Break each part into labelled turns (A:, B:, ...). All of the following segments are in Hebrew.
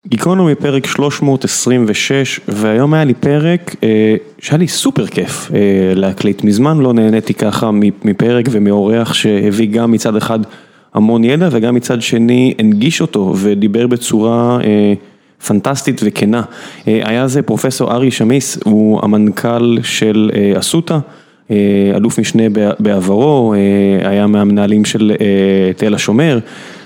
A: גיקונומי פרק 326, והיום היה לי פרק שהיה לי סופר כיף להקליט. מזמן לא נהניתי ככה מפרק ומאורח שהביא גם מצד אחד המון ידע וגם מצד שני הנגיש אותו ודיבר בצורה פנטסטית וכנה. היה זה פרופסור ארי שמיס, הוא המנכ"ל של אסותא, אלוף משנה בעברו, היה מהמנהלים של תל השומר,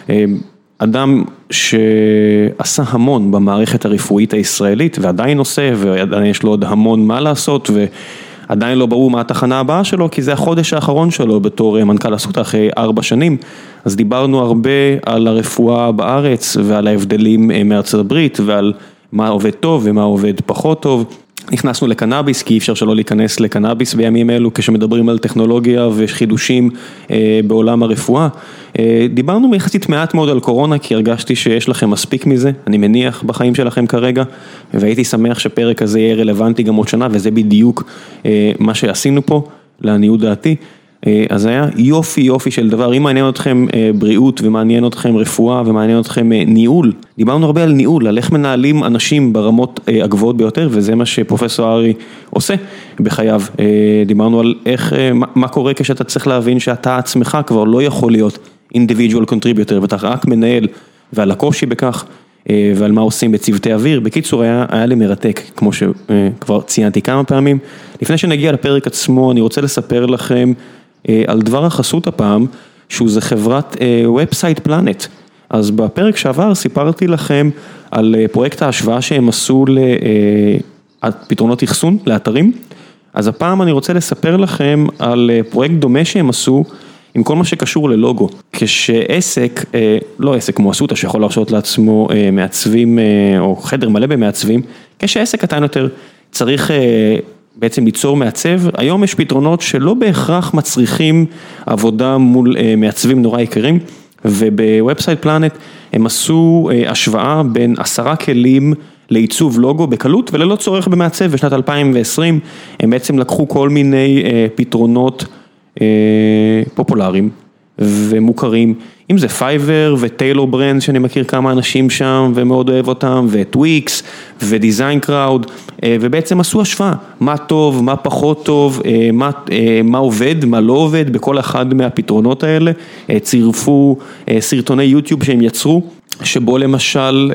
A: אדם שעשה המון במערכת הרפואית הישראלית ועדיין עושה ועדיין יש לו עוד המון מה לעשות ועדיין לא ברור מה התחנה הבאה שלו כי זה החודש האחרון שלו בתור מנכ"ל אסותא אחרי 4 שנים. אז דיברנו הרבה על הרפואה בארץ ועל ההבדלים מארצות הברית ועל מה עובד טוב ומה עובד פחות טוב. נכנסנו לקנאביס, כי אי אפשר שלא להיכנס לקנאביס בימים אלו, כשמדברים על טכנולוגיה וחידושים בעולם הרפואה. דיברנו מיחסית מעט מאוד על קורונה, כי הרגשתי שיש לכם מספיק מזה, אני מניח בחיים שלכם כרגע, והייתי שמח שפרק הזה יהיה רלוונטי גם עוד שנה, וזה בדיוק מה שעשינו פה, לעניות דעתי. אז היה יופי של דבר, אם מעניין אתכם בריאות ומעניין אתכם רפואה ומעניין אתכם ניהול, דיברנו הרבה על ניהול, על איך מנהלים אנשים ברמות הגבוהות ביותר, וזה מה שפרופסור ארי עושה בחייו. דיברנו על איך, מה קורה כשאתה צריך להבין שאתה עצמך כבר לא יכול להיות individual contributor, ואתה רק מנהל, ועל הקושי בכך, ועל מה עושים בצוותי אוויר. בקיצור, היה לי מרתק, כמו שכבר ציינתי כמה פעמים. לפני שנגיע לפרק עצמו, אני רוצה לספר לכם על דבר החסות הפעם, שהוא זה חברת Website Planet. אז בפרק שעבר סיפרתי לכם על פרויקט ההשוואה שהם עשו לפתרונות אחסון, לאתרים. אז הפעם אני רוצה לספר לכם על פרויקט דומה שהם עשו עם כל מה שקשור ללוגו. כשעסק, לא עסק כמו אסותא שיכול להרשות לעצמו מעצבים או חדר מלא במעצבים, כשעסק קטן יותר צריך בעצם ליצור מעצב, היום יש פתרונות שלא בהכרח מצריכים עבודה מול מעצבים נורא יקרים, ובוובסייט פלנט הם עשו השוואה בין 10 כלים לעיצוב לוגו בקלות וללא צורך במעצב. בשנת 2020 הם בעצם לקחו כל מיני פתרונות פופולריים ומוכרים, אם זה פייבר וטיילור ברנד שאני מכיר כמה אנשים שם ומאוד אוהב אותם, וטוויקס ודיזיין קראוד, ובעצם עשו השוואה, מה טוב, מה פחות טוב, מה עובד, מה לא עובד בכל אחד מהפתרונות האלה. צירפו סרטוני יוטיוב שהם יצרו, שבו למשל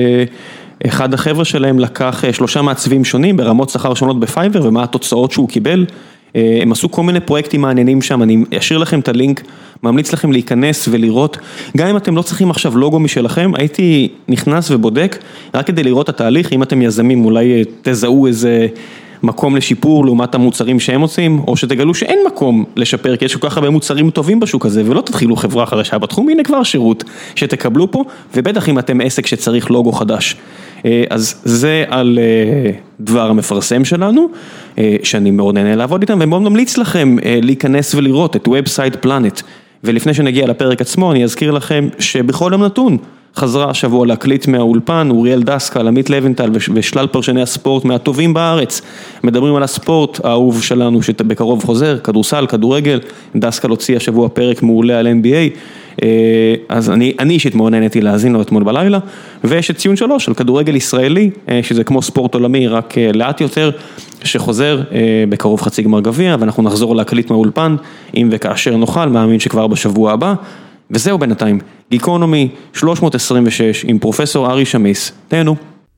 A: אחד החבר'ה שלהם לקח 3 מעצבים שונים ברמות שכר שונות בפייבר ומה התוצאות שהוא קיבל. הם עשו כל מיני פרויקטים מעניינים שם, אני אשאיר לכם את הלינק, ממליץ לכם להיכנס ולראות, גם אם אתם לא צריכים עכשיו לוגו משלכם, הייתי נכנס ובודק, רק כדי לראות את התהליך, אם אתם יזמים אולי תזהו איזה מקום לשיפור לעומת המוצרים שהם עושים, או שתגלו שאין מקום לשפר, כי יש כל כך הרבה מוצרים טובים בשוק הזה, ולא תתחילו חברה חדשה בתחום, הנה כבר שירות שתקבלו פה, ובטח אם אתם עסק שצריך לוגו חדש. אז זה על דבר המפרסם שלנו, שאני מאוד נהנה לעבוד איתם, ומאוד ממליץ לכם להיכנס ולראות את Website Planet. ולפני שנגיע לפרק עצמו, אני אזכיר לכם שבכל יום נתון חזרה השבוע להקליט מהאולפן, אוריאל דסקל, עמית לוינטל ושלל פרשני הספורט מהטובים בארץ. מדברים על הספורט האהוב שלנו שבקרוב חוזר, כדורסל, כדורגל. דסקל הוציא השבוע פרק מעולה על NBA. אז אני אישית מאוד נהניתי להאזין לו אתמול בלילה, ויש את ציון 3 על כדורגל ישראלי, שזה כמו ספורט עולמי, רק לאט יותר, שחוזר בקרוב חצי גמר גביע, ואנחנו נחזור להקליט מהאולפן, אם וכאשר נוכל, מאמין שכבר בשבוע הבא, וזהו בינתיים, גיקונומי 326 עם פרופסור ארי שמיס, תהנו.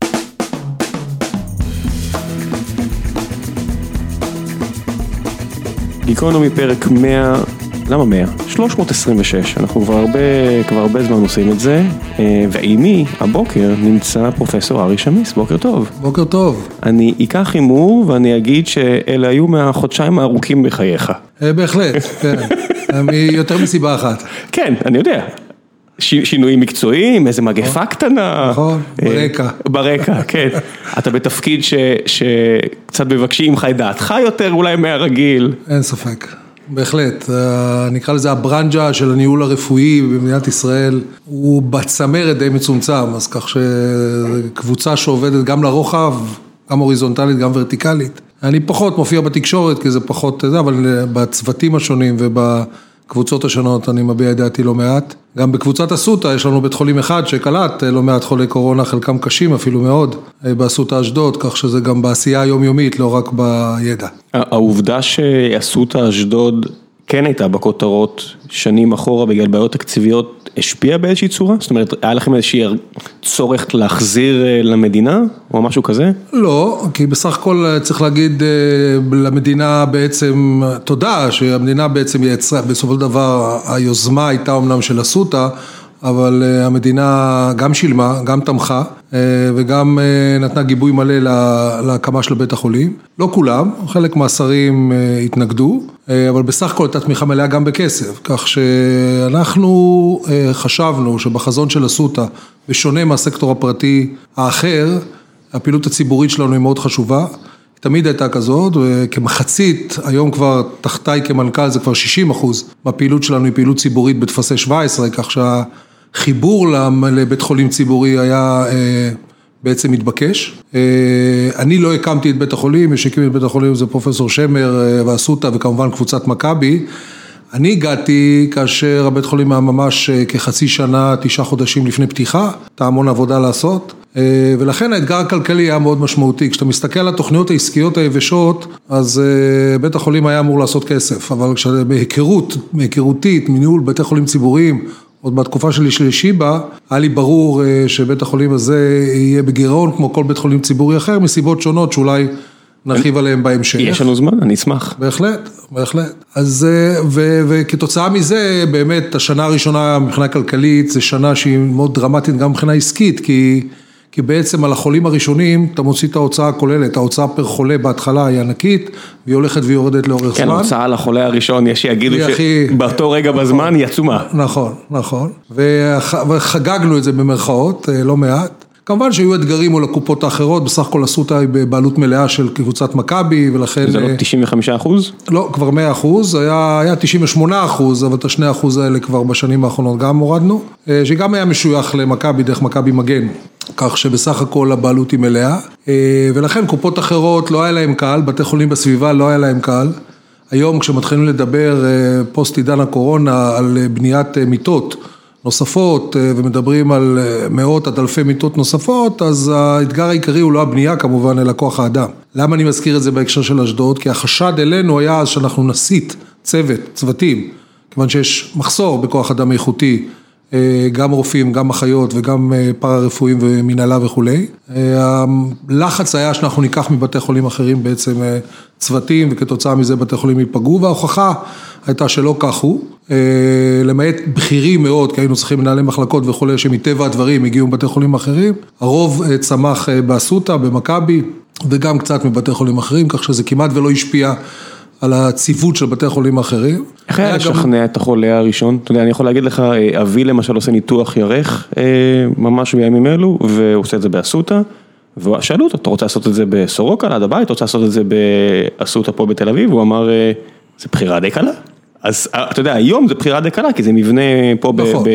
A: גיקונומי פרק 100, למה 100? 326, אנחנו כבר הרבה זמן עושים את זה, ועימי הבוקר נמצא פרופסור ארי שמיס, בוקר טוב.
B: בוקר טוב.
A: אני אקח הימור ואני אגיד שאלה היו מהחודשיים הארוכים בחייך.
B: בהחלט, כן, יותר מסיבה אחת.
A: כן, אני יודע. שינויים מקצועיים, איזה מגפה קטנה.
B: נכון, ברקע.
A: ברקע, כן. אתה בתפקיד שקצת מבקשים לך את דעתך יותר אולי מהרגיל.
B: אין ספק. בהחלט, נקרא לזה הברנג'ה של הניהול הרפואי במדינת ישראל, הוא בצמרת די מצומצם, אז כך שקבוצה שעובדת גם לרוחב, גם הוריזונטלית, גם ורטיקלית. אני פחות מופיע בתקשורת, כי זה פחות, אבל בצוותים השונים ובקבוצות השונות אני מביע את דעתי לא מעט, גם בקבוצת אסותא יש לנו בית חולים אחד שקלט לא מעט חולי קורונה, חלקם קשים אפילו מאוד, באסותא אשדוד, כך שזה גם בעשייה היומיומית, לא רק בידע.
A: העובדה שאסותא אשדוד כן הייתה בכותרות שנים אחורה בגלל בעיות תקציביות, השפיעה באיזושהי צורה? זאת אומרת, היה לכם איזושהי צורך להחזיר למדינה או משהו כזה?
B: לא, כי בסך הכל צריך להגיד למדינה בעצם, תודה שהמדינה בעצם יצרה, בסופו של דבר היוזמה הייתה אמנם של אסותא, אבל המדינה גם שילמה, גם תמכה, וגם נתנה גיבוי מלא להקמה של בית החולים. לא כולם, חלק מהשרים התנגדו, אבל בסך הכל הייתה תמיכה מלאה גם בכסף, כך שאנחנו חשבנו שבחזון של אסותא, בשונה מהסקטור הפרטי האחר, הפעילות הציבורית שלנו היא מאוד חשובה, תמיד הייתה כזאת, וכמחצית, היום כבר תחתיי כמנכ"ל זה כבר 60% מהפעילות שלנו היא פעילות ציבורית בתפסי 17, כך שהחיבור לבית חולים ציבורי היה בעצם מתבקש. אני לא הקמתי את בית החולים, מי שהקים את בית החולים זה פרופסור שמר ואסותא וכמובן קבוצת מכבי. אני הגעתי כאשר הבית חולים היה ממש כחצי שנה, 9 חודשים לפני פתיחה, הייתה המון עבודה לעשות, ולכן האתגר הכלכלי היה מאוד משמעותי. כשאתה מסתכל על התוכניות העסקיות היבשות, אז בית החולים היה אמור לעשות כסף, אבל בהיכרותית, מניהול בתי חולים ציבוריים, עוד בתקופה שלי של שיבא, היה לי ברור שבית החולים הזה יהיה בגירעון, כמו כל בית חולים ציבורי אחר, מסיבות שונות שאולי נרחיב עליהם בהמשך.
A: יש לנו זמן, אני אשמח.
B: בהחלט, בהחלט. אז, וכתוצאה מזה, באמת, השנה הראשונה מבחינה כלכלית, זה שנה שהיא מאוד דרמטית גם מבחינה עסקית, כי בעצם על החולים הראשונים, אתה מוציא את ההוצאה הכוללת, ההוצאה פר חולה בהתחלה היא ענקית, והיא הולכת ויורדת לאורך זמן.
A: כן, ההוצאה על החולה הראשון, יש שיגידו שבאותו רגע בזמן היא עצומה.
B: נכון, נכון. וחגגנו את זה במרכאות, לא מעט. כמובן שהיו אתגרים מול הקופות האחרות, בסך הכל אסותא היא בבעלות מלאה של קבוצת מכבי, ולכן...
A: זה לא 95%?
B: לא, כבר 100%, היה 98%, אבל את ה2% האלה כבר בשנים האחרונות גם הורדנו, שגם היה משוייך למכבי דרך מכבי מגן, כך שבסך הכל הבעלות היא מלאה, ולכן קופות אחרות לא היה להם קל, בתי חולים בסביבה לא היה להם קל, היום כשמתחילים לדבר פוסט עידן הקורונה על בניית מיטות, נוספות, ומדברים על מאות עד אלפי מיטות נוספות, אז האתגר העיקרי הוא לא הבנייה כמובן, אלא כוח האדם. למה אני מזכיר את זה בהקשר של אשדוד? כי החשד אלינו היה אז שאנחנו נסיט צוותים, כיוון שיש מחסור בכוח אדם איכותי, גם רופאים, גם אחיות וגם פארה-רפואיים ומנהלה וכו'. הלחץ היה שאנחנו ניקח מבתי חולים אחרים בעצם צוותים, וכתוצאה מזה בתי חולים ייפגעו, וההוכחה הייתה שלא כך הוא, למעט בכירים מאוד, כי היינו צריכים מנהלי מחלקות וכו', שמטבע הדברים הגיעו מבתי חולים אחרים, הרוב צמח באסותא, במכבי, וגם קצת מבתי חולים אחרים, כך שזה כמעט ולא השפיע על הציוות של בתי חולים האחרים.
A: איך היה לשכנע את החולה הראשון? אתה יודע, אני יכול להגיד לך, אבי למשל עושה ניתוח ירך, ממש בימים אלו, והוא עושה את זה באסותא, ושאלו אותו, אתה רוצה לעשות את זה בסורוקה, ליד הבית, אתה רוצה לעשות את זה באסותא פה בתל אביב, הוא אמר, זה בחירה די קלה. אז אתה יודע, היום זה בחירה די קלה, כי זה מבנה פה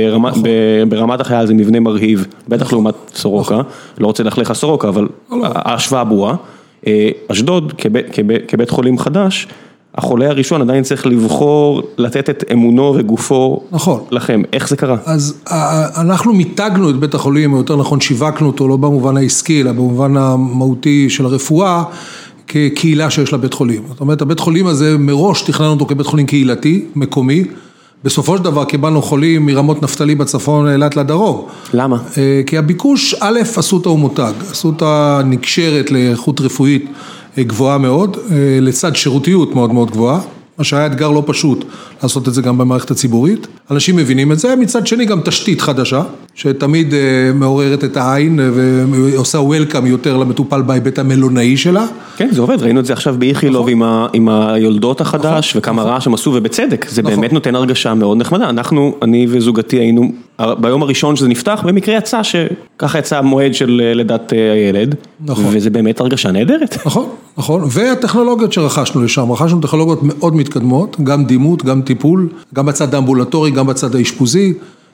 A: ברמת החייל, זה מבנה מרהיב, בטח לעומת סורוקה, לא רוצה להחליך סורוקה, אבל ההשוואה ברורה. אשדוד, כבית חולים חדש, החולה הראשון עדיין צריך לבחור, לתת את אמונו וגופו לכם. איך זה קרה?
B: אז אנחנו מיתגנו את בית החולים, או יותר נכון שיווקנו אותו, לא במובן העסקי, אלא במובן המהותי של הרפואה, כקהילה שיש לה בית חולים. זאת אומרת, הבית חולים הזה מראש תכננו אותו כבית חולים קהילתי, מקומי, בסופו של דבר קיבלנו חולים מרמות נפתלי בצפון אילת לדרום.
A: למה?
B: כי הביקוש, א', אסותא הוא מותג, אסותא נקשרת לאיכות רפואית גבוהה מאוד, לצד שירותיות מאוד מאוד גבוהה, מה שהיה אתגר לא פשוט לעשות את זה גם במערכת הציבורית. אנשים מבינים את זה, מצד שני גם תשתית חדשה, שתמיד מעוררת את העין ועושה וולקאם יותר למטופל בהיבט המלונאי שלה.
A: כן, זה עובד, ראינו את זה עכשיו באיכילוב עם היולדות החדש, וכמה רעש הם עשו, ובצדק, זה באמת נותן הרגשה מאוד נחמדה. אני וזוגתי היינו, ביום הראשון שזה נפתח, במקרה יצא שככה יצא המועד של לידת הילד, וזה באמת הרגשה נהדרת.
B: נכון, נכון, והטכנולוגיות שרכשנו לשם, רכשנו טכנולוגיות מאוד מתקדמות, גם דימות, גם טיפול, גם בצד האמבולטורי, גם בצד האשפוזי,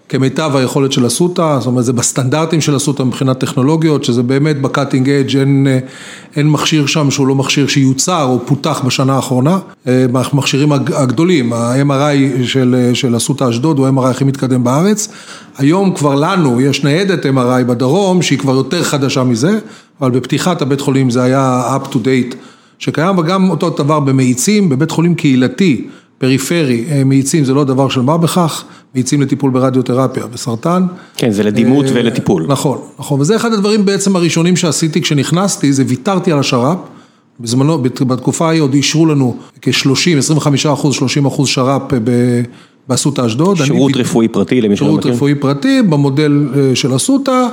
B: כמיטב היכולת של אסותא, זאת אומרת, זה בסטנדרטים של אסותא מבחינת טכנולוגיות, שזה באמת בקאטינג אדג' אין מכשיר שם שהוא לא מכשיר שיוצר או פותח בשנה האחרונה, מכשירים הגדולים, ה-MRI של אסותא אשדוד הוא ה-MRI הכי מתקדם בארץ, היום כבר לנו יש ניידת MRI בדרום, שהיא כבר יותר חדשה מזה, אבל בפתיחת הבית חולים זה היה up to date שקיים, וגם אותו דבר במאיצים, בבית חולים קהילתי, פריפרי, מאיצים זה לא דבר של מה בכך, מאיצים לטיפול ברדיותרפיה, בסרטן.
A: כן, זה לדימות ולטיפול.
B: נכון, נכון, וזה אחד הדברים בעצם הראשונים שעשיתי כשנכנסתי, זה ויתרתי על השר"פ, בזמנו, בתקופה ההיא עוד אישרו לנו כ-30, 25%, 30% שר"פ באסותא אשדוד.
A: שירות רפואי פרטי למי שלא מכיר.
B: שירות רפואי פרטי במודל של אסותא,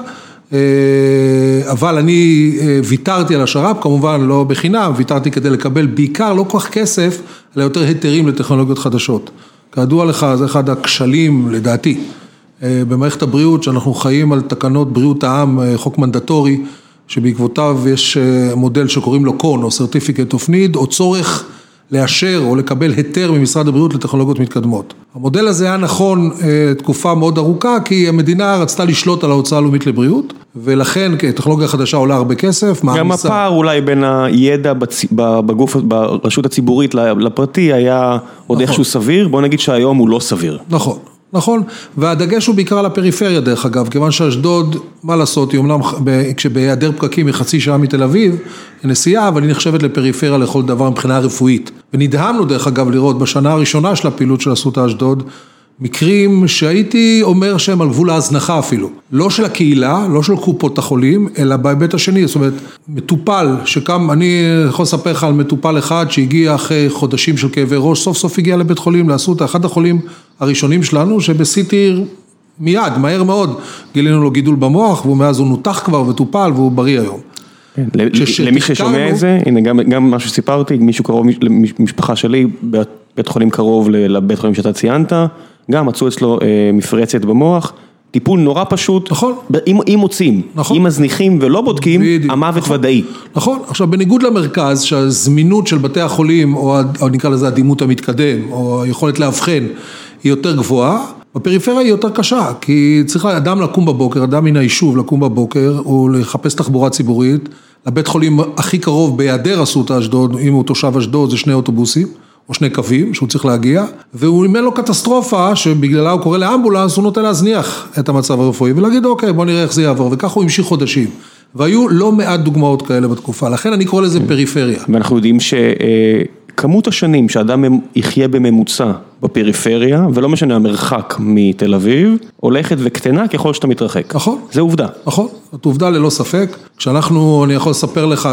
B: אבל אני ויתרתי על השר"פ, כמובן לא בחינם, ויתרתי כדי לקבל בעיקר לא כל כך כסף, אלא יותר היתרים לטכנולוגיות חדשות. כידוע לך, זה אחד הכשלים, לדעתי, במערכת הבריאות, שאנחנו חיים על תקנות בריאות העם, חוק מנדטורי, שבעקבותיו יש מודל שקוראים לו קון, או Certificate of Need, או צורך לאשר או לקבל היתר ממשרד הבריאות לטכנולוגיות מתקדמות. המודל הזה היה נכון תקופה מאוד ארוכה, כי המדינה רצתה לשלוט על ההוצאה הלאומית לבריאות, ולכן טכנולוגיה חדשה עולה הרבה כסף.
A: גם הפער אולי בין הידע בגוף, ברשות הציבורית לפרטי היה עוד איכשהו סביר, בוא נגיד שהיום הוא לא סביר.
B: נכון. נכון, והדגש הוא בעיקר על הפריפריה דרך אגב, כיוון שאשדוד, מה לעשות, היא אומנם כשבהיעדר פקקים היא חצי שעה מתל אביב, נסיעה, אבל היא נחשבת לפריפריה לכל דבר מבחינה רפואית. ונדהמנו דרך אגב לראות בשנה הראשונה של הפעילות של אסותא אשדוד, מקרים שהייתי אומר שהם על גבול ההזנחה אפילו. לא של הקהילה, לא של קופות החולים, אלא בהיבט השני, זאת אומרת, מטופל שקם, אני יכול לספר לך על מטופל אחד שהגיע אחרי חודשים של כאבי ראש, סוף סוף הגיע לבית חולים, לאסותא, אחד החולים הראשונים שלנו, שבסיטי מיד, מהר מאוד, גילינו לו גידול במוח, ומאז הוא נותח כבר וטופל, והוא בריא היום.
A: למי ששומע את זה, הנה גם מה שסיפרתי, מישהו קרוב למשפחה שלי, בית חולים קרוב לבית חולים שאתה ציינת, גם מצאו אצלו מפרצת במוח, טיפול נורא פשוט,
B: נכון.
A: אם מוצאים, נכון. אם מזניחים ולא בודקים, בדיוק. המוות נכון. ודאי.
B: נכון, עכשיו בניגוד למרכז, שהזמינות של בתי החולים, או נקרא לזה הדימות המתקדם, או היכולת להבחן, היא יותר גבוהה, בפריפריה היא יותר קשה, כי צריך אדם לקום בבוקר, אדם מן היישוב לקום בבוקר, או לחפש תחבורה ציבורית, לבית חולים הכי קרוב בהיעדר אסותא אשדוד, אם הוא תושב אשדוד, זה 2 אוטובוסים, או 2 קווים שהוא צריך להגיע, והוא אימן לו קטסטרופה שבגללה הוא קורא לאמבולנס, הוא נוטה להזניח את המצב הרפואי, ולהגיד אוקיי בוא נראה איך זה יעבור, וכך הוא המשיך חודשים. והיו לא מעט דוגמאות כאלה בתקופה, לכן אני קורא לזה פריפריה.
A: ואנחנו יודעים שכמות השנים שאדם יחיה בממוצע בפריפריה, ולא משנה המרחק מתל אביב, הולכת וקטנה ככל שאתה מתרחק.
B: נכון.
A: זה עובדה.
B: נכון, זאת עובדה ללא ספק. אני יכול לספר לך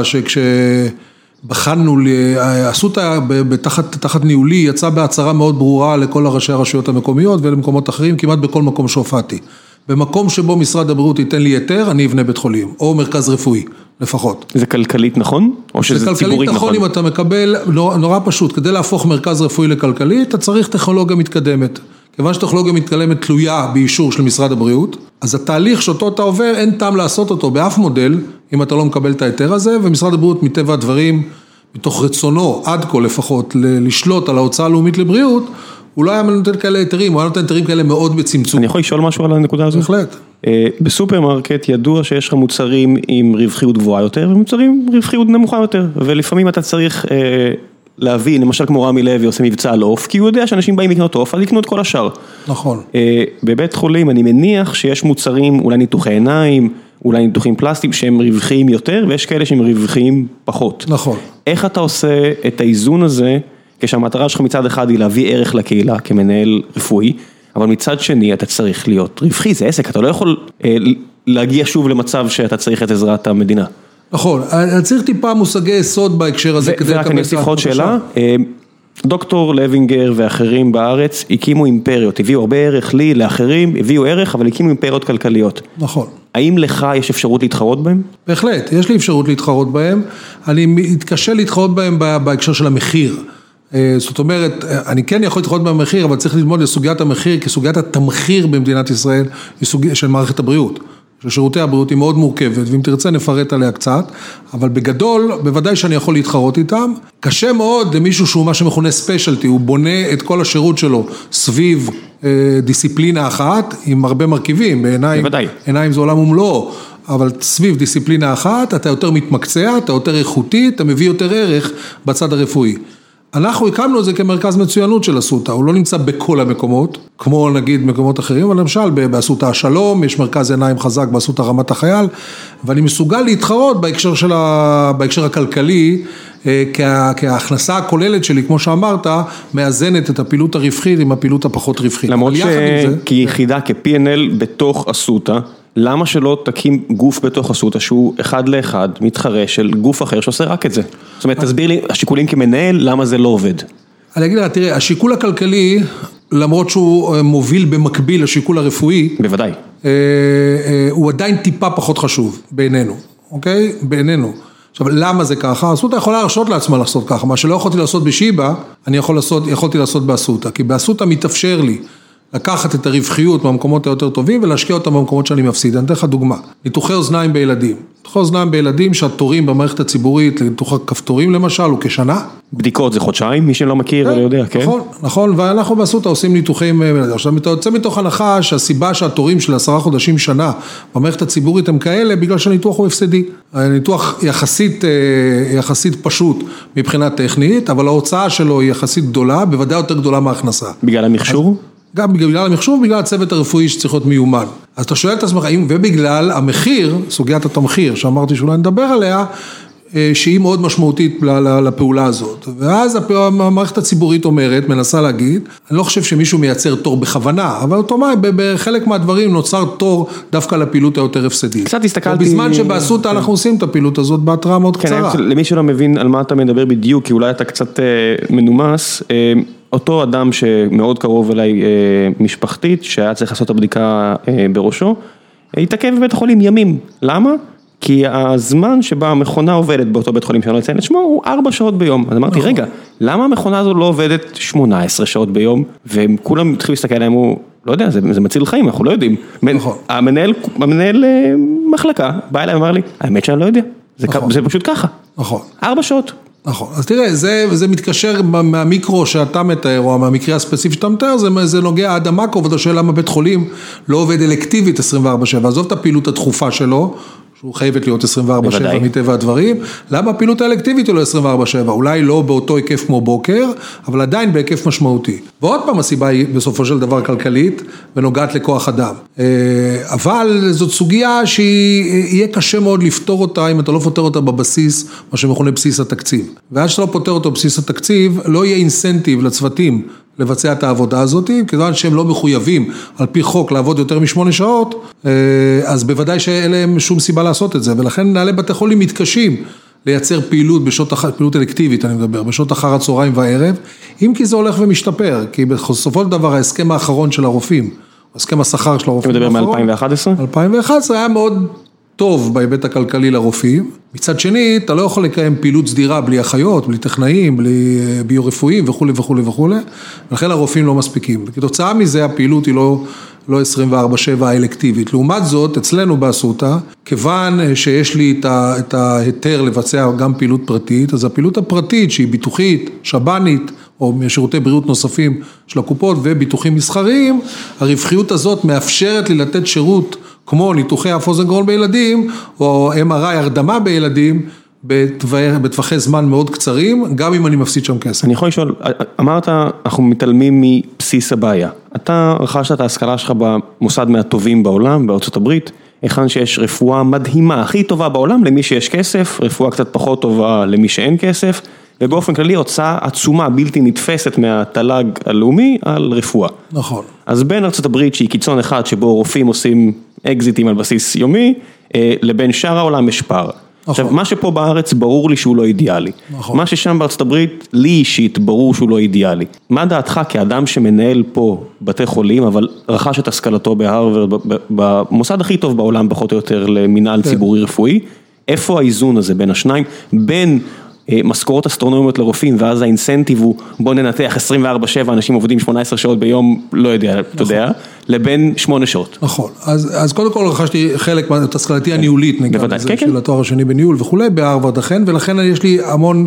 B: בחנו, אסותא תחת ניהולי, יצא בהצהרה מאוד ברורה לכל ראשי הרשויות המקומיות ולמקומות אחרים, כמעט בכל מקום שהופעתי. במקום שבו משרד הבריאות ייתן לי היתר, אני אבנה בית חולים, או מרכז רפואי, לפחות.
A: זה כלכלית נכון? או שזה ציבורית נכון? זה כלכלית נכון,
B: אם אתה מקבל, נורא פשוט, כדי להפוך מרכז רפואי לכלכלי, אתה צריך טכנולוגיה מתקדמת. כיוון שטכנולוגיה מתקדמת תלויה באישור של משרד הבריאות, אז התהליך שאותו אתה עובר, אין טעם לעשות אותו באף מודל, אם אתה לא מקבל את ההיתר הזה, ומשרד הבריאות מטבע הדברים, מתוך רצונו, עד כה לפחות, לשלוט על ההוצאה הלאומית לבריאות, הוא לא היה נותן כאלה היתרים, הוא היה נותן היתרים כאלה מאוד בצמצום.
A: אני יכול לשאול משהו על הנקודה הזו?
B: בהחלט.
A: בסופרמרקט ידוע שיש לך מוצרים עם רווחיות גבוהה יותר, ומוצרים עם רווחיות נמוכה יותר, ולפעמים אתה צריך להבין, למשל כמו רמי לוי עושה מבצע על עוף, כי הוא יודע שאנשים באים לקנות עוף, אז לקנות כל השאר.
B: נכון.
A: בבית חולים אני מניח שיש מוצרים, אולי ניתוחי עיניים, אולי ניתוחים פלסטיים, שהם רווחיים יותר, ויש כאלה שהם רווחיים פחות.
B: נכון.
A: איך אתה עושה את האיזון הזה, כשהמטרה שלך מצד אחד היא להביא ערך לקהילה כמנהל רפואי, אבל מצד שני אתה צריך להיות רווחי, זה עסק, אתה לא יכול להגיע שוב למצב שאתה צריך את עזרת המדינה.
B: נכון, אני צריך טיפה מושגי יסוד בהקשר הזה כדי
A: לקבל את ההחלטה. ורק אני אוסיף עוד שאלה, דוקטור לוינגר ואחרים בארץ הקימו אימפריות, הביאו הרבה ערך לי, לאחרים, הביאו ערך, אבל הקימו אימפריות כלכליות.
B: נכון.
A: האם לך יש אפשרות להתחרות בהם?
B: בהחלט, יש לי אפשרות להתחרות בהם, אני מתקשה להתחרות בהם בהקשר של המחיר. זאת אומרת, אני כן יכול להתחרות במחיר, אבל צריך ללמוד לסוגיית המחיר, כי סוגיית התמחיר במדינת ישראל היא סוגיה של מערכת הבריאות. ששירותי הבריאות היא מאוד מורכבת, ואם תרצה נפרט עליה קצת, אבל בגדול, בוודאי שאני יכול להתחרות איתם. קשה מאוד למישהו שהוא מה שמכונה ספיישלטי, הוא בונה את כל השירות שלו סביב דיסציפלינה אחת עם הרבה מרכיבים, בעיניים זה עולם ומלואו, אבל סביב דיסציפלינה אחת, אתה יותר מתמקצע, אתה יותר איכותי, אתה מביא יותר ערך בצד הרפואי. אנחנו הקמנו את זה כמרכז מצוינות של אסותא, הוא לא נמצא בכל המקומות, כמו נגיד מקומות אחרים, אבל למשל באסותא השלום, יש מרכז עיניים חזק באסותא רמת החייל, ואני מסוגל להתחרות בהקשר הכלכלי, כהכנסה הכוללת שלי, כמו שאמרת, מאזנת את הפעילות הרווחית עם הפעילות הפחות רווחית.
A: למרות שכיחידה, כ-P&L בתוך אסותא, למה שלא תקים גוף בתוך אסותא שהוא אחד לאחד מתחרה של גוף אחר שעושה רק את זה? זאת אומרת, תסביר לי, השיקולים כמנהל, למה זה לא עובד?
B: אני אגיד לך, תראה, השיקול הכלכלי, למרות שהוא מוביל במקביל לשיקול הרפואי,
A: בוודאי.
B: הוא עדיין טיפה פחות חשוב בעינינו, אוקיי? בעינינו. עכשיו, למה זה ככה? אסותא יכולה להרשות לעצמה לעשות ככה, מה שלא יכולתי לעשות בשיבא, יכולתי לעשות באסותא, כי באסותא מתאפשר לי לקחת את הרווחיות מהמקומות היותר טובים ולהשקיע אותם במקומות שאני מפסיד. אני אתן לך דוגמה, ניתוחי אוזניים בילדים. ניתוחי אוזניים בילדים שהתורים במערכת הציבורית, לניתוח הכפתורים למשל, הוא כשנה.
A: בדיקות זה חודשיים, מי שלא מכיר, לא יודע, כן?
B: נכון, ואנחנו באסותא עושים ניתוחים, עכשיו אתה יוצא מתוך הנחה שהסיבה שהתורים של 10 חודשים שנה במערכת הציבורית הם כאלה, בגלל שהניתוח הוא הפסדי. הניתוח יחסית פשוט מבחינה טכנית, אבל ההוצאה שלו היא יחסית גדולה, בוודאי יותר גדולה מההכנסה.
A: בגלל המכשור?
B: גם בגלל המחשוב, בגלל הצוות הרפואי שצריך להיות מיומן. אז אתה שואל את עצמך, ובגלל המחיר, סוגיית התמחיר, שאמרתי שאולי נדבר עליה, שהיא מאוד משמעותית לפעולה הזאת. ואז המערכת הציבורית אומרת, מנסה להגיד, אני לא חושב שמישהו מייצר תור בכוונה, אבל אוטומטית, בחלק מהדברים נוצר תור דווקא לפעילות היותר הפסדית.
A: קצת הסתכלתי...
B: בזמן שבאסותא אנחנו עושים את הפעילות הזאת בהתראה מאוד קצרה.
A: למי שלא מבין על מה אתה מדבר בדיוק, כי אולי אתה קצת מנומס, אותו אדם שמאוד קרוב אליי משפחתית, שהיה צריך לעשות את הבדיקה בראשו, התעכב בבית החולים ימים. למה? כי הזמן שבה המכונה עובדת באותו בית חולים שאני לא אציין את שמו, הוא 4 שעות ביום. אז אמרתי, רגע, למה המכונה הזו לא עובדת 18 שעות ביום? והם כולם התחילו להסתכל עליהם, הוא, לא יודע, זה מציל חיים, אנחנו לא יודעים. המנהל מחלקה בא אליי ואמר לי, האמת שאני לא יודע, זה פשוט ככה. 4 שעות.
B: נכון, אז תראה, זה מתקשר מהמיקרו שאתה מתאר, או מהמקרה הספציפי שאתה מתאר, זה נוגע עד המקרו, ואתה שואל למה בית חולים לא עובד אלקטיבית 24/7, עזוב את הפעילות הדחופה שלו, שהוא חייבת להיות 24/7 מטבע הדברים, למה הפעילות האלקטיבית היא לא 24/7, אולי לא באותו היקף כמו בוקר, אבל עדיין בהיקף משמעותי. ועוד פעם הסיבה היא בסופו של דבר כלכלית, ונוגעת לכוח אדם. אבל זאת סוגיה שיהיה קשה מאוד לפתור אותה, אם אתה לא פותר אותה בבסיס, מה שמכונה בסיס התקציב. ועד שאתה לא פותר אותו בסיס התקציב, לא יהיה אינסנטיב לצוותים לבצע את העבודה הזאת, כיוון שהם לא מחויבים על פי חוק לעבוד יותר מ8 שעות, אז בוודאי שאין להם שום סיבה לעשות את זה, ולכן מנהלי בתי חולים מתקשים לייצר פעילות פעילות אלקטיבית, אני מדבר, בשעות אחר הצהריים והערב, אם כי זה הולך ומשתפר, כי בסופו של דבר ההסכם האחרון של הרופאים, הסכם השכר של הרופאים.
A: אתה מדבר מ-2011?
B: 2011 היה מאוד טוב בהיבט הכלכלי לרופאים, מצד שני, אתה לא יכול לקיים פעילות סדירה בלי אחיות, בלי טכנאים, בלי ביו-רפואיים וכו' וכו' וכו', ולכן הרופאים לא מספיקים. וכתוצאה מזה הפעילות היא לא 24/7 האלקטיבית. לעומת זאת, אצלנו באסותא, כיוון שיש לי את ההיתר לבצע גם פעילות פרטית, אז הפעילות הפרטית שהיא ביטוחית, שב"נית, או שירותי בריאות נוספים של הקופות וביטוחים מסחריים, הרווחיות הזאת מאפשרת לי לתת שירות כמו ניתוחי אף אוזן גרון בילדים, או MRI הרדמה בילדים, בטווחי זמן מאוד קצרים, גם אם אני מפסיד שם כסף.
A: אני יכול לשאול, אמרת, אנחנו מתעלמים מבסיס הבעיה. אתה רכשת את ההשכלה שלך במוסד מהטובים בעולם, בארצות הברית, היכן שיש רפואה מדהימה, הכי טובה בעולם למי שיש כסף, רפואה קצת פחות טובה למי שאין כסף, ובאופן כללי הוצאה עצומה בלתי נתפסת מהתל"ג הלאומי על רפואה.
B: נכון.
A: אז בין ארצות הברית שהיא קיצון אחד שבו רופאים עושים אקזיטים על בסיס יומי, לבין שאר העולם יש פער. עכשיו, מה שפה בארץ ברור לי שהוא לא אידיאלי. מה ששם בארצות הברית, לי אישית ברור שהוא לא אידיאלי. מה דעתך כאדם שמנהל פה בתי חולים, אבל רכש את השכלתו בהרווארד, במוסד הכי טוב בעולם פחות או יותר למנהל ציבורי רפואי, איפה האיזון הזה בין השניים, בין משכורות אסטרונומיות לרופאים, ואז האינסנטיב הוא, בוא ננתח 24/7, אנשים עובדים 18 שעות ביום, לא יודע, אתה יודע, לבין 8 שעות.
B: נכון, אז קודם כל רכשתי חלק מהשכלתי הניהולית, נגיד, של התואר השני בניהול וכו', בהרווארד אכן, ולכן יש לי המון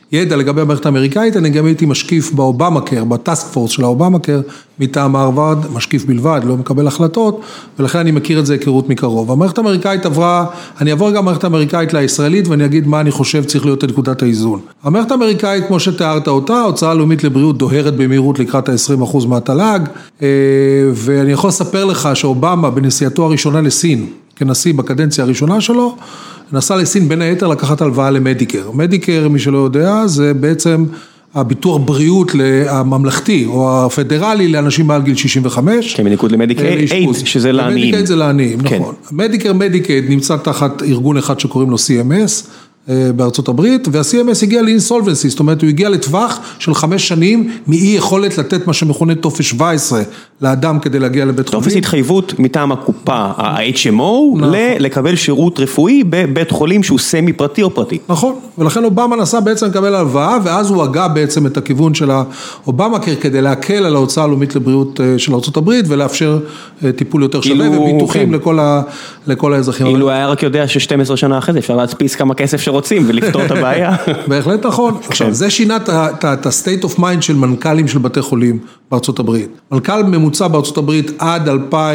B: ידע לגבי המערכת האמריקאית, אני גם הייתי משקיף באובמה-קר, בטאסק פורס של האובמה-קר, מטעם הרווארד, משקיף בלבד, לא מקבל החלטות, ולכן אני מכיר את זה היכרות מקרוב. המערכת האמריקאית עברה, אני אעבור גם המערכת האמריקאית לישראלית, ואני אגיד מה אני חושב צריך להיות נקודת האיזון. המערכת האמריקאית, כמו שתיארת אותה, ההוצאה הלאומית לבריאות דוהרת במהירות לקראת ה-20% מהתל"ג, ואני יכול לספר לך שאובמה בנסיעתו הראשונה לסין, כנשיא בקדנציה הראשונה שלו, נסע לסין בין היתר לקחת הלוואה למדיקר. מדיקר, מי שלא יודע, זה בעצם הביטוח בריאות הממלכתי, או הפדרלי לאנשים מעל גיל 65.
A: כן, בניקוד למדיקייד, שזה לעניים.
B: מדיקייד זה לעניים, נכון. מדיקייד נמצא תחת ארגון אחד שקוראים לו CMS, בארצות הברית, וה-CMS הגיע לאינסולבנסי, זאת אומרת, הוא הגיע לטווח של 5 שנים, מאי יכולת לתת מה שמכונה טופס 17 לאדם כדי להגיע לבית חולים.
A: טופס התחייבות מטעם הקופה, ה-HMO, לקבל שירות רפואי בבית חולים שהוא סמי פרטי או פרטי.
B: נכון, ולכן אובמה נסע בעצם לקבל הלוואה, ואז הוא הגע בעצם את הכיוון של האובמה כדי להקל על ההוצאה הלאומית לבריאות של ארצות הברית, ולאפשר טיפול יותר שווה וביטוחים לכל האזרחים.
A: אילו היה רק יודע ש12 שנה אחרי זה, אפשר להדפיס כמה כסף שרוצים ולפתור את הבעיה.
B: בהחלט נכון. עכשיו, זה שינה את ה-state of mind של מנכ"לים של בתי חולים בארצות הברית. מנכ"ל ממוצע בארצות הברית עד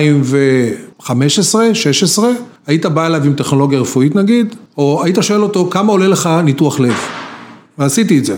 B: 2015, 16, היית בא אליו עם טכנולוגיה רפואית נגיד, או היית שואל אותו כמה עולה לך ניתוח לב. ועשיתי את זה.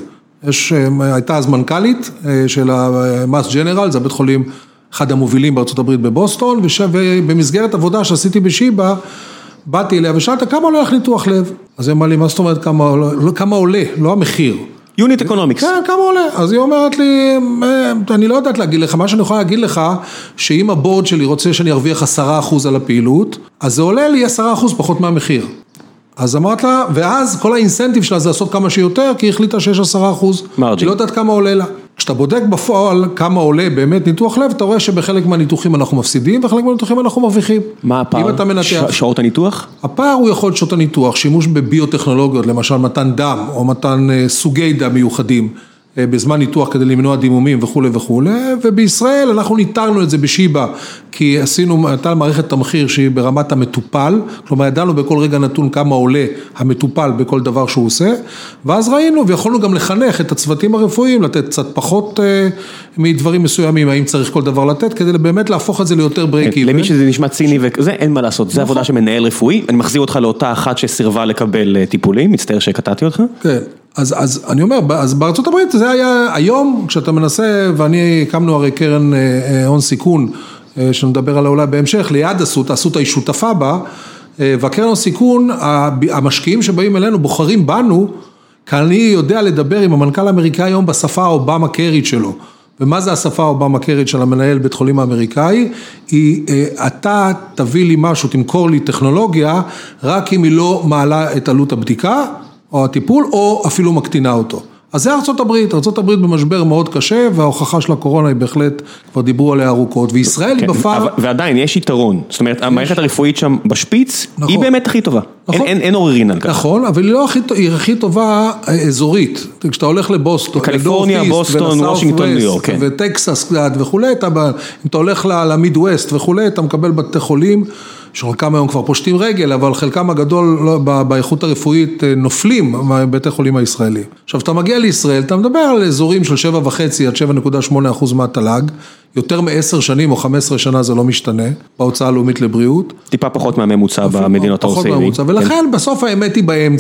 B: הייתה אז מנכ"לית של ה-Mass General, זה הבית חולים אחד המובילים בארצות הברית בבוסטון, ובמסגרת עבודה שעשיתי בשיבא, באתי אליה ושאלת כמה עולה לך ניתוח לב? אז היא אמרה לי, מה זאת אומרת כמה עולה, לא המחיר.
A: יוניט אקונומיקס.
B: כן, כמה עולה? אז היא אומרת לי, אני לא יודעת להגיד לך, מה שאני יכולה להגיד לך, שאם הבורד שלי רוצה שאני ארוויח 10% על הפעילות, אז זה עולה לי 10% פחות מהמחיר. אז אמרת לה, ואז כל האינסנטיב שלה זה לעשות כמה שיותר, כי היא החליטה שיש 10%. מרג'ין. היא לא יודעת כמה עולה לה. כשאתה בודק בפועל כמה עולה באמת ניתוח לב, אתה רואה שבחלק מהניתוחים אנחנו מפסידים, וחלק מהניתוחים אנחנו מרוויחים.
A: מה הפער? שעות הניתוח?
B: הפער הוא יכול להיות שעות הניתוח, שימוש בביוטכנולוגיות, למשל מתן דם, או מתן סוגי דם מיוחדים, בזמן ניתוח כדי למנוע דימומים וכו' וכו', ובישראל אנחנו ניתרנו את זה בשיבא, כי עשינו, הייתה מערכת תמחיר שהיא ברמת המטופל, כלומר ידענו בכל רגע נתון כמה עולה המטופל בכל דבר שהוא עושה, ואז ראינו ויכולנו גם לחנך את הצוותים הרפואיים, לתת קצת פחות מדברים מסוימים, האם צריך כל דבר לתת, כדי באמת להפוך את זה ליותר ברייק-איבן.
A: למי שזה נשמע ציני וזה, אין מה לעשות, זה עבודה שמנהל רפואי, אני מחזיר אותך לאותה אחת שסירבה לקבל טיפולים, מצטער שקטעתי אותך.
B: כן. אז אני אומר, אז בארצות הברית זה היה היום, כשאתה מנסה, ואני הקמנו הרי קרן הון סיכון, שנדבר עליה אולי בהמשך, ליד אסותא היא שותפה בה, והקרן הון סיכון, המשקיעים שבאים אלינו בוחרים בנו, כי אני יודע לדבר עם המנכ"ל האמריקאי היום בשפה האובמה קרית שלו. ומה זה השפה האובמה קרית של המנהל בית חולים האמריקאי? היא, אתה תביא לי משהו, תמכור לי טכנולוגיה, רק אם היא לא מעלה את עלות הבדיקה, או הטיפול, או אפילו מקטינה אותו. אז זה ארצות הברית, ארצות הברית במשבר מאוד קשה, וההוכחה של הקורונה היא בהחלט, כבר דיברו עליה ארוכות, וישראל היא בפער.
A: ועדיין יש יתרון, זאת אומרת, המערכת הרפואית שם בשפיץ, היא באמת הכי טובה, אין עוררין על כך.
B: נכון, אבל היא הכי טובה אזורית, כשאתה הולך לבוסטון,
A: קליפורניה, בוסטון, וושינגטון, ניו יורק,
B: וטקסס, וכולי, אם אתה הולך למידווסט וכולי, אתה מקבל בתי חולים, שחלקם היום כבר פושטים רגל, אבל חלקם הגדול באיכות הרפואית נופלים מבתי חולים הישראלים. עכשיו, אתה מגיע לישראל, אתה מדבר על אזורים של 7.5 עד 7.8% מהתל"ג, יותר מ10 שנים או 15 שנה זה לא משתנה, בהוצאה הלאומית לבריאות.
A: טיפה פחות מהממוצע במדינות האוסטרליים.
B: ולכן בסוף האמת היא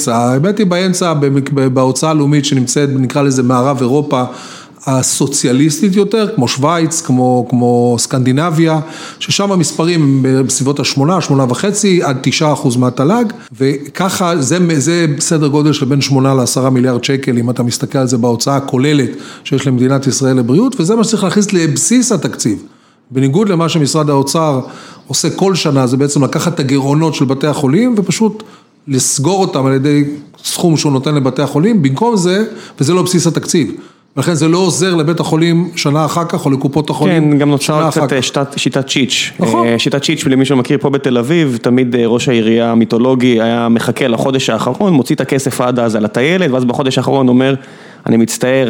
B: באמצע, בהוצאה הלאומית שנמצאת, נקרא לזה מערב אירופה, הסוציאליסטית יותר, כמו שוויץ, כמו סקנדינביה, ששם המספרים בסביבות ה8, 8.5 עד 9% מהתל"ג, וככה זה בסדר גודל של בין 8 ל10 מיליארד שקל, אם אתה מסתכל על זה בהוצאה הכוללת שיש למדינת ישראל לבריאות, וזה מה שצריך להכניס לבסיס התקציב. בניגוד למה שמשרד האוצר עושה כל שנה, זה בעצם לקחת את הגירעונות של בתי החולים, ופשוט לסגור אותם על ידי סכום שהוא נותן לבתי החולים, במקום זה, וזה לא בסיס התקציב. ולכן זה לא עוזר לבית החולים שנה אחר כך, או לקופות החולים.
A: כן, גם נוצרה קצת שיטת צ'יץ'. שיטת צ'יץ', למי שמכיר פה בתל אביב, תמיד ראש העירייה המיתולוגי היה מחכה לחודש האחרון, מוציא את הכסף עד אז על הטיילת, ואז בחודש האחרון אומר, אני מצטער,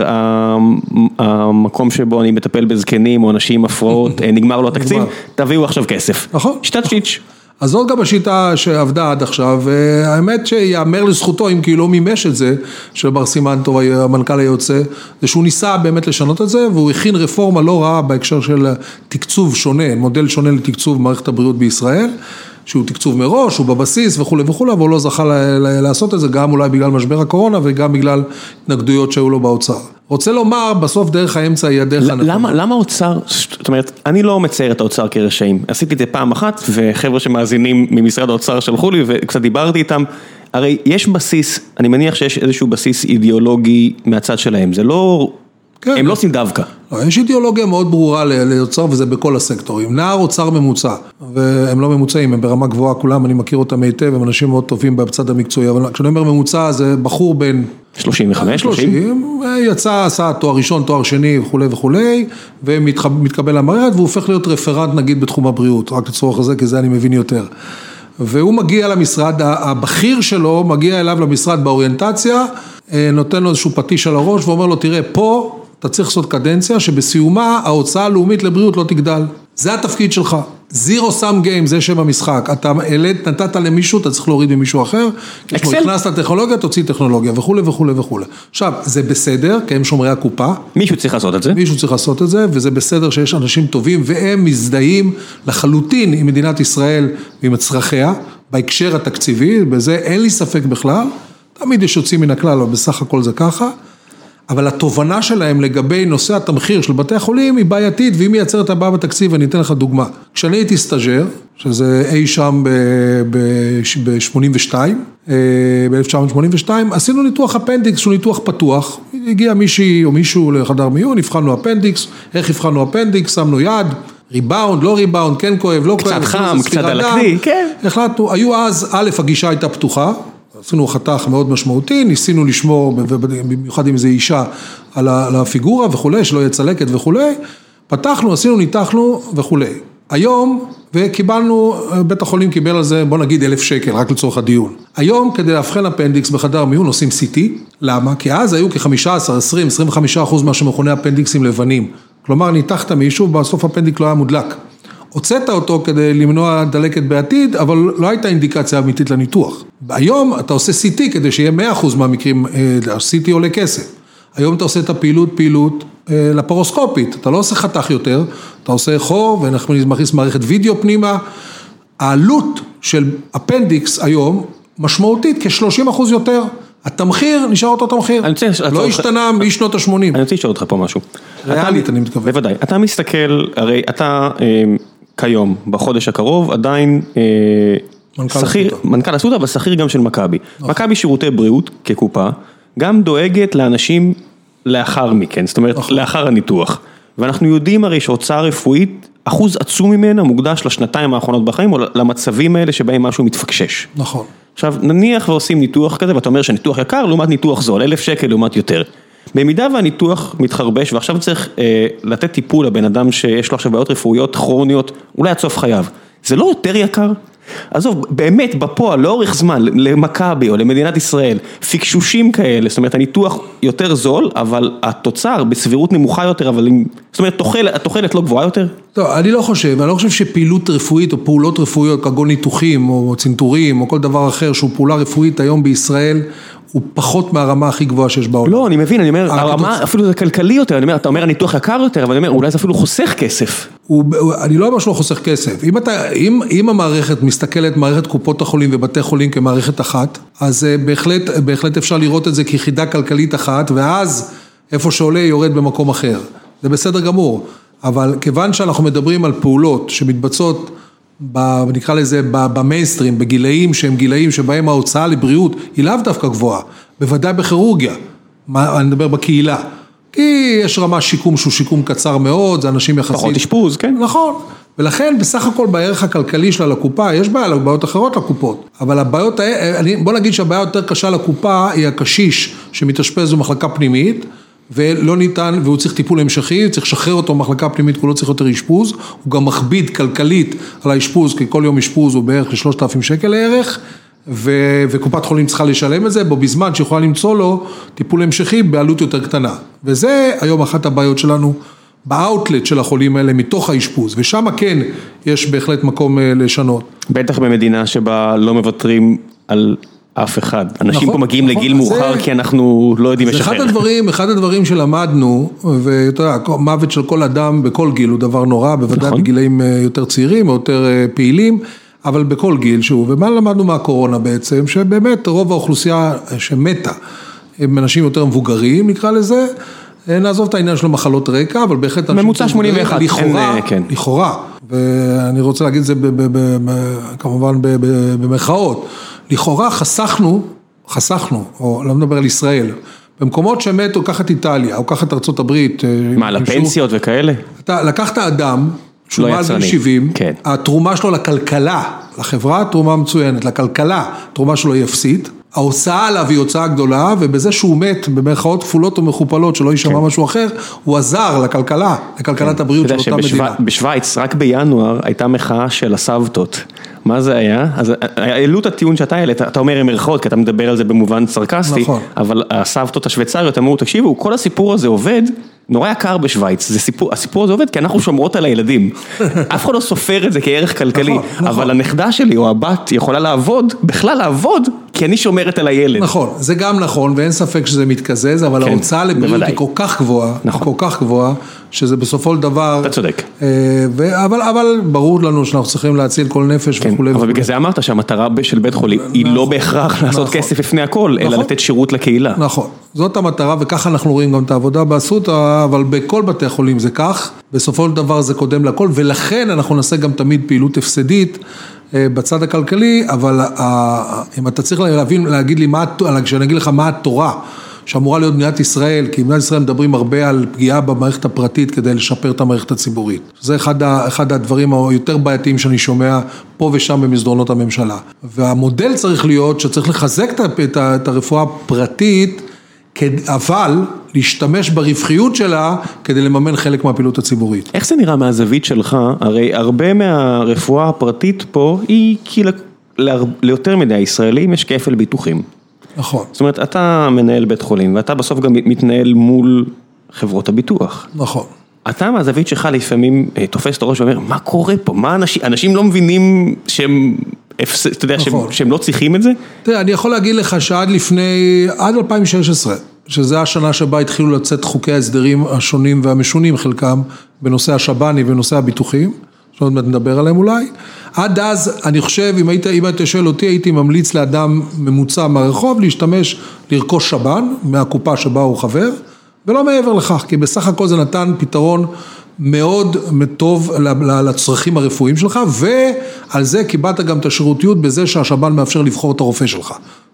A: המקום שבו אני מטפל בזקנים או אנשים עם הפרעות, נגמר לו התקציב, תביאו עכשיו כסף.
B: נכון.
A: שיטת צ'יץ'.
B: אז זאת גם השיטה שעבדה עד עכשיו, והאמת שיאמר לזכותו, אם כי הוא לא מימש את זה, של בר סימן טוב, המנכ"ל היוצא, זה שהוא ניסה באמת לשנות את זה, והוא הכין רפורמה לא רעה בהקשר של תקצוב שונה, מודל שונה לתקצוב מערכת הבריאות בישראל, שהוא תקצוב מראש, הוא בבסיס וכו' וכו', אבל הוא לא זכה לעשות את זה, גם אולי בגלל משבר הקורונה, וגם בגלל התנגדויות שהיו לו באוצר. רוצה לומר, בסוף דרך האמצע היא הדרך הנכונה.
A: למה האוצר, זאת אומרת, אני לא מצייר את האוצר כרשעים, עשיתי את זה פעם אחת, וחבר'ה שמאזינים ממשרד האוצר שלחו לי, וקצת דיברתי איתם, הרי יש בסיס, אני מניח שיש איזשהו בסיס אידיאולוגי מהצד שלהם, זה לא, הם לא עושים דווקא.
B: לא, יש אידיאולוגיה מאוד ברורה לאוצר, וזה בכל הסקטורים. נער אוצר ממוצע, והם לא ממוצעים, הם ברמה גבוהה, כולם, אני מכיר אותם היטב, הם אנשים מאוד טובים בצד המקצועי, אבל כשאני אומר ממוצע, זה בחור בין
A: 35, 30,
B: יצא, עשה תואר ראשון, תואר שני וכו' וכו', ומתקבל למערכת, והוא הופך להיות רפרנט נגיד בתחום הבריאות, רק לצורך הזה, כי זה אני מבין יותר. והוא מגיע למשרד, הבכיר שלו מגיע אליו למשרד באוריינטציה, נותן לו איזשהו פטיש על הראש, ואומר לו, תראה, פה אתה צריך לעשות קדנציה, שבסיומה ההוצאה הלאומית לבריאות לא תגדל. זה התפקיד שלך. זירו סאם גיים, זה שם המשחק. אתה נתת למישהו, אתה צריך להוריד ממישהו אחר. הכנסת טכנולוגיה, תוציא טכנולוגיה, וכו' וכו' וכו'. עכשיו, זה בסדר, כי הם שומרי הקופה.
A: מישהו צריך לעשות את זה.
B: מישהו צריך לעשות את זה, וזה בסדר שיש אנשים טובים, והם מזדהים לחלוטין עם מדינת ישראל ועם הצרכיה, בהקשר התקציבי, בזה אין לי ספק בכלל. תמיד יש יוצאים מן הכלל, אבל בסך הכל זה ככה. אבל התובנה שלהם לגבי נושא התמחיר של בתי החולים היא בעייתית, והיא מייצרת הבאה בתקציב, ואני אתן לך דוגמה. כשאני הייתי סטאג'ר, שזה אי שם ב-82, ב-1982, עשינו ניתוח אפנדיקס, שהוא ניתוח פתוח, הגיע מישהי או מישהו לחדר מיון, הבחנו אפנדיקס, איך הבחנו אפנדיקס, שמנו יד, ריבאונד, לא ריבאונד, כן כואב, לא כואב,
A: קצת חם, קצת על הכלי, כן.
B: החלטנו, היו אז, א', הגישה הייתה פתוחה, עשינו חתך מאוד משמעותי, ניסינו לשמור, במיוחד אם זה אישה, על הפיגורה וכו', שלא יצלקת וכו', פתחנו, עשינו, ניתחנו וכו'. היום, וקיבלנו, בית החולים קיבל על זה, בוא נגיד 1,000 שקל, רק לצורך הדיון. היום, כדי להבחן אפנדיקס בחדר מיון, עושים CT, למה? כי אז היו כ-15, 20, 25% מה שמכונה אפנדיקסים לבנים. כלומר, ניתחת מישהו, בסוף הפנדיק לא היה מודלק. הוצאת אותו כדי למנוע דלקת בעתיד, אבל לא הייתה אינדיקציה אמיתית לניתוח. היום אתה עושה CT כדי שיהיה 100% מהמקרים, CT עולה כסף. היום אתה עושה את פעילות לפרוסקופית, אתה לא עושה חתך יותר, אתה עושה חור ואנחנו מכניס מערכת וידאו פנימה. העלות של אפנדיקס היום משמעותית כ-30% יותר. התמחיר נשאר אותו תמחיר, לא השתנה משנות ה-80.
A: אני רוצה לשאול אותך פה משהו.
B: ריאלית אני מתכוון.
A: בוודאי, אתה מסתכל, הרי אתה כיום, בחודש הקרוב, עדיין מנכ"ל אסותא, אבל שכיר גם של מכבי. מכבי שירותי בריאות כקופה, גם דואגת לאנשים לאחר מכן, זאת אומרת, לאחר הניתוח. ואנחנו יודעים הרי שהוצאה רפואית, אחוז עצום ממנה מוקדש לשנתיים האחרונות בחיים, או למצבים האלה שבהם משהו מתפקשש.
B: נכון.
A: עכשיו, נניח ועושים ניתוח כזה, ואתה אומר שניתוח יקר לעומת ניתוח זול, 1,000 שקל לעומת יותר. במידה והניתוח מתחרבש, ועכשיו צריך לתת טיפול לבן אדם שיש לו עכשיו בעיות רפואיות כרוניות, אולי עד סוף חייו. זה לא יותר יקר? עזוב, באמת, בפועל, לאורך זמן, למכבי או למדינת ישראל, פיקשושים כאלה, זאת אומרת, הניתוח יותר זול, אבל התוצר בסבירות נמוכה יותר, אבל זאת אומרת, התוחלת לא גבוהה יותר?
B: לא, אני לא חושב שפעילות רפואית או פעולות רפואיות, כגון ניתוחים או צנתורים או כל דבר אחר שהוא פעולה רפואית היום בישראל, הוא פחות מהרמה הכי גבוהה שיש בעולם.
A: לא, אני מבין, אני אומר, הרמה אפילו זה כלכלי יותר, אני אומר, אתה אומר הניתוח יקר יותר, אבל אני אומר, אולי זה אפילו חוסך כסף.
B: אני לא אומר שלא חוסך כסף. אם המערכת מסתכלת, מערכת קופות החולים ובתי חולים כמערכת אחת, אז בהחלט אפשר לראות את זה כיחידה כלכלית אחת, ואז איפה שעולה יורד במקום אחר. זה בסדר גמור. אבל כיוון שאנחנו מדברים על פעולות שמתבצעות, נקרא לזה במיינסטרים, בגילאים שהם גילאים שבהם ההוצאה לבריאות היא לאו דווקא גבוהה, בוודאי בכירורגיה, אני מדבר בקהילה, כי יש רמה שיקום שהוא שיקום קצר מאוד, זה אנשים יחסית.
A: פחות אשפוז, כן?
B: נכון, ולכן בסך הכל בערך הכלכלי שלה לקופה, יש בעיות אחרות לקופות, אבל הבעיות, בוא נגיד שהבעיה יותר קשה לקופה היא הקשיש שמתאשפז במחלקה פנימית, ולא ניתן, והוא צריך טיפול המשכי, צריך לשחרר אותו במחלקה פנימית, הוא לא צריך יותר אשפוז, הוא גם מכביד כלכלית על האשפוז, כי כל יום אשפוז הוא בערך 3,000 שקל לערך, וקופת חולים צריכה לשלם את זה, בו בזמן שיכולה למצוא לו טיפול המשכי בעלות יותר קטנה. וזה היום אחת הבעיות שלנו באוטלט של החולים האלה מתוך האשפוז, ושם כן יש בהחלט מקום לשנות.
A: בטח במדינה שבה לא מוותרים על אף אחד. אנשים פה מגיעים לגיל מאוחר כי אנחנו לא יודעים לשחרר.
B: אחד הדברים שלמדנו, ואתה יודע, מוות של כל אדם בכל גיל הוא דבר נורא, בוודאי בגילאים יותר צעירים או יותר פעילים, אבל בכל גיל שהוא, ומה למדנו מהקורונה בעצם, שבאמת רוב האוכלוסייה שמתה, הם אנשים יותר מבוגרים נקרא לזה, נעזוב את העניין של המחלות רקע, אבל בהחלט...
A: ממוצע 81.
B: לכאורה, ואני רוצה להגיד את זה כמובן במחאות, לכאורה חסכנו, או לא מדבר על ישראל, במקומות שמתו, קחת איטליה, או קחת ארצות הברית.
A: מה, לפנסיות וכאלה?
B: אתה לקחת אדם, שהוא מעל גיל 70, התרומה שלו לכלכלה, לחברה, תרומה מצוינת, לכלכלה, תרומה שלו היא אפסית, ההוצאה עליו היא הוצאה גדולה, ובזה שהוא מת במרכאות כפולות ומכופלות, שלא יישמע משהו אחר, הוא עזר לכלכלה, לכלכלת הבריאות של אותה מדינה.
A: בשוויץ, רק בינואר, הייתה מחאה של הסבתות. מה זה היה? אז העלו את הטיעון שאתה העלית, אתה אומר עם מרכאות, כי אתה מדבר על זה במובן סרקסטי, אבל הסבתות השוויצריות אמרו, תקשיבו, כל הסיפור הזה עובד, נורא יקר בשוויץ, הסיפור הזה עובד כי אנחנו שומרות על הילדים, אף אחד לא סופר את זה כערך כלכלי, אבל הנכדה שלי או הבת יכולה לעבוד, בכלל לעבוד, כי אני שומרת על הילד.
B: נכון, זה גם נכון, ואין ספק שזה מתקזז, אבל ההוצאה לבריאות היא כל כך גבוהה, שזה בסופו של דבר...
A: אתה צודק.
B: אבל ברור לנו שאנחנו צריכים להציל כל נפש וכו'.
A: אבל בגלל זה אמרת שהמטרה של בית חולים היא לא בהכרח לעשות כסף לפני הכל, אלא לתת שירות לקהילה.
B: נכון, זאת המטרה, וככה אנחנו רואים גם את העבודה באסותא, אבל בכל בתי החולים זה כך, בסופו של דבר זה קודם לכל, ולכן אנחנו נעשה גם תמיד פעילות הפסדית בצד הכלכלי, אבל אם אתה צריך להגיד לי, כשאני אגיד לך מה התורה, שאמורה להיות מדינת ישראל, כי מדינת ישראל מדברים הרבה על פגיעה במערכת הפרטית כדי לשפר את המערכת הציבורית. זה אחד הדברים היותר בעייתיים שאני שומע פה ושם במסדרונות הממשלה. והמודל צריך להיות שצריך לחזק את הרפואה הפרטית, אבל להשתמש ברווחיות שלה כדי לממן חלק מהפעילות הציבורית.
A: איך זה נראה מהזווית שלך? הרי הרבה מהרפואה הפרטית פה היא כאילו ליותר מדי ישראלים יש כפל ביטוחים.
B: נכון.
A: זאת אומרת, אתה מנהל בית חולים, ואתה בסוף גם מתנהל מול חברות הביטוח.
B: נכון.
A: אתה מהזווית שלך לפעמים תופס את הראש ואומר, מה קורה פה? מה אנשים לא מבינים שהם, אתה יודע, שהם לא צריכים את זה?
B: תראה, אני יכול להגיד לך שעד 2016, שזה השנה שבה התחילו לצאת חוקי ההסדרים השונים והמשונים חלקם, בנושא השב"ני ובנושא הביטוחים, שעוד מעט נדבר עליהם אולי. עד אז, אני חושב, אם היית שואל אותי, הייתי ממליץ לאדם ממוצע מהרחוב, לרכוש שב"ן, מהקופה שבה הוא חבר, ולא מעבר לכך, כי בסך הכל זה נתן פתרון מאוד טוב לצרכים הרפואיים שלך, ועל זה קיבלת גם את השירותיות בזה שהשב"ן מאפשר לבחור את הרופא שלך.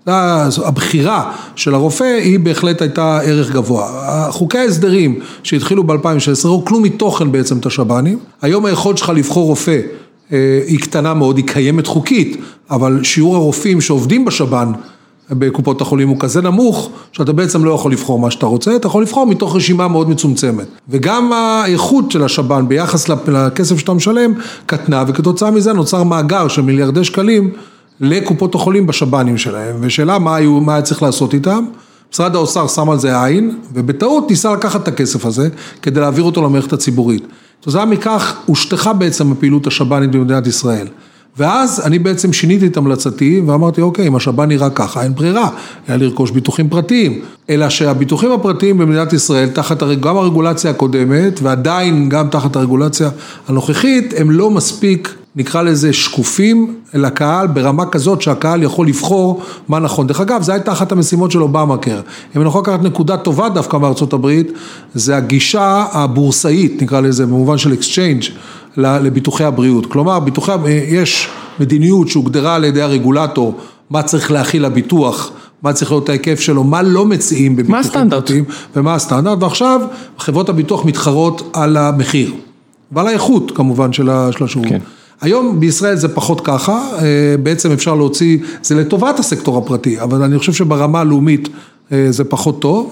B: הבחירה של הרופא היא בהחלט הייתה ערך גבוה. חוקי ההסדרים שהתחילו ב-2016 רוקנו מתוכן בעצם את השב"נים. היום היכולת שלך לבחור רופא היא קטנה מאוד, היא קיימת חוקית, אבל שיעור הרופאים שעובדים בשב"ן בקופות החולים הוא כזה נמוך, שאתה בעצם לא יכול לבחור מה שאתה רוצה, אתה יכול לבחור מתוך רשימה מאוד מצומצמת. וגם האיכות של השב"ן ביחס לכסף שאתה משלם קטנה, וכתוצאה מזה נוצר מאגר של מיליארדי שקלים לקופות החולים בשב"נים שלהם, ושאלה מה היה צריך לעשות איתם, משרד האוצר שם על זה עין, ובטעות ניסה לקחת את הכסף הזה, כדי להעביר אותו למערכת הציבורית. תוצאה מכך, הושטחה בעצם הפעילות השב"נית במדינת ישראל. ואז אני בעצם שיניתי את המלצתי, ואמרתי, אוקיי, אם השב"ן נראה ככה, אין ברירה, היה לרכוש ביטוחים פרטיים. אלא שהביטוחים הפרטיים במדינת ישראל, תחת גם הרגולציה הקודמת, ועדיין גם תחת הרגולציה הנוכחית, הם לא מספיק, נקרא לזה שקופים לקהל, ברמה כזאת שהקהל יכול לבחור מה נכון. דרך אגב, זה הייתה אחת המשימות של אובמה-קר. אם אני יכול לקחת נקודה טובה דווקא מארצות הברית, זה הגישה הבורסאית, נקרא לזה, במובן של exchange, לביטוחי הבריאות. כלומר, יש מדיניות שהוגדרה על ידי הרגולטור, מה צריך להכיל הביטוח, מה צריך להיות ההיקף שלו, מה לא מציעים בביטוחים פרטיים, ומה הסטנדרט, ועכשיו חברות הביטוח מתחרות על המחיר, ועל האיכות כמובן של השירות. כן. היום בישראל זה פחות ככה, בעצם אפשר להוציא, זה לטובת הסקטור הפרטי, אבל אני חושב שברמה הלאומית זה פחות טוב,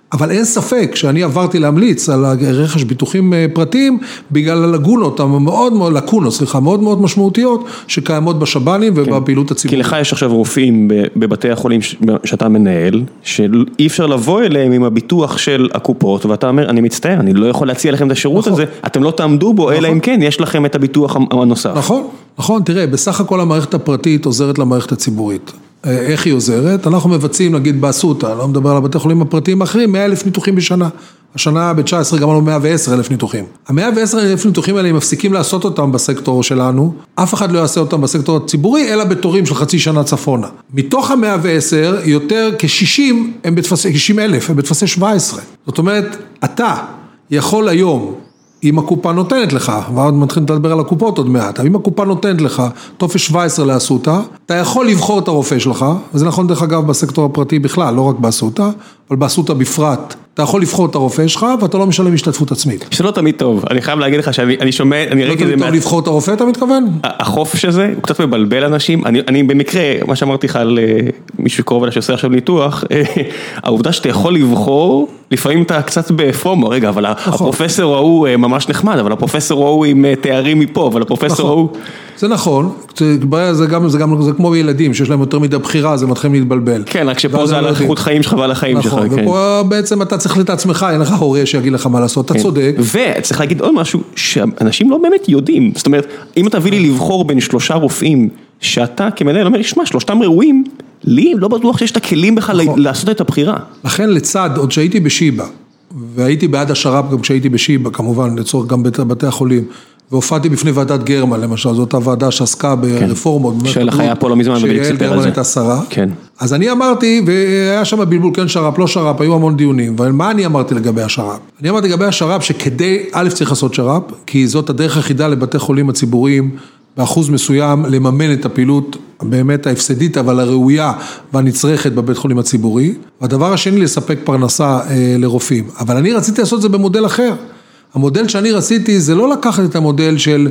B: אבל אין ספק שאני עברתי להמליץ על רכש ביטוחים פרטיים, בגלל הלקונות, מאוד מאוד משמעותיות, שקיימות בשב"נים ובפעילות הציבורית.
A: כי לך יש עכשיו רופאים בבתי החולים שאתה מנהל, שאי אפשר לבוא אליהם עם הביטוח של הקופות, ואתה אומר, אני מצטער, אני לא יכול להציע לכם את השירות הזה, אתם לא תעמדו בו, אלא אם כן, יש לכם את הביטוח הנוסף.
B: נכון, תראה, בסך הכל המערכת הפרטית עוזרת למערכת הציבורית. איך היא עוזרת? אנחנו מבצעים, נגיד באסותא, לא מדבר על הבתי חולים הפרטיים האחרים, 100,000 ניתוחים בשנה. השנה ב-19 גמרנו 110,000 ניתוחים. ה-110,000 ניתוחים האלה, הם מפסיקים לעשות אותם בסקטור שלנו, אף אחד לא יעשה אותם בסקטור הציבורי, אלא בתורים של חצי שנה צפונה. מתוך ה-110, יותר כ-60 הם בטפסי, 60,000, הם בטפסי 17. זאת אומרת, אתה יכול היום, אם הקופה נותנת לך, ועוד מתחילים לדבר על הקופות עוד מעט, אם הקופה נותנת לך, טופס 17 לאסותא, אתה יכול לבחור את הרופא שלך, וזה נכון דרך אגב בסקטור הפרטי בכלל, לא רק באסותא, אבל באסותא בפרט, אתה יכול לבחור את הרופא שלך, ואתה לא משלם השתתפות עצמית.
A: שלא תמיד טוב, אני חייב להגיד לך שאני שומע, אני
B: לא תמיד טוב לבחור את הרופא, אתה מתכוון?
A: החופש הזה, הוא קצת מבלבל אנשים, אני במקרה, מה שאמרתי לך על מישהו קרוב אלה שעושה עכשיו ניתוח, העובדה שאתה יכול לבחור, לפעמים אתה קצת בפומו, רגע, אבל הפרופסור ההוא ממש נחמד, אבל הפרופסור ההוא עם תארים מפה, אבל הפרופסור ההוא...
B: זה נכון, זה כמו בילדים, שיש להם יותר מדי בחירה, זה מתחילים להתבלבל.
A: כן, רק שפה זה על איכות חיים שלך ועל החיים שלך.
B: נכון, ופה בעצם אתה צריך את עצמך, אין לך הורה שיגיד לך מה לעשות, אתה צודק.
A: וצריך להגיד עוד משהו, שאנשים לא באמת יודעים, זאת אומרת, אם אתה תביא לי לבחור בין 3 רופאים, שאתה כמנהל אומר, שמע, 3 ראויים, לי לא בטוח שיש את הכלים בכלל לעשות את הבחירה.
B: לכן לצד, עוד שהייתי בשיבא, והייתי בעד השר"פ גם כשהייתי בשיבא, כמובן, לצורך גם בתי החולים, והופעתי בפני ועדת גרמן, למשל, זאת הוועדה שעסקה ברפורמות.
A: שלך היה פה לא מזמן, ובדיוק סיפר על זה.
B: שיעל גרמן הייתה שרה.
A: כן.
B: אז אני אמרתי, והיה שם בלבול, כן שר"פ, לא שר"פ, היו המון דיונים, אבל מה אני אמרתי לגבי השר"פ? אני אמרתי לגבי השר"פ, שכדי, א' צריך לעשות שר"פ, כי זאת הדרך היחידה לבתי חולים הציבוריים, באחוז מסוים לממן את הפעילות באמת ההפסדית, אבל הראויה והנצרכת בבית חולים הציבורי. והדבר השני, לספק פרנסה לרופאים. אבל אני רציתי לעשות את זה במודל אחר. המודל שאני רציתי זה לא לקחת את המודל של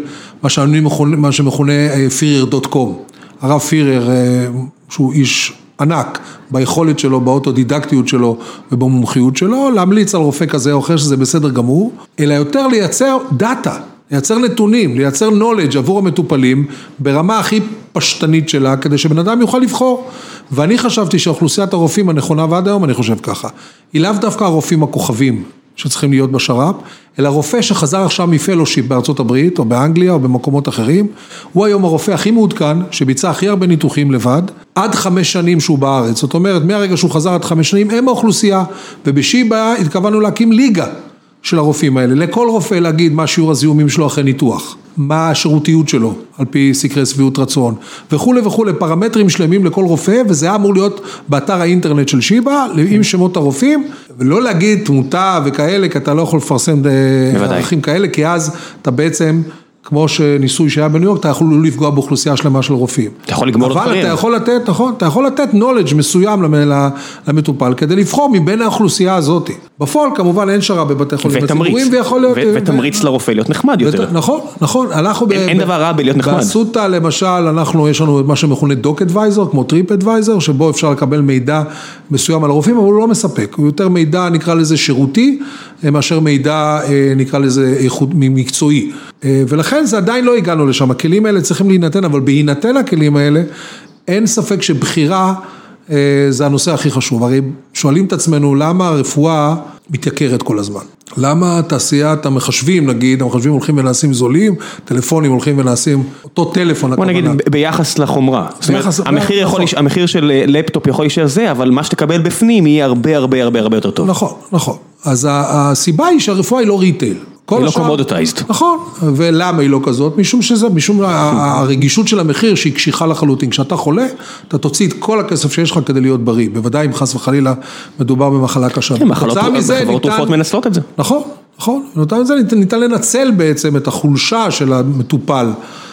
B: מה שמכונה פירר.com. הרב פירר, שהוא איש ענק ביכולת שלו, באוטודידקטיות שלו ובמומחיות שלו, להמליץ על רופא כזה או אחר שזה בסדר גמור, אלא יותר לייצר דאטה. לייצר נתונים, לייצר knowledge עבור המטופלים ברמה הכי פשטנית שלה, כדי שבן אדם יוכל לבחור. ואני חשבתי שאוכלוסיית הרופאים הנכונה, ועד היום אני חושב ככה, היא לאו דווקא הרופאים הכוכבים שצריכים להיות בשר"פ, אלא רופא שחזר עכשיו מפלושיפ בארצות הברית, או באנגליה, או במקומות אחרים, הוא היום הרופא הכי מעודכן, שביצע הכי הרבה ניתוחים לבד, עד 5 שנים שהוא בארץ. זאת אומרת, מהרגע שהוא חזר עד 5 שנים, הם האוכלוסייה, ובשיבא התכוונו להקים ליגה, של הרופאים האלה, לכל רופא להגיד מה שיעור הזיהומים שלו אחרי ניתוח, מה השירותיות שלו, על פי סקרי סביעות רצון, וכו' וכו', פרמטרים שלמים לכל רופא, וזה אמור להיות באתר האינטרנט של שיבא, עם שמות הרופאים, ולא להגיד תמותה וכאלה, כי אתה לא יכול לפרסם ערכים כאלה, כי אז אתה בעצם, כמו שניסוי שהיה בניו יורק, אתה יכול לפגוע באוכלוסייה שלמה של רופאים.
A: אתה יכול לגמור
B: אבל אתה יכול לתת, נכון, אתה יכול לתת knowledge מסוים למטופל, כדי לבחור מבין האוכלוסייה הזאת. בפועל, כמובן, אין שר"פ בבתי חולים הציבוריים, ויכול להיות...
A: ותמריץ לרופא להיות נחמד יותר.
B: נכון, נכון.
A: אין דבר רע בלהיות נחמד.
B: באסותא, למשל, יש לנו מה שמכונה דוק אדוויזר, כמו טריפ אדוויזר, שבו אפשר לקבל מידע מסוים על הרופאים, אבל הוא לא מספק. הוא יותר מידע, נקרא לזה שירותי, מאשר מידע, נקרא לזה איכות מקצועי. ולכן זה עדיין לא הגענו לשם. הכלים האלה צריכים להינתן, אבל בהינתן הכלים האלה, אין ספק שבחירה זה הנושא הכי חשוב. הרי שואלים את עצמנו למה הרפואה מתייקרת כל הזמן. למה תעשיית המחשבים, נגיד, המחשבים הולכים ונעשים זולים, טלפונים הולכים ונעשים אותו טלפון.
A: בוא נגיד ביחס לחומרה. זאת אומרת, המחיר של לפטופ יכול להישאר זה, אבל מה שתקבל בפנים יהיה הרבה הרבה הרבה הרבה יותר טוב.
B: נכון, נכון. אז הסיבה היא שהרפואה היא לא ריטייל.
A: היא לא קומודיטייזד.
B: נכון, ולמה היא לא כזאת? משום הרגישות של המחיר שהיא קשיחה לחלוטין. כשאתה חולה, אתה תוציא את כל הכסף שיש לך כדי להיות בריא. בוודאי אם חס וחלילה מדובר במחלה קשה.
A: כן, מחלות תרופות מנסות את זה.
B: נכון, נכון. ניתן לנצל בעצם את החולשה של המטופל,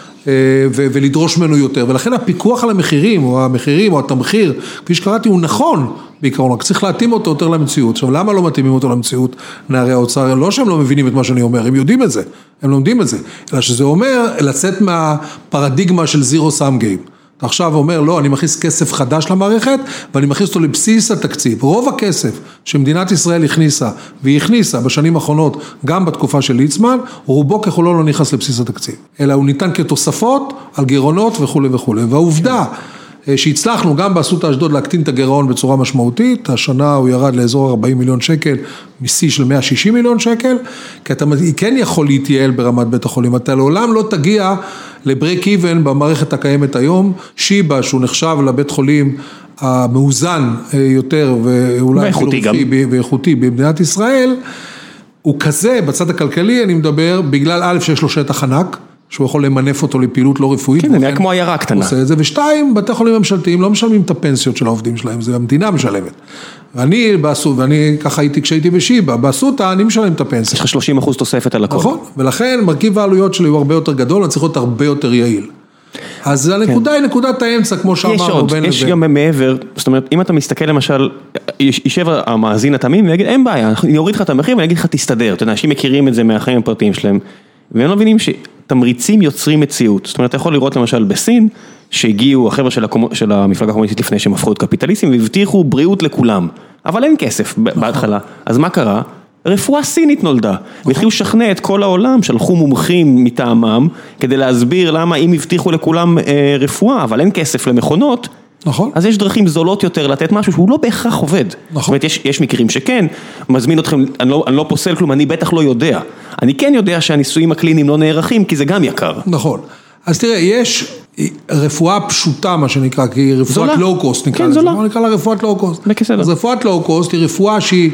B: ולדרוש ממנו יותר, ולכן הפיקוח על המחירים, או התמחיר, כפי שקראתי, הוא נכון בעיקרון, רק צריך להתאים אותו יותר למציאות. עכשיו, למה לא מתאימים אותו למציאות נערי האוצר? לא שהם לא מבינים את מה שאני אומר, הם יודעים את זה, הם לומדים את זה, אלא שזה אומר לצאת מהפרדיגמה של זירו סאם גיים. אתה עכשיו אומר, לא, אני מכניס כסף חדש למערכת, ואני מכניס אותו לבסיס התקציב. רוב הכסף שמדינת ישראל הכניסה, והיא הכניסה בשנים האחרונות, גם בתקופה של ליצמן, רובו ככולו לא נכנס לבסיס התקציב. אלא הוא ניתן כתוספות על גירעונות וכו' וכו'. והעובדה שהצלחנו גם באסותא אשדוד להקטין את הגירעון בצורה משמעותית, השנה הוא ירד לאזור 40 מיליון שקל, מסי של 160 מיליון שקל, כי אתה כן יכול להתייעל ברמת בית החולים, אתה לעולם לא תגיע לברייק איבן במערכת הקיימת היום, שיבא שהוא נחשב לבית חולים המאוזן יותר, ואולי ואיכותי במדינת ישראל, הוא כזה בצד הכלכלי, אני מדבר, בגלל א' שיש לו שטח ענק, שהוא יכול למנף אותו לפעילות לא רפואית.
A: כן, זה נראה כמו עיירה קטנה.
B: עושה את זה, ושתיים, בתי חולים ממשלתיים לא משלמים את הפנסיות של העובדים שלהם, זה המדינה משלמת. ואני ככה הייתי כשהייתי בשיבא, באסותא אני משלם את הפנסיה.
A: יש לך 30% תוספת על הכל.
B: נכון, ולכן מרכיב העלויות שלי הוא הרבה יותר גדול, אני צריך להיות הרבה יותר יעיל. אז הנקודה היא נקודת האמצע, כמו שאמרנו בין לבין.
A: יש גם מעבר, זאת אומרת, אם אתה מסתכל למשל, יישב המאזין התמים ויגיד, אין בעיה, אני אוריד לך את המחיר ואני אגיד לך תסתדר, אנשים מכירים את זה מהחיים הפרטיים שלהם, והם לא מבינים שתמריצים יוצרים מציאות. זאת אומרת, אתה יכול לראות למשל בסין, שהגיעו החבר'ה של המפלגה הקומוניסטית לפני שהם הפכו את קפיטליסטים, והבטיחו בריאות לכולם. אבל אין כסף בהתחלה. אז מה קרה? רפואה סינית נולדה. והתחילו לשכנע את כל העולם, שלחו מומחים מטעמם, כדי להסביר למה אם הבטיחו לכולם רפואה, אבל אין כסף למכונות,
B: נכון.
A: אז יש דרכים זולות יותר לתת משהו שהוא לא בהכרח עובד. נכון. זאת אומרת, יש מקרים שכן, מזמין אתכם, אני לא פוסל כלום, אני בטח לא יודע. אני כן יודע שהניסויים הקליניים לא נערכים, כי זה גם יקר.
B: נכון. אז תראה, יש רפואה פשוטה, מה שנקרא, כי היא רפואת לואו-קוסט, נקרא לזה. מה נקרא לה רפואת לואו-קוסט? אז רפואת לואו-קוסט היא רפואה שהיא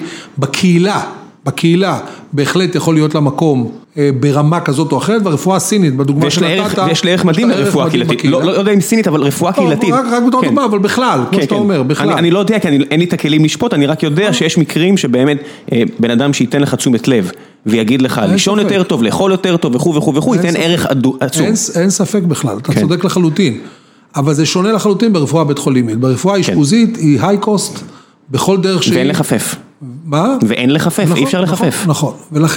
B: בקהילה, בהחלט יכול להיות לה מקום ברמה כזאת או אחרת, והרפואה הסינית, בדוגמה שנתת,
A: ויש לערך מדהים לרפואה קהילתית. לא יודע אם סינית, אבל רפואה קהילתית.
B: רק בתור דוגמה, אבל בכלל, כמו שאתה אומר, בכלל.
A: אני לא יודע, כי אין לי את הכלים לשפוט, אני רק יודע שיש מקרים שבאמת בן אדם שייתן לך תשומת לב, ויגיד לך, לישון יותר טוב, לאכול יותר טוב, וכו', ייתן ערך עצום.
B: אין ספק בכלל, אתה צודק לחלוטין. אבל זה שונה לחלוטין ברפואה בית חולימית. ברפואה האשפוזית היא היי קוסט בכל דרך שהיא.
A: ואין לחפף.
B: מה?
A: ואין לחפף, אי אפשר לחפף.
B: נכון,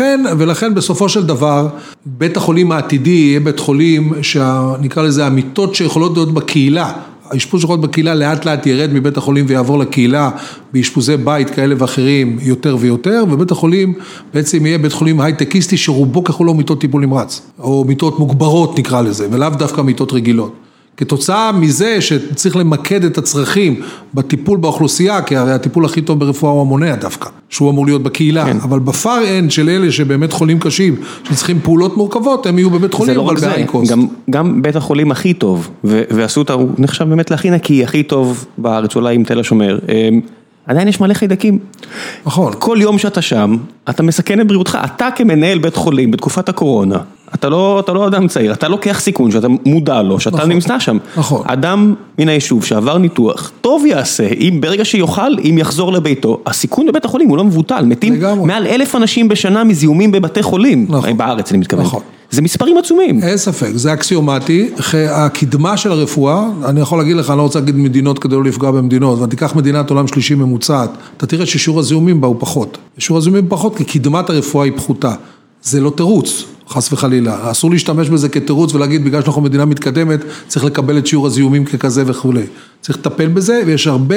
B: ולכן בסופו של דבר, בית החולים העתידי יהיה בית חולים שנקרא לזה המיטות שיכולות להיות בקהילה, האשפוז שיכולות בקהילה לאט לאט ירד מבית החולים ויעבור לקהילה, באשפוזי בית כאלה ואחרים יותר ויותר, ובית החולים בעצם יהיה בית חולים הייטקיסטי שרובו ככולו מיטות טיפול נמרץ, או מיטות מוגברות נקרא לזה, ולאו דווקא מיטות רגילות. כתוצאה מזה שצריך למקד את הצרכים בטיפול באוכלוסייה, כי הרי הטיפול הכי טוב ברפואה הוא המונע דווקא, שהוא אמור להיות בקהילה, כן. אבל בפאר אנד של אלה שבאמת חולים קשים, שצריכים פעולות מורכבות, הם יהיו בבית חולים, אבל באייקוס.
A: גם בית החולים הכי טוב, ואסותא הוא נחשב באמת להכי נקי, הכי טוב בארץ, אולי עם תל השומר, עדיין יש מלא חיידקים.
B: נכון.
A: כל יום שאתה שם, אתה מסכן את בריאותך, אתה כמנהל בית חולים בתקופת הקורונה, אתה לא אדם צעיר, אתה לוקח סיכון שאתה מודע לו, שאתה נמצא שם.
B: נכון.
A: אדם מן היישוב שעבר ניתוח, טוב יעשה, אם ברגע שיוכל, אם יחזור לביתו, הסיכון בבית החולים הוא לא מבוטל, מתים מעל 1,000 אנשים בשנה מזיהומים בבתי חולים, בארץ אני מתכוון. נכון. זה מספרים עצומים.
B: אין ספק, זה אקסיומטי, הקדמה של הרפואה, אני יכול להגיד לך, אני לא רוצה להגיד מדינות כדי לא לפגוע במדינות, ואתה תיקח מדינת עולם שלישי ממוצעת, אתה תראה ששיעור הזיהומים בה הוא פחות. שיעור הזיהומים פחות, כי קדמת הרפואה היא פחותה. זה לא תירוץ, חס וחלילה. אסור להשתמש בזה כתירוץ ולהגיד, בגלל שאנחנו מדינה מתקדמת, צריך לקבל את שיעור הזיהומים ככזה וכו'. צריך לטפל בזה, ויש הרבה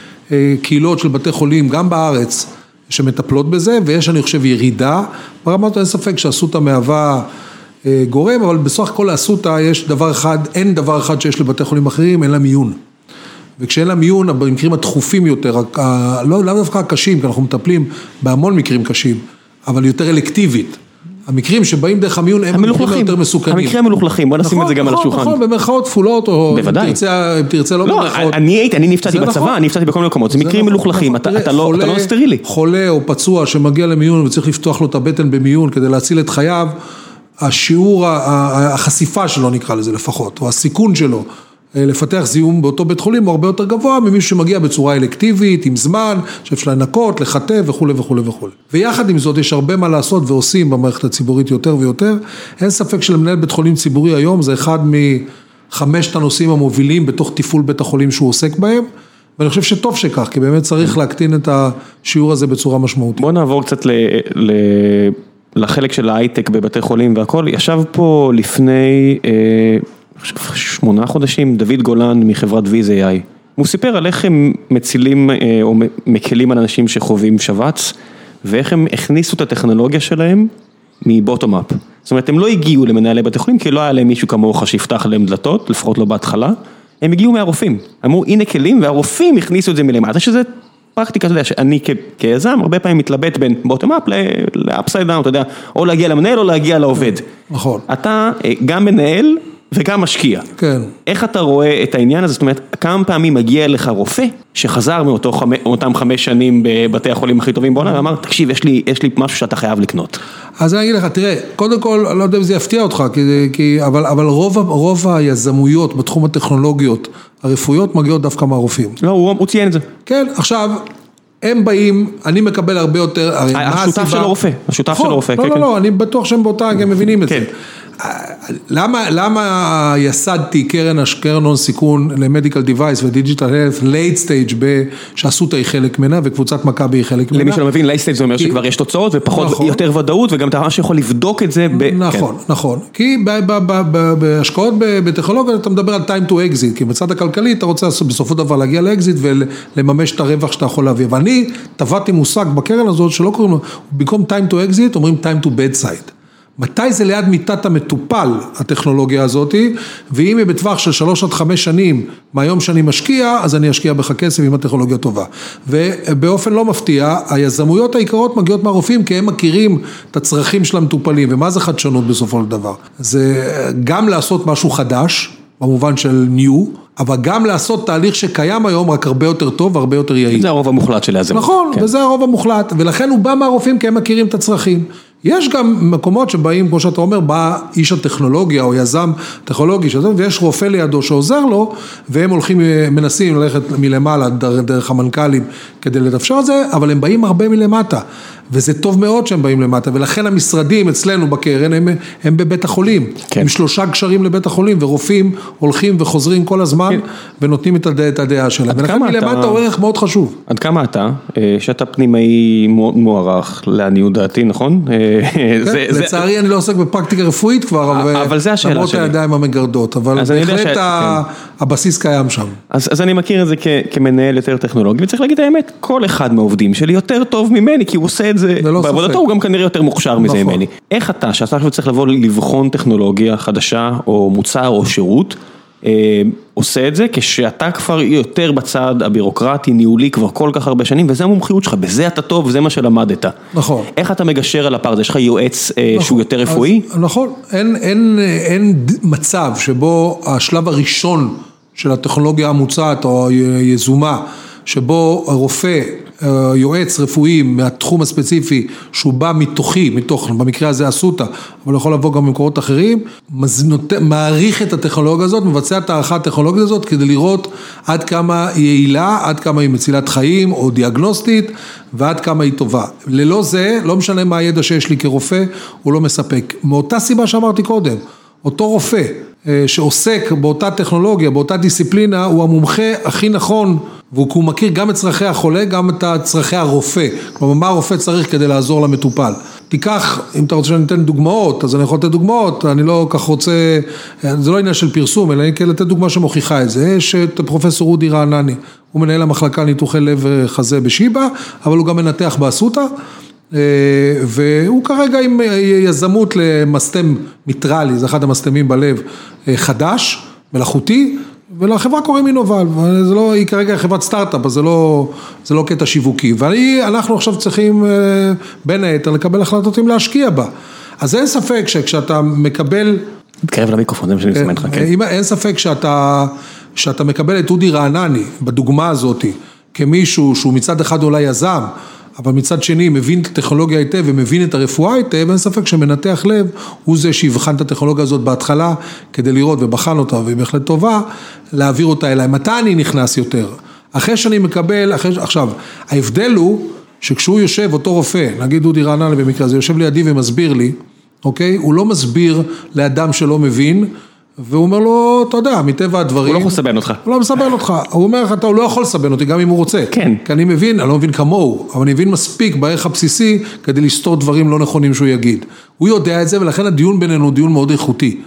B: קהילות של בתי חולים, גם בארץ, שמטפלות בזה, ויש, אני חושב, ירידה. ברמת אין ספק שאסותא מהווה גורם, אבל בסך הכל לאסותא יש דבר אחד, אין דבר אחד שיש לבתי חולים אחרים, אין לה מיון. וכשאין לה מיון, במקרים הדחופים יותר, לא דווקא הקשים, כי אנחנו מטפלים בהמון מקרים קשים, אבל יותר אלקטיבית. המקרים שבאים דרך המיון הם המקרים יותר מסוכנים.
A: המקרים המלוכלכים, בוא נשים את זה גם על השולחן.
B: נכון, במרכאות תפולות, או אם תרצה לא במרכאות.
A: אני נפצעתי בצבא, אני נפצעתי בכל מיני מקומות, זה מקרים מלוכלכים, אתה לא סטרילי.
B: חולה או פצוע שמגיע למיון וצריך לפתוח לו את הבטן במיון כדי להציל את חייו, השיעור, החשיפה שלו נקרא לזה לפחות, או הסיכון שלו, לפתח זיהום באותו בית חולים הוא הרבה יותר גבוה ממישהו שמגיע בצורה אלקטיבית, עם זמן, שאפשר לנקות, לחטא וכו' וכו' וכו'. ויחד עם זאת יש הרבה מה לעשות ועושים במערכת הציבורית יותר ויותר. אין ספק שלמנהל בית חולים ציבורי היום זה אחד מחמשת הנושאים המובילים בתוך טיפול בית החולים שהוא עוסק בהם, ואני חושב שטוב שכך, כי באמת צריך להקטין את השיעור הזה בצורה משמעותית.
A: בוא נעבור קצת לחלק של ההייטק בבתי חולים והכל. ישב פה לפני 8 חודשים, דוד גולן מחברת Viz.ai. הוא סיפר על איך הם מצילים או מקלים על אנשים שחווים שבץ, ואיך הם הכניסו את הטכנולוגיה שלהם מבוטום אפ. זאת אומרת, הם לא הגיעו למנהלי בתי חולים, כי לא היה להם מישהו כמוך שיפתח להם דלתות, לפחות לא בהתחלה. הם הגיעו מהרופאים. אמרו, הנה כלים, והרופאים הכניסו את זה מלמטה, שזה פרקטיקה, אתה יודע, שאני כיזם, הרבה פעמים מתלבט בין בוטום אפ לאפסייד דאון, אתה יודע, או להגיע למנהל או להגיע לעובד.
B: נכון.
A: אתה גם מנהל וגם משקיע.
B: כן. איך
A: אתה רואה את העניין הזה? זאת אומרת, כמה פעמים מגיע לך רופא שחזר מאותם 5 שנים בבתי החולים הכי טובים בעולם, ואמר, תקשיב, יש לי משהו שאתה חייב לקנות.
B: אז אני אגיד לך, תראה, קודם כל, אני לא יודע אם זה יפתיע אותך, אבל רוב היזמויות בתחום הטכנולוגיות הרפואיות מגיעות דווקא מהרופאים.
A: לא, הוא ציין את זה.
B: כן, עכשיו, הם באים, אני מקבל הרבה יותר,
A: השותף של הרופא, השותף של הרופא.
B: לא, אני בטוח שהם באותה, הם מבינים את זה. למה יסדתי קרן הון סיכון למדיקל דיווייס ודיג'יטל הלף, לייט סטייג' שאסותא היא חלק ממנה וקבוצת מכבי היא חלק ממנה.
A: למי שלא מבין, לייט סטייג' זה אומר שכבר יש תוצאות ופחות יותר ודאות, וגם אתה ממש יכול לבדוק את זה.
B: נכון, כי בהשקעות בטכנולוגיה אתה מדבר על time to exit, כי בצד הכלכלי אתה רוצה בסופו דבר להגיע לאקזיט ולממש את הרווח שאתה יכול להביא. ואני טבעתי מושג בקרן הזאת שלא קוראים לו, במקום time to exit אומרים time to bedside. מתי זה ליד מיטת המטופל, הטכנולוגיה הזאת, ואם היא בטווח של 3 עד 5 שנים, מהיום שאני משקיע, אז אני אשקיע בך כסף עם הטכנולוגיה טובה. ובאופן לא מפתיע, היזמויות העיקריות מגיעות מהרופאים, כי הם מכירים את הצרכים של המטופלים, ומה זה חדשנות בסופו של דבר? זה גם לעשות משהו חדש, במובן של new, אבל גם לעשות תהליך שקיים היום, רק הרבה יותר טוב והרבה יותר יעיל.
A: זה הרוב המוחלט של היזמות.
B: נכון, וזה הרוב המוחלט, ולכן הוא בא מהרופאים, כי הם מכירים את הצרכים. יש גם מקומות שבאים, כמו שאתה אומר, בא איש הטכנולוגיה או יזם טכנולוגי, ויש רופא לידו שעוזר לו, והם הולכים, מנסים ללכת מלמעלה דרך המנכ"לים כדי לתאפשר את זה, אבל הם באים הרבה מלמטה, וזה טוב מאוד שהם באים למטה, ולכן המשרדים אצלנו בקרן הם בבית החולים, כן. עם 3 גשרים לבית החולים, ורופאים הולכים וחוזרים כל הזמן, כן. ונותנים את הדעה שלהם, ולכן מלמטה הוא ערך מאוד חשוב.
A: עד כמה אתה, שאתה פנימאי מוערך, לעניות דעתי, נכון?
B: לצערי אני לא עוסק בפרקטיקה רפואית כבר,
A: אבל זה השאלה שלי.
B: למרות הידיים המגרדות, אבל בהחלט הבסיס קיים שם.
A: אז אני מכיר את זה כמנהל יותר טכנולוגי, וצריך להגיד האמת, כל אחד מהעובדים שלי יותר טוב ממני, כי הוא עושה את זה בעבודתו, הוא גם כנראה יותר מוכשר מזה ממני. איך אתה, שאתה צריך לבוא לבחון טכנולוגיה חדשה, או מוצר או שירות, עושה את זה כשאתה כבר יותר בצד הבירוקרטי, ניהולי כבר כל כך הרבה שנים, וזה המומחיות שלך, בזה אתה טוב, וזה מה שלמדת.
B: נכון.
A: איך אתה מגשר על הפער? יש לך יועץ שהוא יותר רפואי?
B: נכון, אין מצב שבו השלב הראשון של הטכנולוגיה המוצעת או היזומה, שבו הרופא, יועץ רפואי מהתחום הספציפי, שהוא בא מתוך, במקרה הזה אסותא, אבל יכול לבוא גם במקורות אחרים, מעריך את הטכנולוגיה הזאת, מבצע את הערכת הטכנולוגיה הזאת, כדי לראות עד כמה היא יעילה, עד כמה היא מצילת חיים, או דיאגנוסטית, ועד כמה היא טובה. ללא זה, לא משנה מה הידע שיש לי כרופא, הוא לא מספק. מאותה סיבה שאמרתי קודם, אותו רופא שעוסק באותה טכנולוגיה, באותה דיסציפלינה, הוא המומחה הכי נכון, והוא מכיר גם את צרכי החולה, גם את צרכי הרופא. כלומר, מה הרופא צריך כדי לעזור למטופל. תיקח, אם אתה רוצה שאני אתן דוגמאות, אז אני יכול לתת דוגמאות, אני לא כך רוצה, זה לא עניין של פרסום, אלא אני כן לתת דוגמה שמוכיחה את זה. יש את פרופסור אודי רענני, הוא מנהל המחלקה ניתוחי לב חזה בשיבא, אבל הוא גם מנתח באסותא, והוא כרגע עם יזמות למסתם מיטרלי, זה אחד המסתמים בלב חדש, מלאכותי, ולחברה קוראים אינובל, היא כרגע חברת סטארט-אפ, אז זה לא קטע שיווקי, ואנחנו עכשיו צריכים בין היתר לקבל החלטות אם להשקיע בה. אז אין ספק שכשאתה מקבל...
A: תקרב למיקרופון, זה מה שאני מסמן לך, כן?
B: אין ספק שאתה מקבל את אודי רענני, בדוגמה הזאת, כמישהו שהוא מצד אחד אולי יזם, אבל מצד שני מבין את הטכנולוגיה היטב ומבין את הרפואה היטב, אין ספק שמנתח לב הוא זה שיבחן את הטכנולוגיה הזאת בהתחלה, כדי לראות ובחן אותה, והיא בהחלט טובה, להעביר אותה אליי. מתי אני נכנס יותר? אחרי שאני מקבל, עכשיו, ההבדל הוא שכשהוא יושב, אותו רופא, נגיד אודי רענני במקרה הזה, יושב לידי ומסביר לי, אוקיי? הוא לא מסביר לאדם שלא מבין, והוא אומר לו, אתה יודע, מטבע הדברים...
A: הוא לא יכול לסבן אותך.
B: הוא לא מסבן אותך. הוא אומר לך, הוא לא יכול לסבן אותי, גם אם הוא רוצה.
A: כן.
B: כי אני מבין, אני לא מבין כמוהו, אבל אני מבין מספיק בערך הבסיסי, כדי לסתור דברים לא נכונים שהוא יגיד. הוא יודע את זה, ולכן הדיון בינינו הוא דיון מאוד איכותי.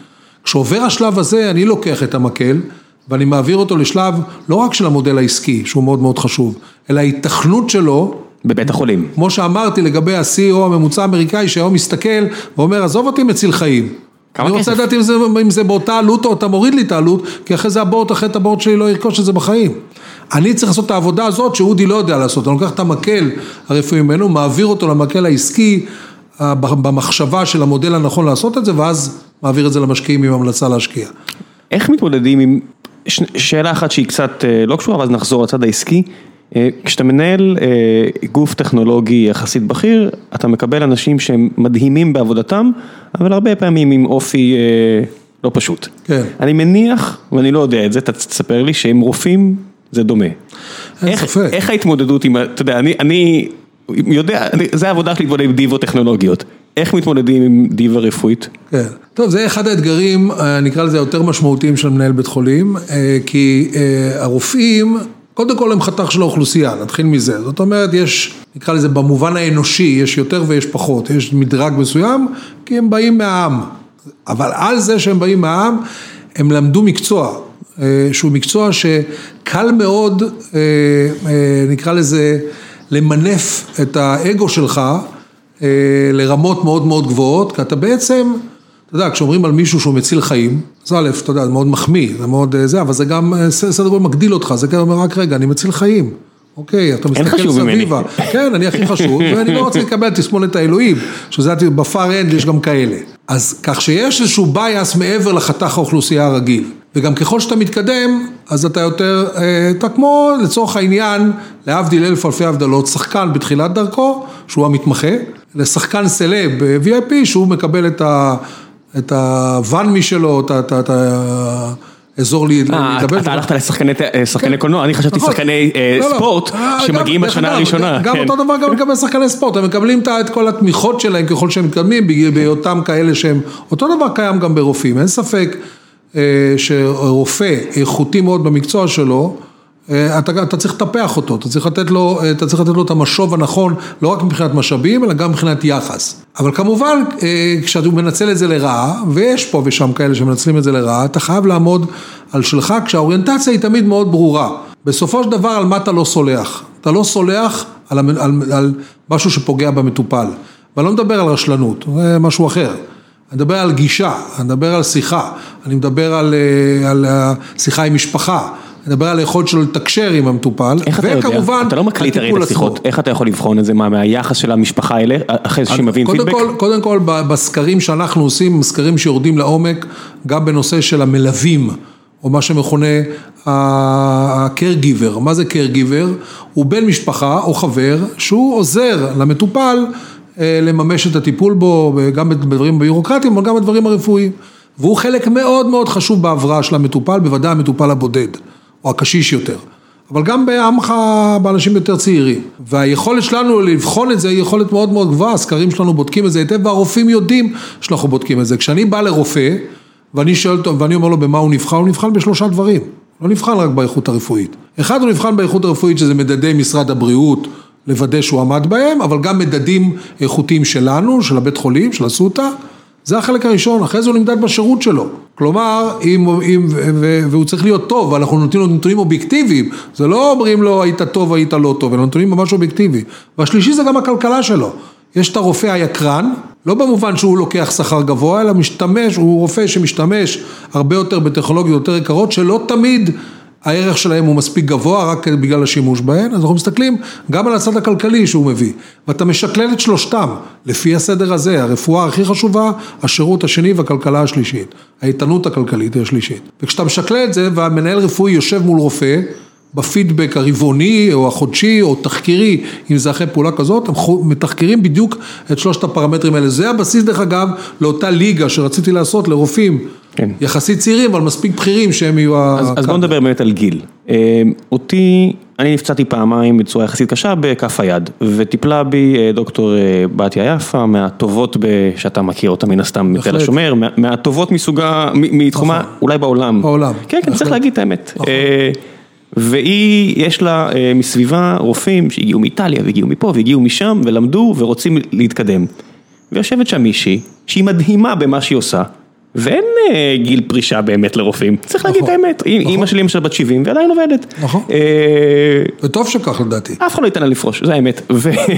B: כשעובר השלב הזה, אני לוקח את המקל, ואני מעביר אותו לשלב לא רק של המודל העסקי, שהוא מאוד מאוד חשוב, אלא ההיתכנות שלו,
A: בבית החולים.
B: כמו שאמרתי לגבי ה-CEO הממוצע האמריקאי, שהיום מסתכל ואומר, עזוב אותי מציל חיים. אני רוצה לדעת אם זה באותה עלות או אתה מוריד לי את העלות, כי אחרי זה אחרי את הבורד שלי לא ירכוש את זה בחיים. אני צריך לעשות את העבודה הזאת שאודי לא יודע לעשות. אני לוקח את המקל הרפואי ממנו, מעביר אותו למקל העסקי, במחשבה של המודל הנכון לעשות את זה, ואז מעביר את זה למשקיעים עם המלצה להשקיע.
A: איך מתמודדים עם שאלה אחת שהיא קצת לא קשורה, ואז נחזור לצד העסקי, כשאתה מנהל גוף טכנולוגי יחסית בכיר, אתה מקבל אנשים שהם מדהימים בעבודתם, אבל הרבה פעמים עם אופי לא פשוט.
B: כן.
A: אני מניח, ואני לא יודע את זה, אתה תספר לי שהם רופאים, זה דומה.
B: אין ספק.
A: איך ההתמודדות עם, אתה יודע, אני יודע, זה העבודה שלי להתמודד עם דיבו טכנולוגיות. איך מתמודדים עם דיבה רפואית?
B: כן. טוב, זה אחד האתגרים, נקרא לזה יותר משמעותיים של מנהל בית חולים, כי הרופאים, קודם כל הם חתך של האוכלוסייה, נתחיל מזה. זאת אומרת, יש, נקרא לזה במובן האנושי, יש יותר ויש פחות, יש מדרג מסוים, כי הם באים מהעם. אבל על זה שהם באים מהעם, הם למדו מקצוע, שהוא מקצוע שקל מאוד, נקרא לזה, למנף את האגו שלך, לרמות מאוד מאוד גבוהות, כי אתה בעצם, אתה יודע, כשאומרים על מישהו שהוא מציל חיים, אז א', אתה יודע, זה מאוד מחמיא, זה מאוד זה, אבל זה גם סדר גודל מגדיל אותך, זה כאילו אומר רק רגע, אני מציל חיים, אוקיי, אתה מסתכל סביבה, כן, אני הכי חשוב, ואני לא רוצה לקבל תסמונת האלוהים, שזה בפאר אנד יש גם כאלה, אז כך שיש איזשהו בייס מעבר לחתך האוכלוסייה הרגיל, וגם ככל שאתה מתקדם, אז אתה יותר, אתה כמו לצורך העניין, להבדיל אלף אלפי הבדלות, שחקן בתחילת דרכו, שהוא המתמחה, לשחקן סלב ב-VIP, שהוא מקבל את הוואן משלו, את האזור לדבר.
A: אתה הלכת לשחקני קולנוע, אני חשבתי שחקני ספורט, שמגיעים בשנה הראשונה.
B: גם אותו דבר גם לגבי שחקני ספורט, הם מקבלים את כל התמיכות שלהם, ככל שהם מתקדמים, בהיותם כאלה שהם, אותו דבר קיים גם ברופאים, אין ספק, שרופא איכותי מאוד במקצוע שלו, אתה צריך לטפח אותו, אתה צריך לתת לו את המשוב הנכון, לא רק מבחינת משאבים, אלא גם מבחינת יחס. אבל כמובן, כשאתה מנצל את זה לרעה, ויש פה ושם כאלה שמנצלים את זה לרעה, אתה חייב לעמוד על שלך, כשהאוריינטציה היא תמיד מאוד ברורה. בסופו של דבר, על מה אתה לא סולח? אתה לא סולח על משהו שפוגע במטופל. ואני לא מדבר על רשלנות, זה משהו אחר. אני מדבר על גישה, אני מדבר על שיחה, אני מדבר על שיחה עם משפחה, אני מדבר על היכולת שלו לתקשר עם המטופל,
A: וכמובן, אתה לא מקליט הרי את השיחות, איך אתה יכול לבחון את זה, מהיחס של המשפחה האלה, אחרי זה שמבין פידבק?
B: קודם כל, בסקרים שאנחנו עושים, סקרים שיורדים לעומק, גם בנושא של המלווים, או מה שמכונה ה-caregiver. מה זה caregiver? הוא בן משפחה או חבר, שהוא עוזר למטופל, לממש את הטיפול בו, גם בדברים ביורוקרטיים, אבל גם בדברים הרפואיים. והוא חלק מאוד מאוד חשוב בהבראה של המטופל, בוודאי המטופל הבודד, או הקשיש יותר. אבל גם בעמך, באנשים יותר צעירים. והיכולת שלנו לבחון את זה, היא יכולת מאוד מאוד גבוהה, הסקרים שלנו בודקים את זה היטב, והרופאים יודעים שאנחנו בודקים את זה. כשאני בא לרופא, ואני שואל אותו, ואני אומר לו במה הוא נבחן, הוא נבחן בשלושה דברים. לא נבחן רק באיכות הרפואית. אחד הוא נבחן באיכות הרפואית, שזה מדדי משרד הבריאות, לוודא שהוא עמד בהם, אבל גם מדדים איכותיים שלנו, של הבית חולים, של אסותא, זה החלק הראשון, אחרי זה הוא נמדד בשירות שלו. כלומר, והוא צריך להיות טוב, ואנחנו נותנים לו נתונים אובייקטיביים, זה לא אומרים לו, היית טוב, היית לא טוב, אלא נתונים ממש אובייקטיבי. והשלישי זה גם הכלכלה שלו. יש את הרופא היקרן, לא במובן שהוא לוקח שכר גבוה, אלא משתמש, הוא רופא שמשתמש הרבה יותר בטכנולוגיות יותר יקרות, שלא תמיד הערך שלהם הוא מספיק גבוה, רק בגלל השימוש בהן, אז אנחנו מסתכלים גם על הצד הכלכלי שהוא מביא, ואתה משקלל את שלושתם, לפי הסדר הזה, הרפואה הכי חשובה, השירות השני והכלכלה השלישית, האיתנות הכלכלית השלישית. וכשאתה משקלל את זה, והמנהל רפואי יושב מול רופא, בפידבק הרבעוני או החודשי או תחקירי, אם זה אחרי פעולה כזאת, הם מתחקרים בדיוק את שלושת הפרמטרים האלה. זה הבסיס דרך אגב לאותה ליגה שרציתי לעשות לרופאים, כן. יחסית צעירים, אבל מספיק בכירים שהם יהיו...
A: אז בואו נדבר באמת על גיל. אני נפצעתי פעמיים בצורה יחסית קשה בכף היד, וטיפלה בי דוקטור בתיה יפה, מהטובות שאתה מכיר אותה מן הסתם מתל השומר, מהטובות מסוגה, מתחומה, אולי בעולם.
B: בעולם.
A: כן, כן, צריך להגיד את האמת. והיא, יש לה מסביבה רופאים שהגיעו מאיטליה והגיעו מפה והגיעו משם ולמדו ורוצים להתקדם. ויושבת שם מישהי שהיא מדהימה במה שהיא עושה, ואין גיל פרישה באמת לרופאים, צריך להגיד את האמת, אמא שלי למשל בת 70 ועדיין עובדת.
B: נכון, וטוב שכך לדעתי.
A: אף אחד לא ייתן לה לפרוש, זה האמת.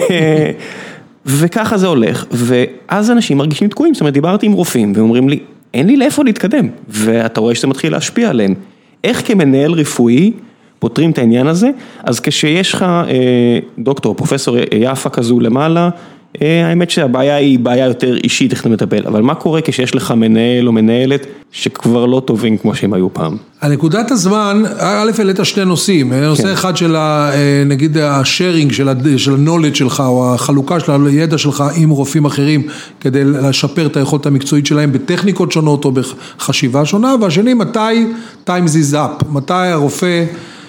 A: וככה זה הולך, ואז אנשים מרגישים תקועים, זאת אומרת, דיברתי עם רופאים, ואומרים לי, אין לי לאיפה להתקדם, ואתה רואה שזה מתחיל להשפיע עליהם. איך כמנהל רפואי פותרים את העניין הזה? אז כשיש לך דוקטור, פרופסור יפה כזו למעלה, האמת שהבעיה היא בעיה יותר אישית, איך אתה מטפל, אבל מה קורה כשיש לך מנהל או מנהלת שכבר לא טובים כמו שהם היו פעם?
B: הנקודת הזמן, א' העלית שני נושאים, נושא אחד של נגיד השיירינג של ה-knowledge שלך או החלוקה של הידע שלך עם רופאים אחרים כדי לשפר את היכולת המקצועית שלהם בטכניקות שונות או בחשיבה שונה, והשני מתי time is up, מתי הרופא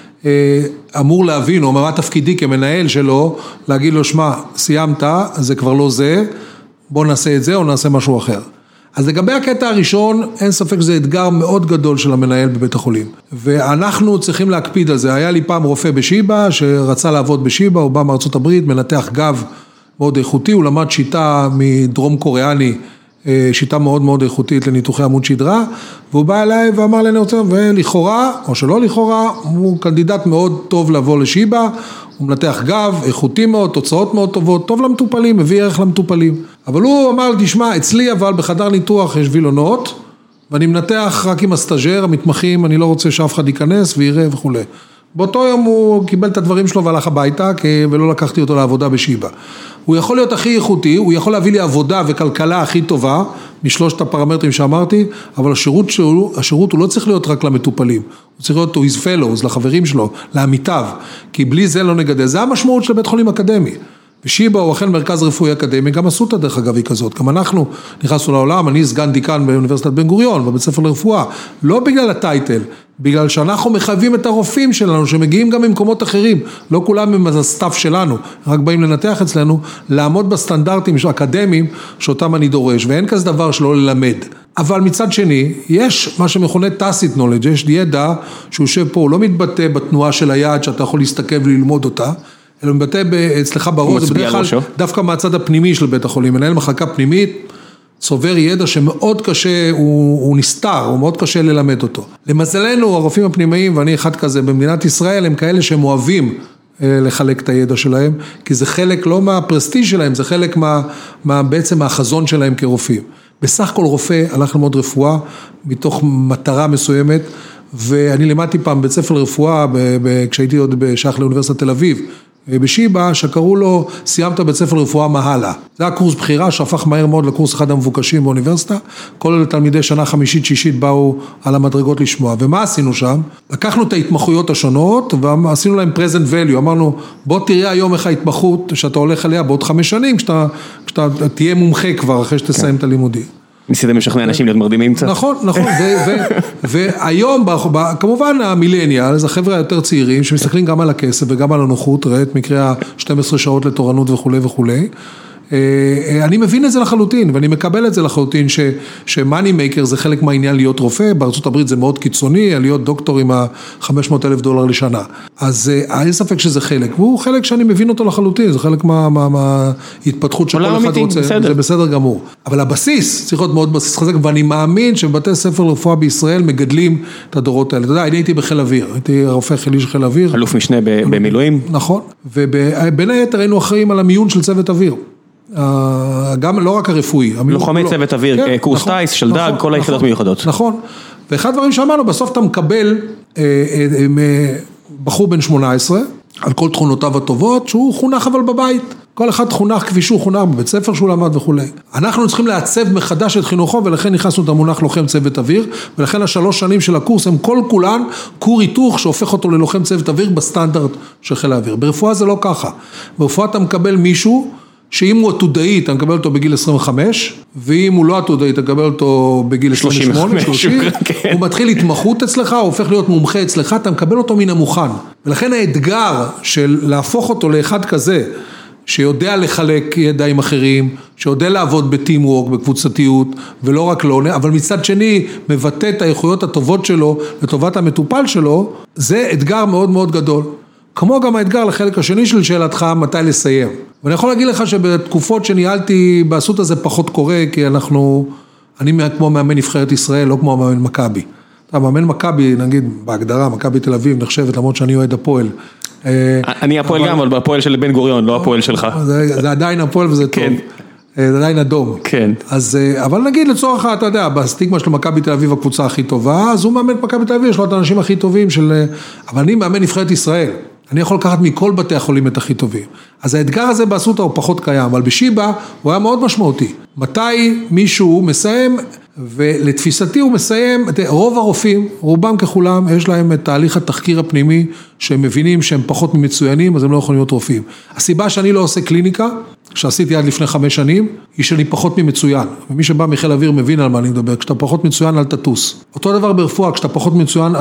B: אמור להבין, או מה תפקידי כמנהל שלו, להגיד לו, שמה, סיימת, זה כבר לא זה, בוא נעשה את זה או נעשה משהו אחר. אז לגבי הקטע הראשון, אין ספק שזה אתגר מאוד גדול של המנהל בבית החולים. ואנחנו צריכים להקפיד על זה. היה לי פעם רופא בשיבא, שרצה לעבוד בשיבא, הוא בא מארצות הברית, מנתח גב מאוד איכותי, הוא למד שיטה מדרום קוריאני, שיטה מאוד מאוד איכותית לניתוחי עמוד שדרה, והוא בא אליי ואמר לי, ולכאורה, או שלא לכאורה, הוא קנדידט מאוד טוב לבוא לשיבא, הוא מנתח גב, איכותי מאוד, תוצאות מאוד טובות, טוב למטופלים, מביא ערך למטופלים. אבל הוא אמר, תשמע, אצלי אבל בחדר ניתוח יש וילונות, ואני מנתח רק עם הסטאז'ר, המתמחים, אני לא רוצה שאף אחד ייכנס ויראה וכו'. באותו יום הוא קיבל את הדברים שלו והלך הביתה, ולא לקחתי אותו לעבודה בשיבא. הוא יכול להיות הכי איכותי, הוא יכול להביא לי עבודה וכלכלה הכי טובה, משלושת הפרמטרים שאמרתי, אבל השירות הוא לא צריך להיות רק למטופלים, הוא צריך להיות to his fellows, לחברים שלו, לעמיתיו, כי בלי זה לא נגדל. זה המשמעות של בית חולים אקדמי. ושיבא הוא אכן מרכז רפואי אקדמי, גם עשו את הדרך אגב היא כזאת, גם אנחנו נכנסנו לעולם, אני סגן דיקן באוניברסיטת בן גוריון, בבית ספר לרפואה, לא בגלל הטייטל, בגלל שאנחנו מחייבים את הרופאים שלנו, שמגיעים גם ממקומות אחרים, לא כולם הם הסטאפ שלנו, רק באים לנתח אצלנו, לעמוד בסטנדרטים האקדמיים שאותם אני דורש, ואין כזה דבר שלא ללמד. אבל מצד שני, יש מה שמכונה tacit knowledge, יש ידע שהוא יושב פה, הוא לא מתבטא בתנועה של היד, שאתה יכול להסתכל וללמוד אותה, אלא מבטא אצלך בראש, זה בדרך כלל דווקא מהצד הפנימי של בית החולים, מנהל מחלקה פנימית, צובר ידע שמאוד קשה, הוא נסתר, הוא מאוד קשה ללמד אותו. למזלנו, הרופאים הפנימיים, ואני אחד כזה במדינת ישראל, הם כאלה שהם אוהבים לחלק את הידע שלהם, כי זה חלק לא מהפרסטיג' שלהם, זה חלק בעצם מהחזון שלהם כרופאים. בסך הכל רופא הלך ללמוד רפואה, מתוך מטרה מסוימת, ואני לימדתי פעם בית ספר לרפואה, כשהייתי עוד בשייך לאוניברסיטת תל אביב, בשיבא, שקראו לו, סיימת בית ספר לרפואה מהלה. זה היה קורס בחירה שהפך מהר מאוד לקורס אחד המבוקשים באוניברסיטה. כל תלמידי שנה חמישית, שישית באו על המדרגות לשמוע. ומה עשינו שם? לקחנו את ההתמחויות השונות, ועשינו להם present value. אמרנו, בוא תראה היום איך ההתמחות שאתה הולך עליה בעוד 5 שנים, כשאתה תהיה מומחה כבר אחרי שתסיים את הלימודים.
A: ניסיתם לשכנע אנשים להיות מרדימים קצת?
B: נכון, והיום, כמובן המילניאל, זה החבר'ה היותר צעירים, שמסתכלים גם על הכסף וגם על הנוחות, ראה את מקרה 12 שעות לתורנות וכו' וכו'. אני מבין את זה לחלוטין, ואני מקבל את זה לחלוטין, שמאני מייקר זה חלק מהעניין להיות רופא, בארצות הברית זה מאוד קיצוני, להיות דוקטור עם $500,000 לשנה. אז אין ספק שזה חלק, והוא חלק שאני מבין אותו לחלוטין, זה חלק מההתפתחות שכל אחד רוצה, זה בסדר גמור. אבל הבסיס צריך להיות מאוד בסיס חזק, ואני מאמין שבתי ספר לרפואה בישראל מגדלים את הדורות האלה. אתה יודע, אני הייתי בחיל אוויר, הייתי רופא חילי של חיל אוויר.
A: אלוף משנה במילואים.
B: נכון, ובין היתר היינו אחראים על המיון של צוות אוויר. גם לא רק הרפואי.
A: לוחמי צוות אוויר, קורס טייס, שלדג, כל היחידות מיוחדות.
B: נכון, ואחד הדברים שאמרנו, בסוף אתה מקבל בחור בן 18, על כל תכונותיו הטובות, שהוא חונך אבל בבית. כל אחד חונך כפי שהוא חונך בבית ספר שהוא למד וכו'. אנחנו צריכים לעצב מחדש את חינוכו, ולכן נכנסנו את המונח לוחם צוות אוויר, ולכן 3 שנים של הקורס הם כל כולן קור היתוך שהופך אותו ללוחם צוות אוויר בסטנדרט של חיל האוויר. ברפואה זה לא ככה. ברפואה אתה מקבל מישהו שאם הוא עתודאי, אתה מקבל אותו בגיל 25, ואם הוא לא עתודאי, אתה מקבל אותו בגיל 28, 30, הוא מתחיל התמחות אצלך, הוא הופך להיות מומחה אצלך, אתה מקבל אותו מן המוכן. ולכן האתגר של להפוך אותו לאחד כזה, שיודע לחלק ידיים אחרים, שיודע לעבוד בטימוורק, בקבוצתיות, ולא רק לא, אבל מצד שני, מבטא את האיכויות הטובות שלו, לטובת המטופל שלו, זה אתגר מאוד מאוד גדול. כמו גם האתגר לחלק השני של שאלתך, מתי לסיים. ואני יכול להגיד לך שבתקופות שניהלתי, בעשות הזה פחות קורה, כי אני כמו מאמן נבחרת ישראל, לא כמו מאמן מכבי. מאמן מכבי, נגיד, בהגדרה, מכבי תל אביב נחשבת, למרות שאני אוהד הפועל.
A: אני הפועל גם, אבל בפועל של בן גוריון, לא הפועל שלך.
B: זה עדיין הפועל וזה טוב. זה עדיין אדום.
A: כן.
B: אז, אבל נגיד לצורך, אתה יודע, בסטיגמה של מכבי תל אביב הקבוצה הכי טובה, אז הוא מאמן מכבי תל אביב, יש לו את האנשים הכי טובים של, אבל אני מאמן נבחרת ישראל. אני יכול לקחת מכל בתי החולים את הכי טובים. אז האתגר הזה באסותא הוא פחות קיים, אבל בשיבא הוא היה מאוד משמעותי. מתי מישהו מסיים, ולתפיסתי הוא מסיים, רוב הרופאים, רובם ככולם, יש להם את תהליך התחקיר הפנימי, שהם מבינים שהם פחות ממצוינים, אז הם לא יכולים להיות רופאים. הסיבה שאני לא עושה קליניקה, שעשיתי עד לפני 5 שנים, היא שאני פחות ממצוין. ומי שבא מחיל אוויר מבין על מה אני מדבר. כשאתה פחות מצוין, אל תטוס. אותו דבר ברפואה, כשאתה פחות מצוין,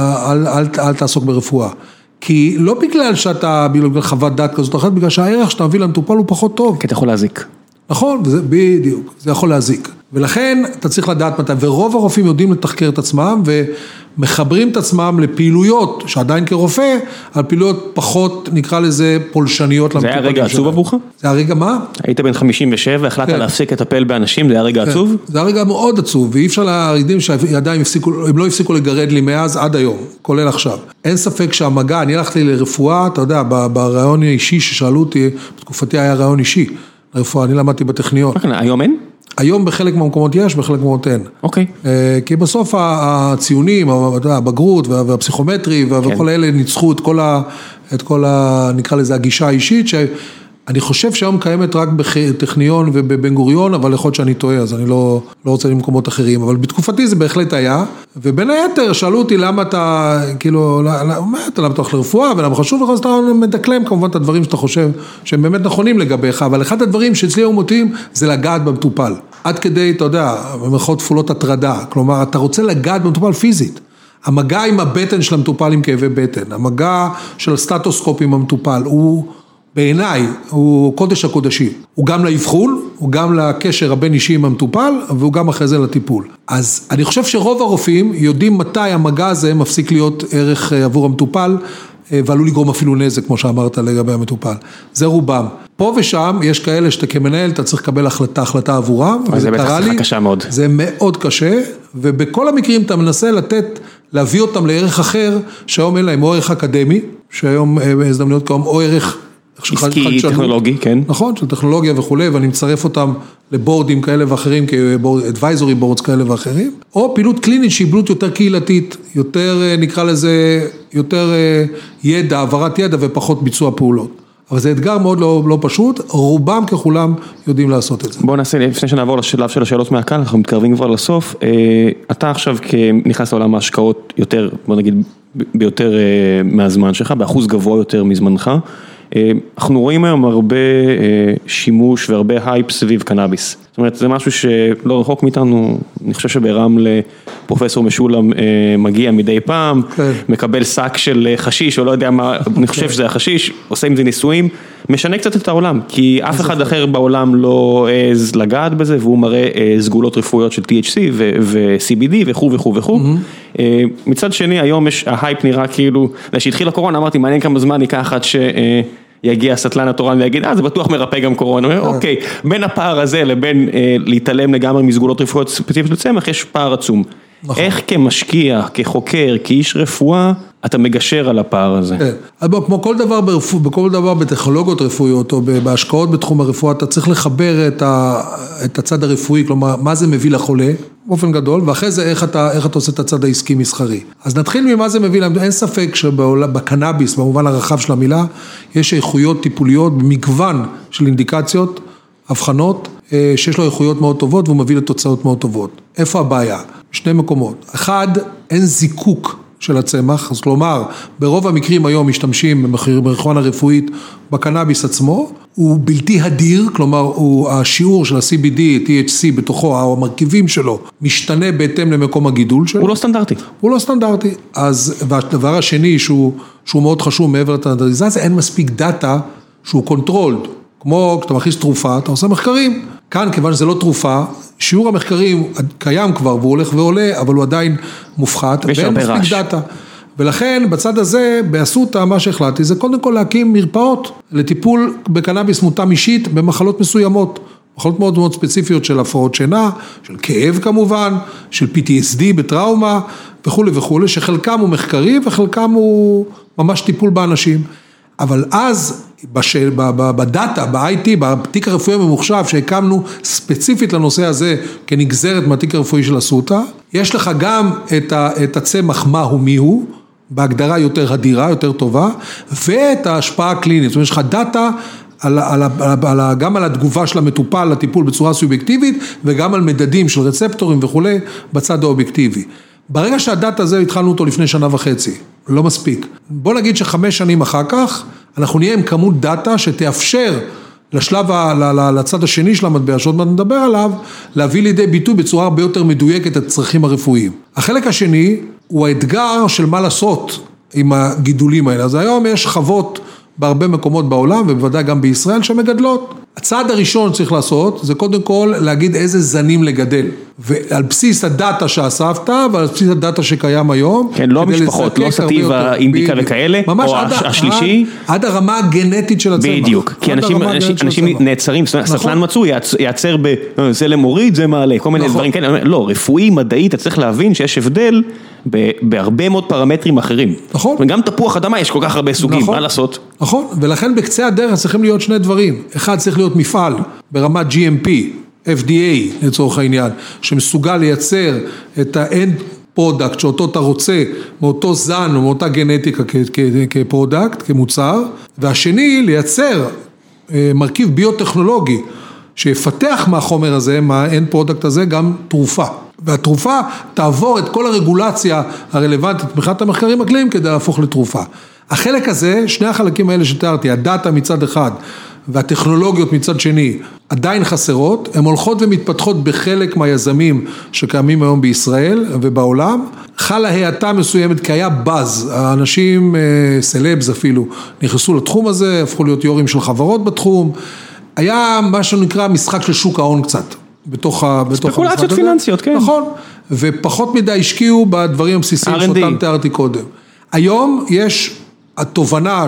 B: אל תעסוק ברפואה. כי לא בגלל שאתה בגלל חוות דעת כזאת או אחרת, בגלל שהערך שאתה מביא למטופל הוא פחות טוב.
A: כי אתה יכול להזיק.
B: נכון, בדיוק, זה יכול להזיק. ולכן אתה צריך לדעת מתי, ורוב הרופאים יודעים לתחקר את עצמם, ומחברים את עצמם לפעילויות, שעדיין כרופא, על פעילויות פחות, נקרא לזה, פולשניות.
A: זה היה רגע עצוב עבורך?
B: זה הרגע מה?
A: היית בן 57, החלטת להפסיק לטפל באנשים, זה היה רגע עצוב?
B: זה היה רגע מאוד עצוב, ואי אפשר להרדים שהידיים הם לא הפסיקו לגרד לי מאז עד היום, כולל עכשיו. אין ספק שהמגע, אני הלכתי לרפואה, אתה יודע, ברעיון האישי ששאלו אותי, בתקופתי היה רעיון אישי, לרפואה, אני למדתי בטכניון.
A: היום אין?
B: היום בחלק מהמקומות יש, בחלק מהמקומות אין.
A: אוקיי.
B: כי בסוף הציונים, הבגרות והפסיכומטרי וכל אלה ניצחו את כל נקרא לזה, הגישה האישית, שאני חושב שהיום קיימת רק בטכניון ובבן גוריון, אבל יכול להיות שאני טועה, אז אני לא רוצה למקומות אחרים, אבל בתקופתי זה בהחלט היה, ובין היתר שאלו אותי למה אתה, כאילו, למה אתה הולך לרפואה, ולמה חשוב לך, אז אתה מדקלם כמובן את הדברים שאתה חושב שהם באמת נכונים לגביך, אבל אחד הדברים שאצלי היו מוטים זה לגעת במטופל. עד כדי, אתה יודע, במרכאות תפולות הטרדה, כלומר, אתה רוצה לגעת במטופל פיזית. המגע עם הבטן של המטופל עם כאבי בטן, המגע של הסטטוסקופ עם המטופל, הוא בעיניי, הוא קודש הקודשים. הוא גם לאבחון, הוא גם לקשר הבין אישי עם המטופל, והוא גם אחרי זה לטיפול. אז אני חושב שרוב הרופאים יודעים מתי המגע הזה מפסיק להיות ערך עבור המטופל, ועלול לגרום אפילו נזק, כמו שאמרת לגבי המטופל. זה רובם. פה ושם יש כאלה שאתה כמנהל, אתה צריך לקבל החלטה עבורם,
A: וזה בטח שיחה קשה מאוד.
B: זה מאוד קשה, ובכל המקרים אתה מנסה להביא אותם לערך אחר, שהיום אין להם או ערך אקדמי, שהיום הזדמנויות כיום או ערך
A: עסקי, טכנולוגי, כן.
B: נכון, של טכנולוגיה וכו', ואני מצרף אותם לבורדים כאלה ואחרים, כאדוויזורי בורדס כאלה ואחרים, או פעילות קלינית שהיא פעילות יותר קהילתית, יותר נקרא לזה, יותר ידע, העברת ידע ופחות ביצוע פעולות. אבל זה אתגר מאוד לא פשוט, רובם ככולם יודעים לעשות את זה.
A: בואו נעשה, לפני שנעבור לשלב של השאלות מהקהל, אנחנו מתקרבים כבר לסוף, אתה עכשיו נכנס לעולם ההשקעות יותר, בוא נגיד, ביותר מהזמן שלך, באחוז גבוה יותר מזמנך, אנחנו רואים היום הרבה שימוש והרבה הייפ סביב קנאביס. זאת אומרת, זה משהו שלא רחוק מאיתנו, אני חושב שברמלה פרופסור משולם מגיע מדי פעם, מקבל שק של חשיש, או לא יודע מה, אני חושב שזה החשיש, עושה עם זה ניסויים, משנה קצת את העולם, כי אף אחד אחר בעולם לא עז לגעת בזה, והוא מראה סגולות רפואיות של THC ו-CBD וכו' וכו' וכו'. מצד שני, היום ההייפ נראה כאילו, כשהתחיל הקורונה, אמרתי, מעניין כמה זמן ייקח עד יגיע הסטלן התורן ויגיד, זה בטוח מרפא גם קורונה. אוקיי, בין הפער הזה לבין להתעלם לגמרי מסגולות רפואיות ספציפיות לצמח, יש פער עצום. איך כמשקיע, כחוקר, כאיש רפואה, אתה מגשר על הפער הזה?
B: כמו כל דבר בטכנולוגיות רפואיות, או בהשקעות בתחום הרפואה, אתה צריך לחבר את הצד הרפואי, כלומר, מה זה מביא לחולה, באופן גדול, ואחרי זה איך אתה עושה את הצד העסקי מסחרי. אז נתחיל ממה זה מביא, אין ספק שבקנאביס, במובן הרחב של המילה, יש איכויות טיפוליות במגוון של אינדיקציות, הבחנות, שיש לו איכויות מאוד טובות, והוא מביא לתוצאות מאוד טובות. איפה הבעיה? שני מקומות. אחד, אין זיקוק של הצמח, אז כלומר, ברוב המקרים היום משתמשים במריחואנה הרפואית בקנאביס עצמו, הוא בלתי הדיר, כלומר, השיעור של ה-CBD, THC בתוכו, או המרכיבים שלו, משתנה בהתאם למקום הגידול שלו.
A: הוא לא סטנדרטי.
B: הוא לא סטנדרטי. אז, והדבר השני שהוא מאוד חשוב מעבר לסטנדרטיזציה, אין מספיק דאטה שהוא קונטרולד. כמו כשאתה מכניס תרופה, אתה עושה מחקרים. כאן, כיוון שזה לא תרופה, שיעור המחקרים קיים כבר, והוא הולך ועולה, אבל הוא עדיין מופחת, ואין מספיק דאטה. ולכן, בצד הזה, באסותא, מה שהחלטתי, זה קודם כל להקים מרפאות לטיפול בקנאביס מותאם אישית במחלות מסוימות. מחלות מאוד מאוד ספציפיות של הפרעות שינה, של כאב כמובן, של PTSD בטראומה וכו' וכו', שחלקם הוא מחקרי וחלקם הוא ממש טיפול באנשים. אבל אז בדאטה, ב-IT, בתיק הרפואי הממוחשב שהקמנו ספציפית לנושא הזה כנגזרת מהתיק הרפואי של אסותא, יש לך גם את הצמח מהו מיהו, בהגדרה יותר הדירה, יותר טובה, ואת ההשפעה הקלינית. זאת אומרת, יש לך דאטה גם על התגובה של המטופל לטיפול בצורה סובייקטיבית, וגם על מדדים של רצפטורים וכו' בצד האובייקטיבי. ברגע שהדאטה הזה התחלנו אותו לפני 1.5 שנה, לא מספיק. בוא נגיד ש5 שנים אחר כך, אנחנו נהיה עם כמות דאטה שתאפשר לצד השני של המטבע, שעוד מעט נדבר עליו, להביא לידי ביטוי בצורה הרבה יותר מדויקת את הצרכים הרפואיים. החלק השני הוא האתגר של מה לעשות עם הגידולים האלה. אז היום יש חוות בהרבה מקומות בעולם, ובוודאי גם בישראל, שמגדלות. הצעד הראשון צריך לעשות, זה קודם כל להגיד איזה זנים לגדל. ועל בסיס הדאטה שאספת, ועל בסיס הדאטה שקיים היום.
A: כן, לא המשפחות, לא סטיבה, אינדיקה וכאלה, או השלישי.
B: עד הרמה הגנטית של הצמח.
A: בדיוק, כי אנשים נעצרים, סטלן מצוי, יעצר זה למוריד, זה מעלה, כל מיני דברים כאלה. לא, רפואי, מדעי, אתה צריך להבין שיש הבדל בהרבה מאוד פרמטרים אחרים.
B: נכון.
A: וגם תפוח אדמה יש כל כך הרבה סוגים, מה לעשות?
B: נכון, ולכן בקצה הדרך צריכים להיות שני דברים. אחד צריך להיות מפעל ברמת GMP, FDA לצורך העניין, שמסוגל לייצר את ה-end product שאותו אתה רוצה, מאותו זן או מאותה גנטיקה כפרודקט, כמוצר, והשני לייצר מרכיב ביוטכנולוגי, שיפתח מהחומר הזה, מה-end product הזה, גם תרופה. והתרופה תעבור את כל הרגולציה הרלוונטית מבחינת המחקרים הקליניים כדי להפוך לתרופה. החלק הזה, שני החלקים האלה שתיארתי, הדאטה מצד אחד והטכנולוגיות מצד שני, עדיין חסרות, הן הולכות ומתפתחות בחלק מהיזמים שקיימים היום בישראל ובעולם. חלה האטה מסוימת כי היה באז, האנשים, סלבס אפילו, נכנסו לתחום הזה, הפכו להיות יורים של חברות בתחום, היה מה שנקרא משחק של שוק ההון קצת.
A: ספקולציות פיננסיות, כן.
B: נכון, ופחות מדי השקיעו בדברים הבסיסיים שאותם תיארתי קודם. היום יש התובנה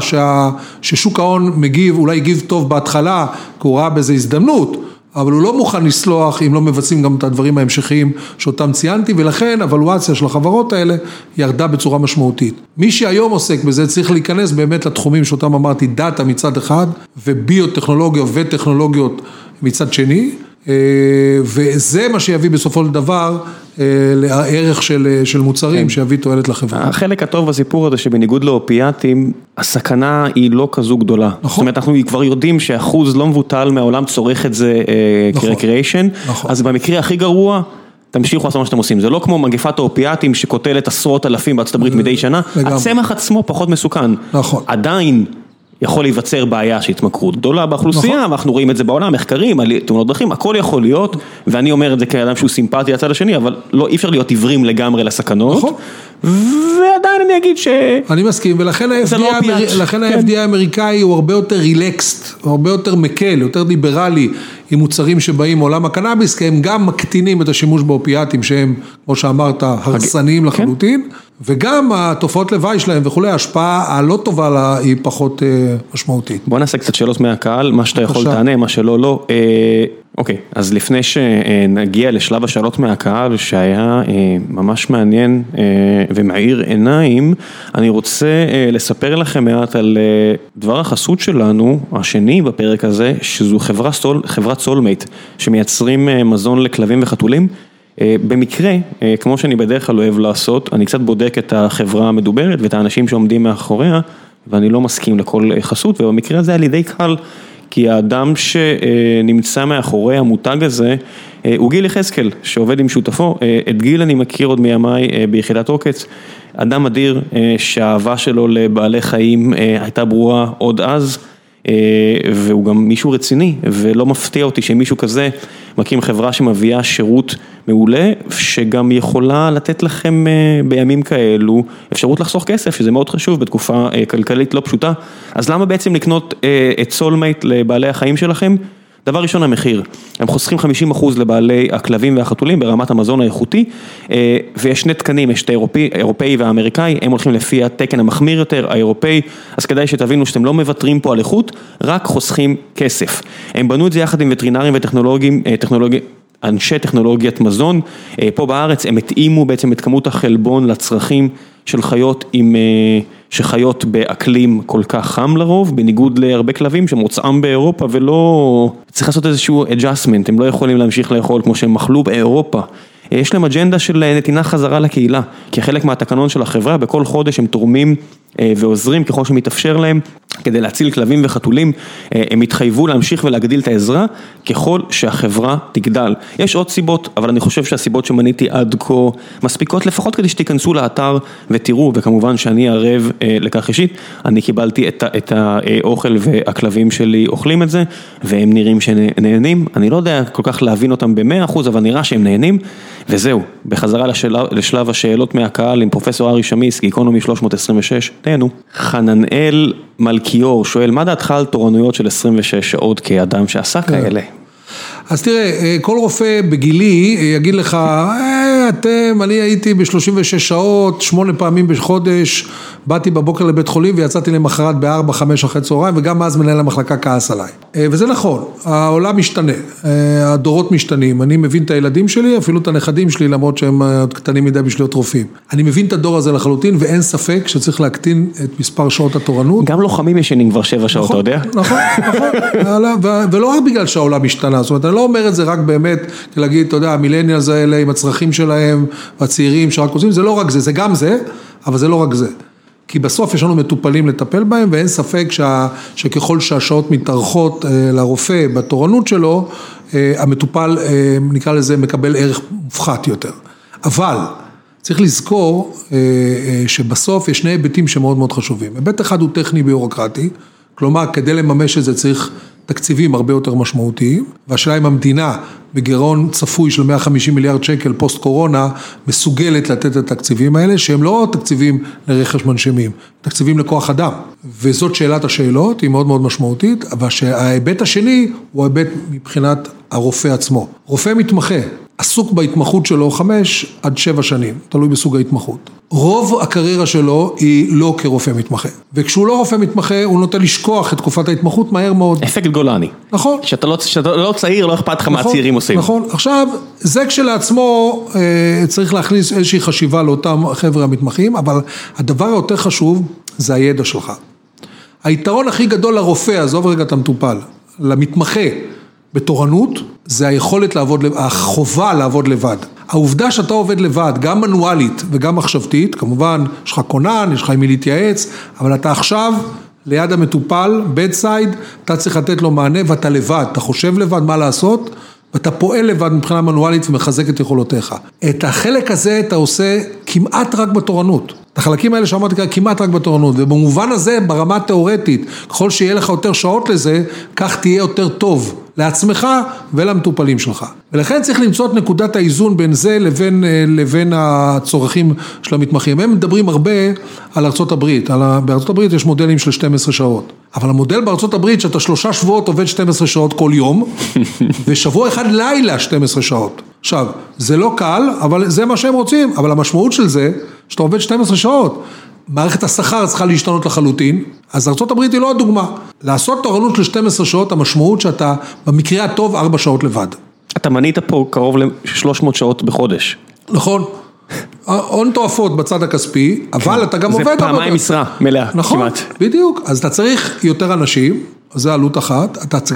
B: ששוק ההון מגיב, אולי הגיב טוב בהתחלה, כי הוא ראה באיזו הזדמנות, אבל הוא לא מוכן לסלוח אם לא מבצעים גם את הדברים ההמשכיים שאותם ציינתי, ולכן הוולואציה של החברות האלה ירדה בצורה משמעותית. מי שהיום עוסק בזה צריך להיכנס באמת לתחומים שאותם אמרתי, דאטה מצד אחד, וביוטכנולוגיה וטכנולוגיות מצד שני, וזה מה שיביא בסופו של דבר לערך של מוצרים שיביא תועלת לחברה.
A: החלק הטוב בסיפור הזה שבניגוד לאופיאטים, הסכנה היא לא כזו גדולה. זאת אומרת, אנחנו כבר יודעים שאחוז לא מבוטל מהעולם צורך את זה כרקריאשן, אז במקרה הכי גרוע, תמשיכו לעשות מה שאתם עושים. זה לא כמו מגפת האופיאטים שקוטלת עשרות אלפים בארצות הברית מדי שנה, הצמח עצמו פחות מסוכן. עדיין יכול להיווצר בעיה שהתמכרות גדולה באוכלוסייה, ואנחנו רואים את זה בעולם, מחקרים, על תאונות דרכים, הכל יכול להיות, ואני אומר את זה כאדם שהוא סימפטי לצד השני, אבל לא, אי אפשר להיות עיוורים לגמרי לסכנות, ועדיין אני אגיד
B: אני מסכים, ולכן ה-FDA האמריקאי הוא הרבה יותר רילקסט, הוא הרבה יותר מקל, יותר ליברלי, עם מוצרים שבאים מעולם הקנאביס, כי הם גם מקטינים את השימוש באופיאטים, שהם, כמו שאמרת, הרסניים לחלוטין, וגם התופעות לוואי שלהם וכולי, ההשפעה הלא טובה לה היא פחות משמעותית.
A: בוא נעשה קצת שאלות מהקהל, מה שאתה יכול תענה, מה שלא, לא. אוקיי, אז לפני שנגיע לשלב השאלות מהקהל, שהיה ממש מעניין ומאיר עיניים, אני רוצה לספר לכם מעט על דבר החסות שלנו, השני בפרק הזה, שזו חברת סולמייט, שמייצרים מזון לכלבים וחתולים. במקרה, כמו שאני בדרך כלל אוהב לעשות, אני קצת בודק את החברה המדוברת ואת האנשים שעומדים מאחוריה, ואני לא מסכים לכל חסות, ובמקרה הזה על ידי קהל, כי האדם שנמצא מאחורי המותג הזה, הוא גיל יחזקאל, שעובד עם שותפו. את גיל אני מכיר עוד מימיי ביחידת עוקץ, אדם אדיר שהאהבה שלו לבעלי חיים הייתה ברורה עוד אז, והוא גם מישהו רציני, ולא מפתיע אותי שמישהו כזה מקים חברה שמביאה שירות מעולה, שגם יכולה לתת לכם בימים כאלו אפשרות לחסוך כסף, שזה מאוד חשוב בתקופה כלכלית לא פשוטה. אז למה בעצם לקנות את סולמייט לבעלי החיים שלכם? דבר ראשון המחיר, הם חוסכים 50% לבעלי הכלבים והחתולים ברמת המזון האיכותי, ויש שני תקנים, יש את האירופאי והאמריקאי, הם הולכים לפי התקן המחמיר יותר, האירופאי, אז כדאי שתבינו שאתם לא מוותרים פה על איכות, רק חוסכים כסף. הם בנו את זה יחד עם וטרינרים וטכנולוגים, אנשי טכנולוגיית מזון, פה בארץ הם התאימו בעצם את כמות החלבון לצרכים של חיות שחיות באקלים כל כך חם לרוב, בניגוד להרבה כלבים שמוצאם באירופה ולא, צריך לעשות איזשהו adjustment, הם לא יכולים להמשיך לאכול כמו שהם אכלו באירופה. יש להם אג'נדה של נתינה חזרה לקהילה, כי חלק מהתקנון של החברה, בכל חודש הם תורמים ועוזרים ככל שמתאפשר להם, כדי להציל כלבים וחתולים, הם התחייבו להמשיך ולהגדיל את העזרה, ככל שהחברה תגדל. יש עוד סיבות, אבל אני חושב שהסיבות שמניתי עד כה מספיקות, לפחות כדי שתיכנסו לאתר ותראו, וכמובן שאני ערב לכך אישית, אני קיבלתי את האוכל והכלבים שלי אוכלים את זה, והם נראים שנהנים, אני לא יודע כל כך להבין אותם ב100%, אבל נראה שהם נהנים, וזהו, בחזרה לשלב השאלות מהקהל עם פרופסור ארי שמיס, גיקונומי 326, תהנו. חננאל מלכיור שואל, מה דעתך על תורנויות של 26 שעות כאדם שעשה כאלה?
B: אז תראה, כל רופא בגילי יגיד לך, אני הייתי ב36 שעות, 8 פעמים בחודש, באתי בבוקר לבית חולים ויצאתי למחרת ב4-5 אחרי צהריים, וגם אז מנהל המחלקה כעס עליי. וזה נכון, העולם משתנה, הדורות משתנים, אני מבין את הילדים שלי, אפילו את הנכדים שלי, למרות שהם קטנים מדי בשביל להיות רופאים. אני מבין את הדור הזה לחלוטין, ואין ספק שצריך להקטין את מספר שעות התורנות.
A: גם לוחמים ישנים כבר 7 שעות, אתה יודע?
B: נכון, ולא רק בגלל שהעולם משתנה, זאת אומרת, אני לא אומר את זה רק באמת, כי להגיד, אתה יודע, המילניאלס האלה עם הצרכים שלהם, והצעירים שרק עושים, זה לא רק זה, זה גם זה, אבל זה לא רק זה. כי בסוף יש לנו מטופלים לטפל בהם, ואין ספק שככל שהשעות מתארכות לרופא בתורנות שלו, המטופל, נקרא לזה, מקבל ערך מופחת יותר. אבל צריך לזכור שבסוף יש שני היבטים שמאוד מאוד חשובים. היבט אחד הוא טכני ביורוקרטי, כלומר, כדי לממש את זה צריך תקציבים הרבה יותר משמעותיים, והשאלה אם המדינה בגירעון צפוי של 150 מיליארד שקל פוסט קורונה, מסוגלת לתת את התקציבים האלה, שהם לא תקציבים לרכש מנשמים, תקציבים לכוח אדם. וזאת שאלת השאלות, היא מאוד מאוד משמעותית, אבל ההיבט השני הוא ההיבט מבחינת הרופא עצמו. רופא מתמחה, עסוק בהתמחות שלו 5 עד 7 שנים, תלוי בסוג ההתמחות. רוב הקריירה שלו היא לא כרופא מתמחה. וכשהוא לא רופא מתמחה, הוא נוטה לשכוח את תקופת ההתמחות מהר מאוד.
A: אפקט גולני.
B: נכון.
A: שאתה לא צעיר, לא אכפת לך מה הצעירים עושים.
B: נכון. עכשיו, זה כשלעצמו צריך להכניס איזושהי חשיבה לאותם חבר'ה המתמחים, אבל הדבר היותר חשוב זה הידע שלך. היתרון הכי גדול לרופא, עזוב רגע את המטופל, למתמחה בתורנות, זה היכולת לעבוד, החובה לעבוד לבד. העובדה שאתה עובד לבד, גם מנואלית וגם מחשבתית, כמובן, יש לך קונן, יש לך עם מי להתייעץ, אבל אתה עכשיו ליד המטופל, bedside, אתה צריך לתת לו מענה ואתה לבד, אתה חושב לבד מה לעשות, ואתה פועל לבד מבחינה מנואלית ומחזק את יכולותיך. את החלק הזה אתה עושה כמעט רק בתורנות. את החלקים האלה שאמרתי כמעט רק בתורנות, ובמובן הזה, ברמה התיאורטית, ככל שיהיה לך יותר שעות לזה, כך תהיה יותר טוב לעצמך ולמטופלים שלך. ולכן צריך למצוא את נקודת האיזון בין זה לבין הצורכים של המתמחים. הם מדברים הרבה על ארצות הברית. בארצות הברית יש מודלים של 12 שעות. אבל המודל בארצות הברית שאתה 3 שבועות עובד 12 שעות כל יום, ושבוע אחד לילה 12 שעות. עכשיו, זה לא קל, אבל זה מה שהם רוצים. אבל המשמעות של זה, שאתה עובד 12 שעות, מערכת השכר צריכה להשתנות לחלוטין, אז ארצות הברית היא לא הדוגמה. לעשות תורנות של 12 שעות, המשמעות שאתה במקרה הטוב 4 שעות לבד.
A: אתה מנית פה קרוב ל-300 שעות בחודש.
B: נכון. הון תועפות בצד הכספי, אבל אתה גם עובד...
A: זה פעמיים משרה מלאה, כמעט.
B: נכון, בדיוק. אז אתה צריך יותר אנשים, זה עלות אחת,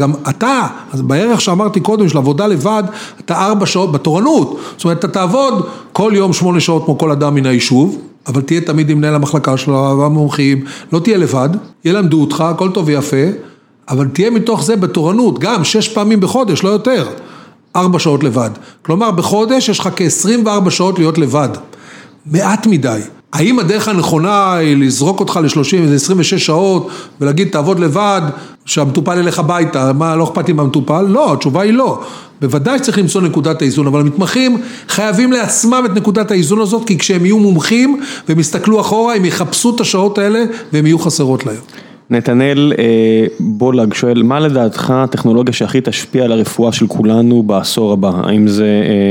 B: אז בערך שאמרתי קודם, של עבודה לבד, אתה 4 שעות בתורנות, זאת אומרת, אתה תעבוד כל יום 8 שעות כמו כל אדם מן היישוב, אבל תהיה תמיד עם מנהל המחלקה שלו, והמומחים, לא תהיה לבד, ילמדו אותך, הכל טוב ויפה, אבל תהיה מתוך זה בתורנות, גם 6 פעמים בחודש, לא יותר, 4 שעות לבד. כלומר, בחודש יש לך כ-24 שעות להיות לבד. מעט מדי. האם הדרך הנכונה היא לזרוק אותך ל-26 שעות, ולהגיד תעבוד לבד, שהמטופל ילך הביתה, מה, לא אכפת לי מהמטופל? לא, התשובה היא לא. בוודאי שצריך למצוא נקודת האיזון, אבל המתמחים חייבים לעצמם את נקודת האיזון הזאת, כי כשהם יהיו מומחים, והם יסתכלו אחורה, הם יחפשו את השעות האלה, והם יהיו חסרות להם.
A: נתנאל בולג שואל, מה לדעתך הטכנולוגיה שהכי תשפיע על הרפואה של כולנו בעשור הבא? האם זה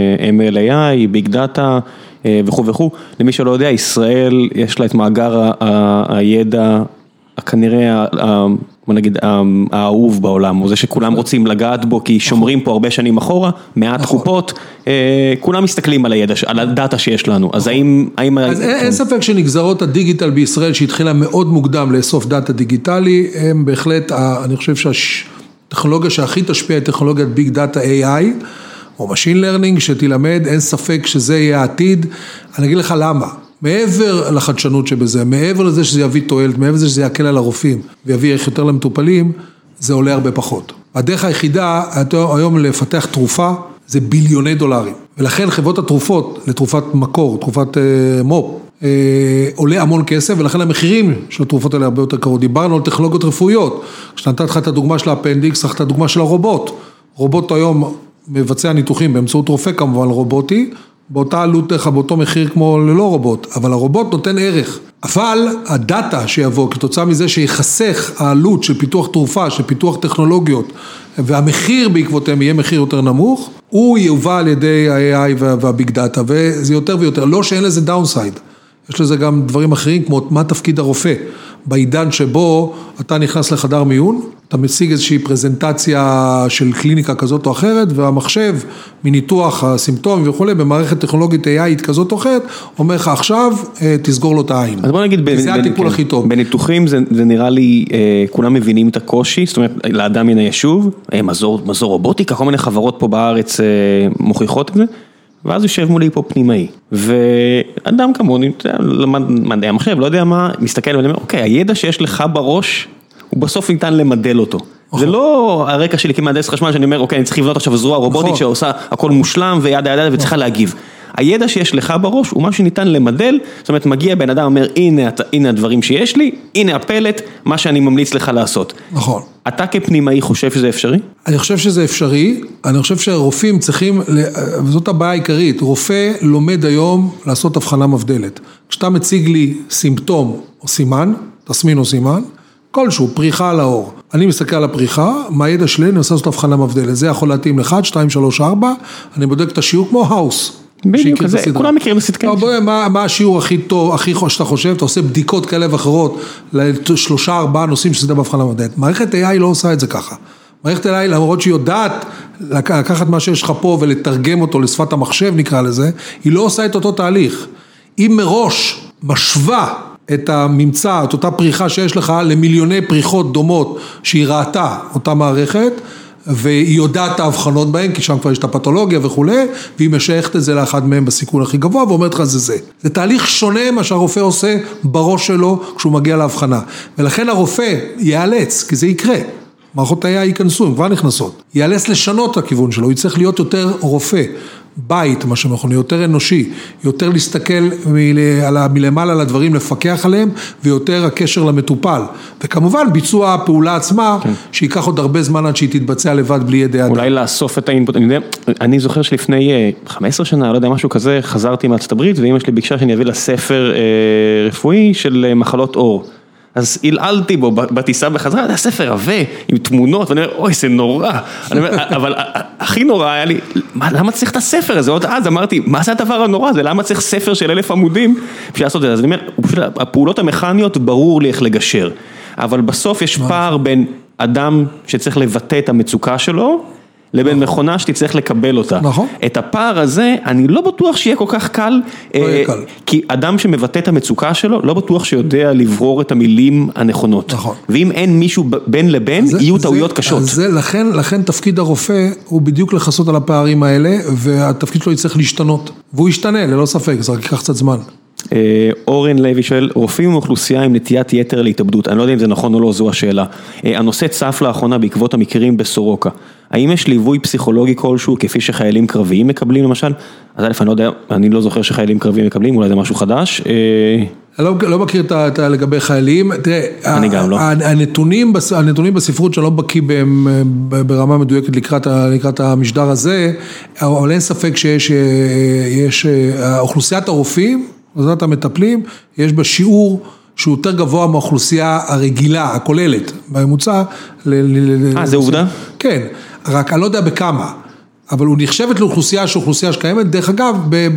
A: ML/AI, ביג דאטה וכו' וכו'? למי שלא יודע, ישראל יש לה את מאגר הידע, כנראה, בוא נגיד, האהוב בעולם, הוא זה שכולם רוצים לגעת בו, כי שומרים פה הרבה שנים אחורה, מעט קופות, כולם מסתכלים על הידע, על הדאטה שיש לנו, אז האם...
B: אז אין ספק שנגזרות הדיגיטל בישראל, שהתחילה מאוד מוקדם לאסוף דאטה דיגיטלי, הם בהחלט, אני חושב שהטכנולוגיה שהכי תשפיע היא טכנולוגיית ביג דאטה AI, או Machine Learning, שתלמד, אין ספק שזה יהיה העתיד, אני אגיד לך למה. מעבר לחדשנות שבזה, מעבר לזה שזה יביא תועלת, מעבר לזה שזה יקל על הרופאים ויביא ערך יותר למטופלים, זה עולה הרבה פחות. הדרך היחידה היום לפתח תרופה זה ביליוני דולרים. ולכן חברות התרופות, לתרופת מקור, תרופת מופ, עולה המון כסף, ולכן המחירים של התרופות האלה הרבה יותר קרות. דיברנו על טכנולוגיות רפואיות. כשנתת לך את הדוגמה של האפנדיקס, לך את הדוגמה של הרובוט. רובוט היום מבצע ניתוחים באמצעות רופא כמובן רובוטי, באותה עלות דרך, באותו מחיר כמו ללא רובוט, אבל הרובוט נותן ערך. אבל הדאטה שיבוא כתוצאה מזה שיחסך העלות של פיתוח תרופה, של פיתוח טכנולוגיות, והמחיר בעקבותיהם יהיה מחיר יותר נמוך, הוא יובא על ידי ה-AI והביג דאטה, וזה יותר ויותר, לא שאין לזה דאונסייד. יש לזה גם דברים אחרים, כמו מה תפקיד הרופא. בעידן שבו אתה נכנס לחדר מיון, אתה מציג איזושהי פרזנטציה של קליניקה כזאת או אחרת, והמחשב מניתוח הסימפטומים וכו', במערכת טכנולוגית AI כזאת או אחרת, אומר לך עכשיו, תסגור לו את העין.
A: אז בוא נגיד,
B: זה הטיפול הכי טוב.
A: בניתוחים זה נראה לי, כולם מבינים את הקושי, זאת אומרת, לאדם מן היישוב, מזור רובוטיקה, כל מיני חברות פה בארץ מוכיחות את זה, ואז יושב מולי פה פנימאי, ואדם כמוני, למד מדעי המחשב, לא יודע מה, מסתכל ואומר, אוקיי, הידע שיש לך בראש, הוא בסוף ניתן למדל אותו. זה לא הרקע שלי כמהנדס חשמל, שאני אומר, אוקיי, אני צריך לבנות עכשיו זרוע רובוטית שעושה הכל מושלם, וידה ידה וצריכה להגיב. הידע שיש לך בראש הוא מה שניתן למדל, זאת אומרת, מגיע בן אדם, אומר, הנה הדברים שיש לי, הנה הפלט, מה שאני ממליץ לך לעשות.
B: נכון.
A: אתה כפנימאי חושב שזה אפשרי?
B: אני חושב שזה אפשרי, אני חושב שהרופאים צריכים, וזאת הבעיה העיקרית, רופא לומד היום לעשות הבחנה מבדלת. כשאתה מציג לי סימפטום או סימן, תסמין או סימן, כלשהו, פריחה על האור. אני מסתכל על הפריחה, מה הידע שלי, אני עושה זאת הבחנה מבדלת. זה יכול להתאים ל-1, 2, 3, 4, אני בודק את השיעור כמו האוס.
A: בדיוק, כולם מכירים בסדקה.
B: מה השיעור הכי טוב, הכי שאתה חושב, אתה עושה בדיקות כאלה ואחרות, ל3, 4 נושאים שזה בהבחנה מבדלת. מערכת AI לא עושה את זה ככה. מערכת AI, למרות שהיא יודעת לקחת מה שיש לך פה ולתרגם אותו לשפת המחשב, נקרא לזה, היא לא עושה את אותו תהליך. היא מראש משווה את הממצא, את אותה פריחה שיש לך, למיליוני פריחות דומות שהיא ראתה, אותה מערכת, והיא יודעת את ההבחנות בהן, כי שם כבר יש את הפתולוגיה וכו', והיא משייכת את זה לאחד מהם בסיכון הכי גבוה, ואומרת לך זה. זה תהליך שונה מה שהרופא עושה בראש שלו, כשהוא מגיע להבחנה. ולכן הרופא ייאלץ, כי זה יקרה. מערכות היה ייכנסו, הם כבר נכנסות. ייאלץ לשנות את הכיוון שלו, הוא יצטרך להיות יותר רופא. בית, מה שאנחנו, יותר אנושי, יותר להסתכל מלמעלה על הדברים, לפקח עליהם, ויותר הקשר למטופל. וכמובן, ביצוע הפעולה עצמה, שיקח עוד הרבה זמן עד שהיא תתבצע לבד בלי ידי אדם.
A: אולי לאסוף את האינפוט, אני זוכר שלפני 15 שנה, לא יודע, משהו כזה, חזרתי מארצות הברית, ואמא שלי ביקשה שאני אביא לה ספר רפואי של מחלות עור. אז הלעלתי בו בטיסה בחזרה, זה הספר עבה, עם תמונות, ואני אומר, אוי, זה נורא. אבל הכי נורא היה לי, למה צריך את הספר הזה? עוד אז אמרתי, מה זה הדבר הנורא הזה? למה צריך ספר של 1000 עמודים? בשביל לעשות את זה. אז אני אומר, הפעולות המכניות ברור לי איך לגשר. אבל בסוף יש פער בין אדם שצריך לבטא את המצוקה שלו, לבין מכונה שתצטרך לקבל אותה.
B: נכון.
A: את הפער הזה, אני לא בטוח שיהיה כל כך קל, כי אדם שמבטא את המצוקה שלו, לא בטוח שיודע לברור את המילים הנכונות.
B: נכון.
A: ואם אין מישהו בין לבין, יהיו טעויות קשות.
B: לכן תפקיד הרופא הוא בדיוק לחסות על הפערים האלה, והתפקיד שלו יצטרך להשתנות. והוא ישתנה, ללא ספק, זה רק ייקח קצת זמן.
A: אורן לוי שואל, רופאים עם אוכלוסייה עם נטיית יתר להתאבדות, אני לא יודע אם זה נכון או לא, זו השאלה. הנושא צף לאחרונה בעקבות המקרים בסורוקה. האם יש ליווי פסיכולוגי כלשהו, כפי שחיילים קרביים מקבלים למשל? אז אני לא יודע, אני לא זוכר שחיילים קרביים מקבלים, אולי זה משהו חדש.
B: אני לא מכיר את לגבי חיילים, תראה,
A: אני גם לא.
B: הנתונים בספרות שאני לא בקיא ברמה מדויקת לקראת המשדר הזה, אבל אין ספק שיש אוכלוסיית הרופאים, זאת המטפלים, יש בה שיעור שהוא יותר גבוה מהאוכלוסייה הרגילה, הכוללת, בממוצע.
A: זה עובדה?
B: כן, רק אני לא יודע בכמה, אבל הוא נחשבת לאוכלוסייה שאוכלוסייה שקיימת, דרך אגב,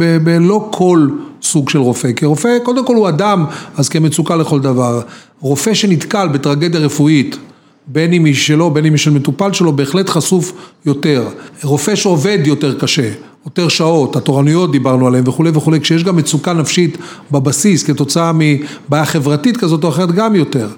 B: בלא כל סוג של רופא, כי רופא קודם כל הוא אדם, אז כמצוקה לכל דבר, רופא שנתקל בטרגדיה רפואית, בין אם היא שלו, בין אם היא של מטופל שלו, בהחלט חשוף יותר, רופא שעובד יותר קשה, יותר שעות, התורנויות דיברנו עליהן וכו' וכו', כשיש גם מצוקה נפשית בבסיס, כתוצאה מבעיה חברתית כזאת או אחרת גם יותר.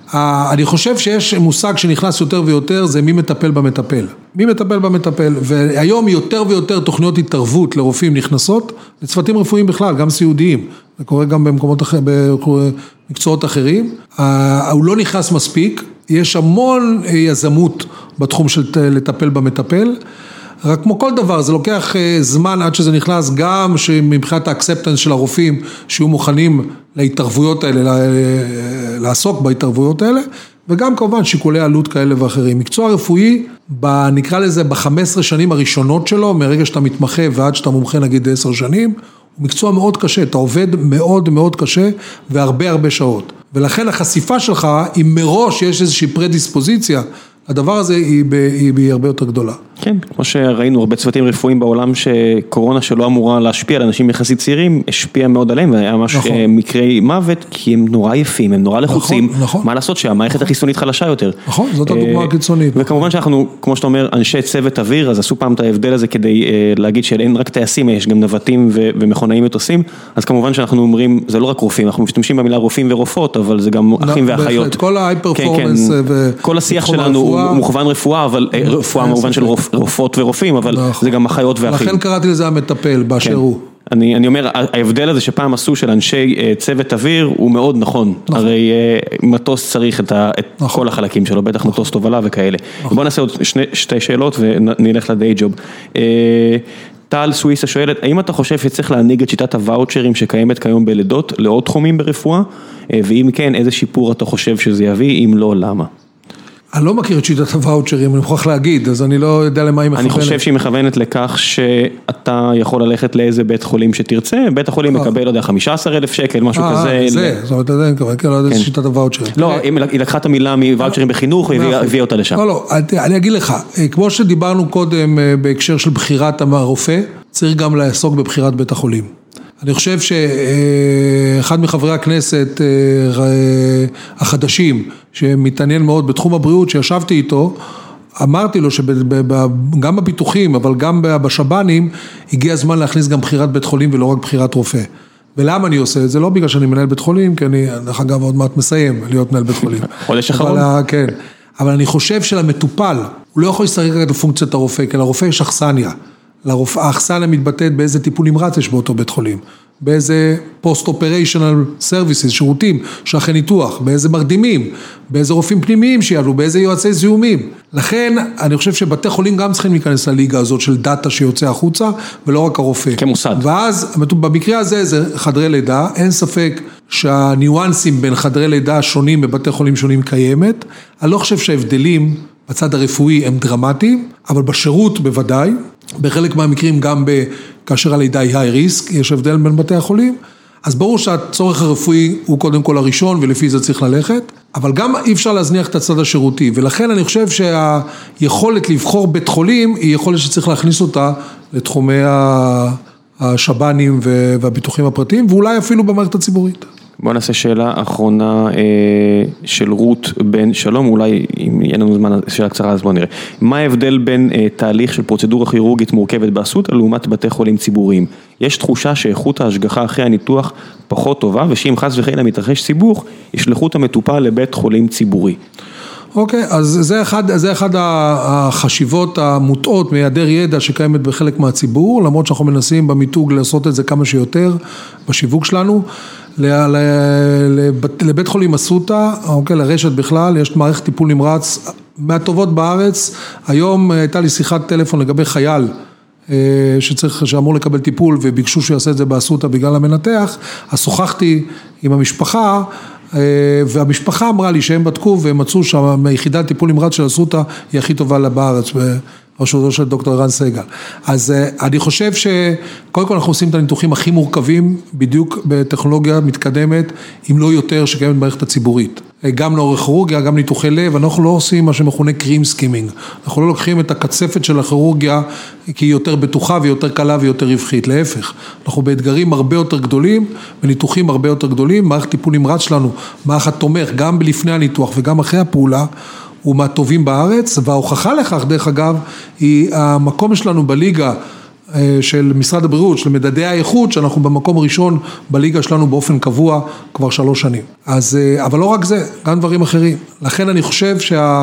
B: אני חושב שיש מושג שנכנס יותר ויותר, זה מי מטפל במטפל. מי מטפל במטפל, והיום יותר ויותר תוכניות התערבות לרופאים נכנסות, לצוותים רפואיים בכלל, גם סיעודיים, זה קורה גם במקומות אחרים, במקצועות אחרים, הוא לא נכנס מספיק, יש המון יזמות בתחום של לטפל במטפל, רק כמו כל דבר, זה לוקח זמן עד שזה נכנס, גם שמבחינת האקספטנס של הרופאים, שיהיו מוכנים להתערבויות האלה, לעסוק בהתערבויות האלה, וגם כמובן שיקולי עלות כאלה ואחרים. מקצוע רפואי, נקרא לזה ב-15 שנים הראשונות שלו, מרגע שאתה מתמחה ועד שאתה מומחה נגיד 10 שנים, הוא מקצוע מאוד קשה, אתה עובד מאוד מאוד קשה, והרבה הרבה שעות. ולכן החשיפה שלך, אם מראש יש איזושהי פרדיספוזיציה, הדבר הזה היא הרבה יותר גדולה.
A: כן, כמו שראינו הרבה צוותים רפואיים בעולם שקורונה שלא אמורה להשפיע על אנשים יחסית צעירים, השפיע מאוד עליהם, והיה ממש מקרי מוות, כי הם נורא יפים, הם נורא לחוצים, מה לעשות שהמערכת החיסונית חלשה יותר.
B: נכון, זאת הדוגמה הקיצונית.
A: וכמובן שאנחנו, כמו שאתה אומר, אנשי צוות אוויר, אז עשו פעם את ההבדל הזה כדי להגיד שאין רק טייסים, יש גם נווטים ומכונאים מטוסים, אז כמובן שאנחנו אומרים, זה לא רק רופאים, אנחנו משתמשים במילה רופאים ורופאות, אבל זה גם אחים ואחיות.
B: כל ההייפרפורמנס
A: כל השיח שלנו הוא מוכוון רפואה, אבל רפואה במובן של רופאות ורופאים, אבל זה גם אחיות ואחים.
B: לכן קראתי לזה המטפל באשר הוא.
A: אני אומר, ההבדל הזה שפעם עשו של אנשי צוות אוויר הוא מאוד נכון. הרי מטוס צריך את כל החלקים שלו, בטח מטוס תובלה וכאלה. בואו נעשה עוד שתי שאלות ונלך לדיי ג'וב. טל סוויסה שואלת, האם אתה חושב שצריך להנהיג את שיטת הוואוצ'רים שקיימת כיום בלידות לעוד תחומים ברפואה? ואם כן, איזה שיפור אתה חושב שזה יביא, אם לא, למה?
B: אני לא מכיר את שיטת הוואוצ'רים, אני מוכרח להגיד, אז אני לא יודע למה היא מכוונת.
A: אני חושב שהיא מכוונת לכך שאתה יכול ללכת לאיזה בית חולים שתרצה, בית החולים מקבל, לא יודע, 15,000 שקל, משהו כזה.
B: זאת אומרת, אני מקווה, לא יודע שיטת הוואוצ'רים.
A: לא, היא לקחה את המילה מוואוצ'רים בחינוך, והביאה אותה לשם.
B: לא, אני אגיד לך, כמו שדיברנו קודם בהקשר של בחירת הרופא, צריך גם לעסוק בבחירת בית החולים. אני חושב שאחד מחברי הכנסת החדשים, שמתעניין מאוד בתחום הבריאות, שישבתי איתו, אמרתי לו שגם בביטוחים, אבל גם בשב"נים, הגיע הזמן להכניס גם בחירת בית חולים ולא רק בחירת רופא. ולמה אני עושה את זה? לא בגלל שאני מנהל בית חולים, כי אני, דרך אגב, עוד מעט מסיים להיות מנהל בית חולים.
A: חודש אחרון?
B: כן. אבל אני חושב שלמטופל, הוא לא יכול להסתכל את הפונקציית הרופא, כי לרופא יש אכסניה. האכסניה מתבטאת באיזה טיפול נמרץ יש באותו בית חולים, באיזה post-operational services, שירותים, שאחרי ניתוח, באיזה מרדימים, באיזה רופאים פנימיים שיעלו, באיזה יועצי זיהומים. לכן, אני חושב שבתי חולים גם צריכים להיכנס לליגה הזאת של דאטה שיוצא החוצה, ולא רק הרופא.
A: כמוסד.
B: ואז, במקרה הזה, זה חדרי לידה, אין ספק שהניואנסים בין חדרי לידה שונים בבתי חולים שונים קיימת. אני לא חושב שההבדלים בצד הרפואי הם דרמטיים, אבל בשירות בוודאי, בחלק מהמקרים גם כאשר הלידה היא היי ריסק, יש הבדל בין בתי החולים, אז ברור שהצורך הרפואי הוא קודם כל הראשון, ולפי זה צריך ללכת, אבל גם אי אפשר להזניח את הצד השירותי, ולכן אני חושב שהיכולת לבחור בית חולים, היא יכולת שצריך להכניס אותה לתחומי השב"נים והביטוחים הפרטיים, ואולי אפילו במערכת הציבורית.
A: בוא נעשה שאלה אחרונה של רות בן שלום, אולי אם יהיה לנו זמן שאלה קצרה אז בוא נראה. מה ההבדל בין תהליך של פרוצדורה כירורגית מורכבת באסותא לעומת בתי חולים ציבוריים? יש תחושה שאיכות ההשגחה אחרי הניתוח פחות טובה, ושאם חס וחלילה מתרחש סיבוך, ישלחו את המטופל לבית חולים ציבורי.
B: אוקיי, אז זה אחד החשיבות המוטעות מהיעדר ידע שקיימת בחלק מהציבור, למרות שאנחנו מנסים במיתוג לעשות את זה כמה שיותר בשיווק שלנו. לבית חולים אסותא, אוקיי, לרשת בכלל, יש מערכת טיפול נמרץ מהטובות בארץ. היום הייתה לי שיחת טלפון לגבי חייל שאמור לקבל טיפול, וביקשו שיעשה את זה באסותא בגלל המנתח, אז שוחחתי עם המשפחה, והמשפחה אמרה לי שהם בדקו והם מצאו שהיחידת טיפול נמרץ של אסותא היא הכי טובה בארץ ראשותו של דוקטור ערן סגל. אז אני חושב שקודם כל אנחנו עושים את הניתוחים הכי מורכבים, בדיוק בטכנולוגיה מתקדמת, אם לא יותר שקיימת במערכת הציבורית. גם נוירוכירורגיה, גם ניתוחי לב, אנחנו לא עושים מה שמכונה קרים סקימינג. אנחנו לא לוקחים את הקצפת של הכירורגיה, כי היא יותר בטוחה ויותר קלה ויותר רווחית. להפך, אנחנו באתגרים הרבה יותר גדולים, וניתוחים הרבה יותר גדולים, מערכת טיפול נמרץ שלנו, מערכת תומך, גם לפני הניתוח וגם אחרי הפעולה, הוא מהטובים בארץ, וההוכחה לכך, דרך אגב, היא המקום שלנו בליגה של משרד הבריאות, של מדדי האיכות, שאנחנו במקום ראשון בליגה שלנו באופן קבוע כבר 3 שנים. אז, אבל לא רק זה, גם דברים אחרים. לכן אני חושב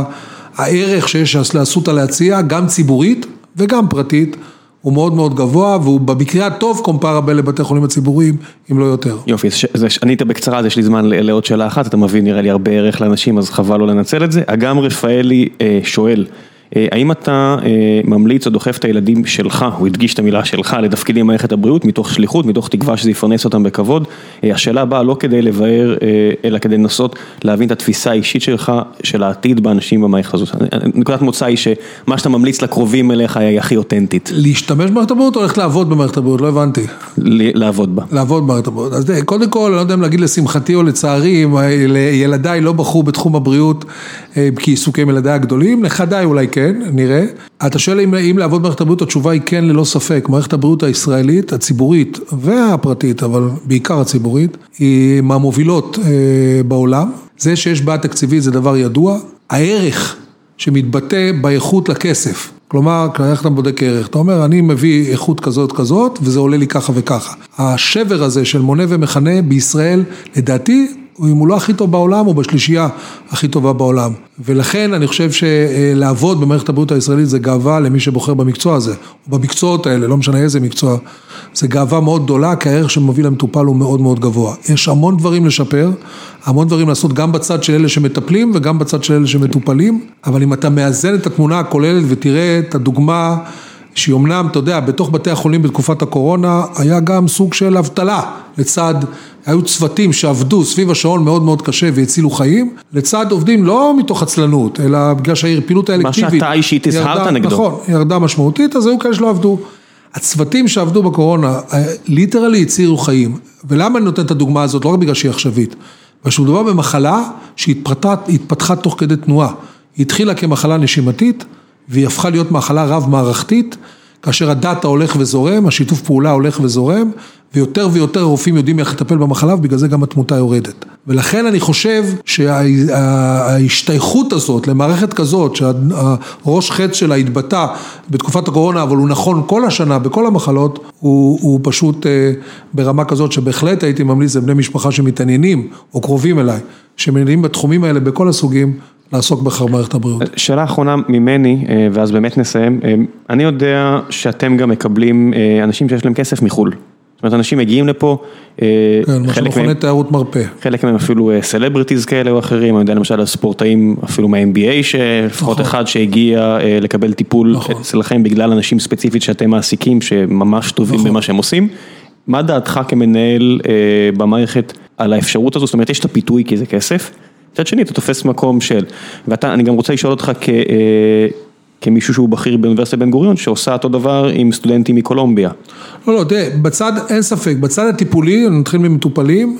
B: שהערך שיש לאסותא להציע, גם ציבורית וגם פרטית, הוא מאוד מאוד גבוה, והוא במקרה הטוב קומפרבל לבתי חולים הציבוריים, אם לא יותר.
A: יופי, אני איתה בקצרה, אז יש לי זמן לעוד שאלה אחת, אתה מבין, נראה לי הרבה ערך לאנשים, אז חבל לא לנצל את זה. אגם רפאלי שואל, האם אתה ממליץ או דוחף את הילדים שלך, הוא הדגיש את המילה שלך, לתפקידים במערכת הבריאות, מתוך שליחות, מתוך תקווה שזה יפרנס אותם בכבוד? השאלה באה לא כדי לבאר, אלא כדי לנסות להבין את התפיסה האישית שלך, של העתיד באנשים במערכת הזאת. נקודת מוצא היא שמה שאתה ממליץ לקרובים אליך היא הכי אותנטית.
B: להשתמש במערכת הבריאות או ללכת לעבוד במערכת הבריאות? לא הבנתי.
A: לעבוד בה.
B: לעבוד במערכת הבריאות. אז קודם כל, אני לא יודע אם להגיד לשמחתי או לצערי, ילדיי לא בחרו בתחום הבריאות כעיסוקים ילדיי הגדולים, נכדיי אולי כן, נראה. אתה שואל אם לעבוד במערכת הבריאות, התשובה היא כן ללא ספק. מערכת הבריאות הישראלית, הציבורית והפרטית, אבל בעיקר הציבורית, היא מהמובילות בעולם. זה שיש בעיה תקציבית זה דבר ידוע. הערך שמתבטא באיכות לכסף, כלומר, איך אתה בודק ערך? אתה אומר, אני מביא איכות כזאת, וזה עולה לי ככה וככה. השבר הזה של מונה ומכנה בישראל, לדעתי, אם הוא לא הכי טוב בעולם, הוא בשלישייה הכי טובה בעולם. ולכן אני חושב שלעבוד במערכת הבריאות הישראלית זה גאווה למי שבוחר במקצוע הזה, או במקצועות האלה, לא משנה איזה מקצוע, זה גאווה מאוד גדולה, כי הערך שמוביל למטופל הוא מאוד מאוד גבוה. יש המון דברים לשפר, המון דברים לעשות גם בצד של אלה שמטפלים, וגם בצד של אלה שמטופלים, אבל אם אתה מאזן את התמונה הכוללת ותראה את הדוגמה, שהיא אמנם, אתה יודע, בתוך בתי החולים בתקופת הקורונה, היה גם סוג של אבטלה, לצד, היו צוותים שעבדו סביב השעון מאוד מאוד קשה והצילו חיים, לצד עובדים לא מתוך עצלנות, אלא בגלל שהפעילות האלקטיבית,
A: מה שאתה אישית הזהרת נגדו.
B: נכון, ירדה משמעותית, אז היו כאלה שלא עבדו. הצוותים שעבדו בקורונה, ליטרלי הצירו חיים, ולמה אני נותן את הדוגמה הזאת? לא רק בגלל שהיא עכשווית, אבל מדובר במחלה שהתפתחה תוך כדי תנועה, היא התחילה כמחלה נשימתית, והיא הפכה להיות מחלה רב מערכתית, כאשר הדאטה הולך וזורם, השיתוף פעולה הולך וזורם, ויותר ויותר רופאים יודעים איך לטפל במחלה, ובגלל זה גם התמותה יורדת. ולכן אני חושב שההשתייכות הזאת למערכת כזאת, שהראש חץ שלה התבטא בתקופת הקורונה, אבל הוא נכון כל השנה, בכל המחלות, הוא פשוט ברמה כזאת, שבהחלט הייתי ממליץ לבני משפחה שמתעניינים, או קרובים אליי, שמעניינים בתחומים האלה בכל הסוגים, לעסוק במערכת הבריאות.
A: שאלה אחרונה ממני, ואז באמת נסיים. אני יודע שאתם גם מקבלים אנשים שיש להם כסף מחול. זאת אומרת, אנשים מגיעים לפה.
B: כן, מה שמכונה תיירות מרפא.
A: חלק מהם אפילו סלבריטיז כאלה או אחרים. אני יודע למשל הספורטאים אפילו מה-NBA, שלפחות אחד שהגיע לקבל טיפול אצלכם בגלל אנשים ספציפית שאתם מעסיקים, שממש טובים במה שהם עושים. מה דעתך כמנהל במערכת על האפשרות הזו? זאת אומרת, יש את הפיתוי כי זה כסף. מצד שני, אתה תופס מקום של, אני גם רוצה לשאול אותך כמישהו שהוא בכיר באוניברסיטת בן גוריון, שעושה אותו דבר עם סטודנטים מקולומביה.
B: לא, תראה, בצד, אין ספק, בצד הטיפולי, נתחיל ממטופלים,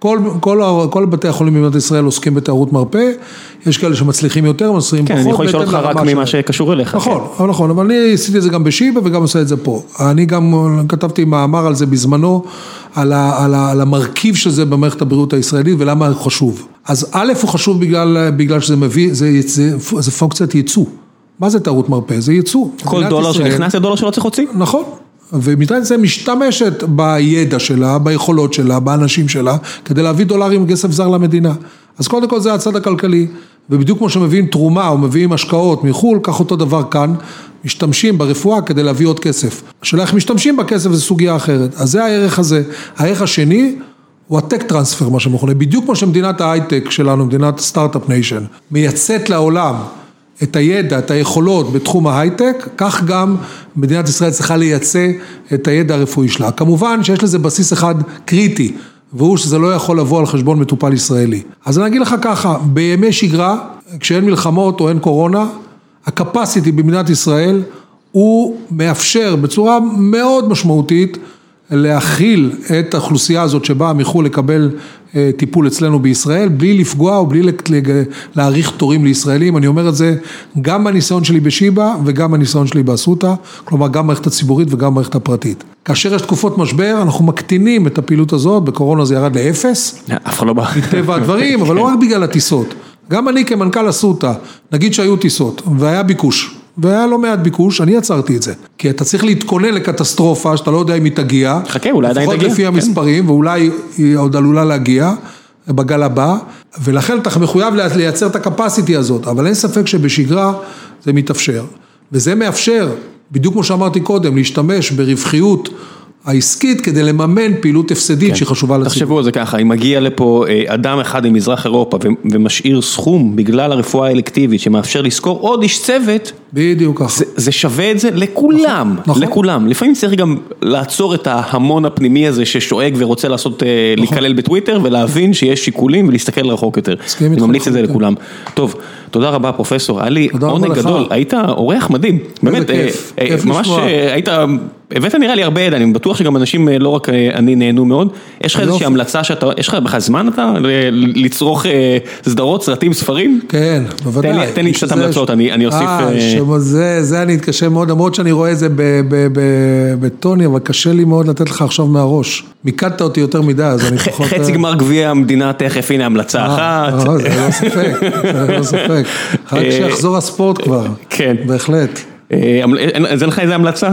B: כל בתי החולים במדינת ישראל עוסקים בתיירות מרפא, יש כאלה שמצליחים יותר, מצליחים פחות.
A: כן, אני יכול לשאול אותך רק ממה שקשור אליך.
B: נכון, אבל אני עשיתי את זה גם בשיבא וגם עושה את זה פה. אני גם כתבתי מאמר על זה בזמנו, על המרכיב של זה במערכת הבריאות הישראלית ולמה הוא חשוב. אז א' הוא חשוב בגלל שזה מביא, זה פונקציית ייצוא. מה זה תיירות מרפא? זה ייצוא.
A: כל דולר שנכנס לדולר שלא צריך להוציא?
B: נכון. ומדינת ישראל משתמשת בידע שלה, ביכולות שלה, באנשים שלה, כדי להביא דולרים כסף זר למדינה. אז קודם כל זה הצד הכלכלי, ובדיוק כמו שמביאים תרומה או מביאים השקעות מחול, כך אותו דבר כאן, משתמשים ברפואה כדי להביא עוד כסף. השאלה איך משתמשים בכסף זה סוגיה אחרת. אז זה הערך הזה. הערך השני הוא הטק טרנספר, מה שמכונה, בדיוק כמו שמדינת ההייטק שלנו, מדינת סטארט-אפ ניישן, מייצאת לעולם את הידע, את היכולות בתחום ההייטק, כך גם מדינת ישראל צריכה לייצא את הידע הרפואי שלה. כמובן שיש לזה בסיס אחד קריטי, והוא שזה לא יכול לבוא על חשבון מטופל ישראלי. אז אני אגיד לך ככה, בימי שגרה, כשאין מלחמות או אין קורונה, הקפסיטי במדינת ישראל הוא מאפשר בצורה מאוד משמעותית להכיל את האוכלוסייה הזאת שבאה מחו"ל לקבל טיפול אצלנו בישראל, בלי לפגוע או בלי להאריך תורים לישראלים. אני אומר את זה גם בניסיון שלי בשיבא וגם בניסיון שלי באסותא, כלומר גם מערכת הציבורית וגם מערכת הפרטית. כאשר יש תקופות משבר, אנחנו מקטינים את הפעילות הזאת, בקורונה זה ירד לאפס.
A: אף אחד לא בא.
B: מטבע הדברים, אבל לא רק בגלל הטיסות. גם אני כמנכ"ל אסותא, נגיד שהיו טיסות והיה ביקוש. והיה לא מעט ביקוש, אני עצרתי את זה. כי אתה צריך להתכונן לקטסטרופה, שאתה לא יודע אם היא תגיע.
A: חכה, אולי עדיין תגיע.
B: לפחות לפי המספרים, ואולי היא עוד עלולה להגיע בגל הבא, ולכן אתה מחויב לייצר את הקפסיטי הזאת, אבל אין ספק שבשגרה זה מתאפשר. וזה מאפשר, בדיוק כמו שאמרתי קודם, להשתמש ברווחיות העסקית כדי לממן פעילות הפסדית שהיא חשובה לציבור.
A: תחשבו על זה ככה, אם מגיע לפה אדם אחד ממזרח אירופה ומשאיר סכום בגלל הרפואה האלקטיבית שמאפשר לזכור עוד איש צוות,
B: בדיוק ככה.
A: זה שווה את זה לכולם, לכולם. לפעמים צריך גם לעצור את ההמון הפנימי הזה ששואג ורוצה לעשות, להיכלל בטוויטר ולהבין שיש שיקולים ולהסתכל רחוק יותר. אני ממליץ את זה לכולם. טוב, תודה רבה פרופסור, היה לי עונג גדול, היית אורח מדהים, באמת, ממש היית, הבאת נראה לי הרבה ידע, אני בטוח שגם אנשים, לא רק אני נהנו מאוד, יש לך איזושהי המלצה שאתה, יש לך בכלל זמן אתה לצרוך סדרות, סרטים, ספרים?
B: כן, בוודאי.
A: תן לי קצת המלצות, אני אוסיף.
B: זה אני אתקשה מאוד, למרות שאני רואה את זה בטוני, אבל קשה לי מאוד לתת לך עכשיו מהראש. מיקדת אותי יותר מדי, אז אני פחות...
A: חצי גמר גביע המדינה תכף, הנה המלצה אחת.
B: זה לא ספק, זה לא ספק. רק שיחזור הספורט כבר. כן. בהחלט.
A: זה לך איזה המלצה?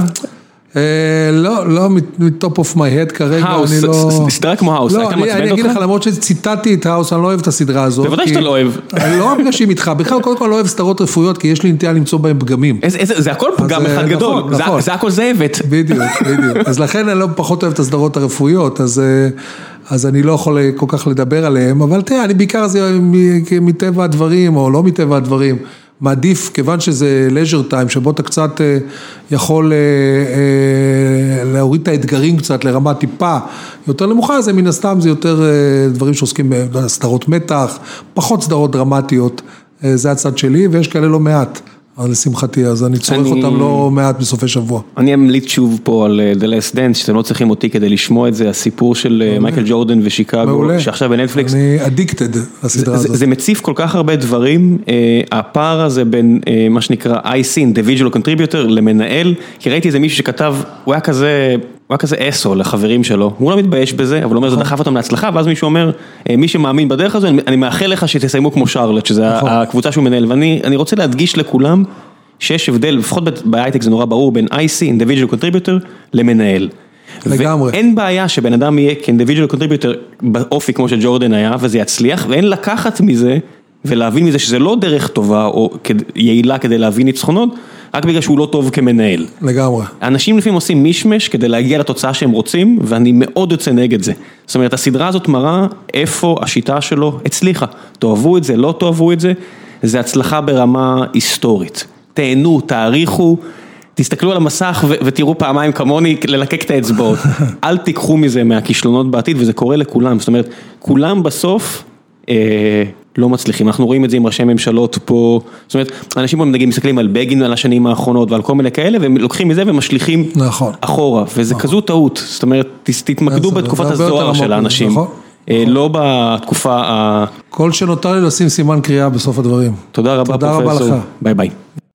B: לא מטופ אוף מי הד כרגע.
A: האוס, סדרה כמו האוס, היית מצבד אותך?
B: אני אגיד לך, למרות שציטטתי את האוס, אני לא אוהב את הסדרה הזאת.
A: בוודאי שאתה לא אוהב.
B: לא רק מגשים איתך, בכלל קודם כל לא אוהב סדרות רפואיות, כי יש לי נטייה למצוא בהם פגמים.
A: זה הכל פגם אחד גדול, זה הכל זאבת.
B: בדיוק. אז לכן אני לא פחות אוהב את הסדרות הרפואיות, אז אני לא יכול כל כך לדבר עליהם, אבל תראה, אני בעיקר זה מטבע הדברים, או לא מטבע הדברים. מעדיף, כיוון שזה leisure time, שבו אתה קצת יכול להוריד את האתגרים קצת לרמה טיפה יותר נמוכה, זה מן הסתם זה יותר דברים שעוסקים בסדרות מתח, פחות סדרות דרמטיות, זה הצד שלי, ויש כאלה לא מעט. לשמחתי, אז אני צורך אותם לא מעט בסופי שבוע.
A: אני אמליץ שוב פה על The Last Dance, שאתם לא צריכים אותי כדי לשמוע את זה, הסיפור של מייקל ג'ורדן ושיקגו, שעכשיו בנטפליקס.
B: אני addicted לסדרה הזאת.
A: זה מציף כל כך הרבה דברים, הפער הזה בין מה שנקרא IC, Individual Contributor, למנהל, כי ראיתי איזה מישהו שכתב, הוא היה כזה אסו לחברים שלו, הוא לא מתבייש בזה, אבל הוא אומר, זה דחף אותם להצלחה, ואז מישהו אומר, מי שמאמין בדרך הזו, אני מאחל לך שתסיימו כמו שרלט, שזה הקבוצה שהוא מנהל, ואני רוצה להדגיש לכולם, שיש הבדל, לפחות בהייטק זה נורא ברור, בין IC, Individual Contributor, למנהל.
B: לגמרי.
A: ואין בעיה שבן אדם יהיה כ-Individual Contributor באופי כמו שג'ורדן היה, וזה יצליח, ואין לקחת מזה, ולהבין מזה שזה לא דרך טובה, או יעילה כדי להבין ניצחונות, רק בגלל שהוא לא טוב כמנהל.
B: לגמרי.
A: האנשים לפעמים עושים מישמש כדי להגיע לתוצאה שהם רוצים, ואני מאוד יוצא נגד זה. זאת אומרת, הסדרה הזאת מראה איפה השיטה שלו הצליחה. תאהבו את זה, לא תאהבו את זה, זה הצלחה ברמה היסטורית. תהנו, תעריכו, תסתכלו על המסך ותראו פעמיים כמוני ללקק את האצבעות. אל תיקחו מזה מהכישלונות בעתיד, וזה קורה לכולם. זאת אומרת, כולם בסוף לא מצליחים. אנחנו רואים את זה עם ראשי ממשלות פה. זאת אומרת, אנשים פה נגיד מסתכלים על בגין על השנים האחרונות ועל כל מיני כאלה, והם לוקחים מזה ומשליכים אחורה. וזה כזו טעות. זאת אומרת, תתמקדו בתקופת הזוהר של האנשים. לא בתקופה...
B: כל שנותר לי לשים סימן קריאה בסוף הדברים.
A: תודה רבה פרופסור. ביי ביי.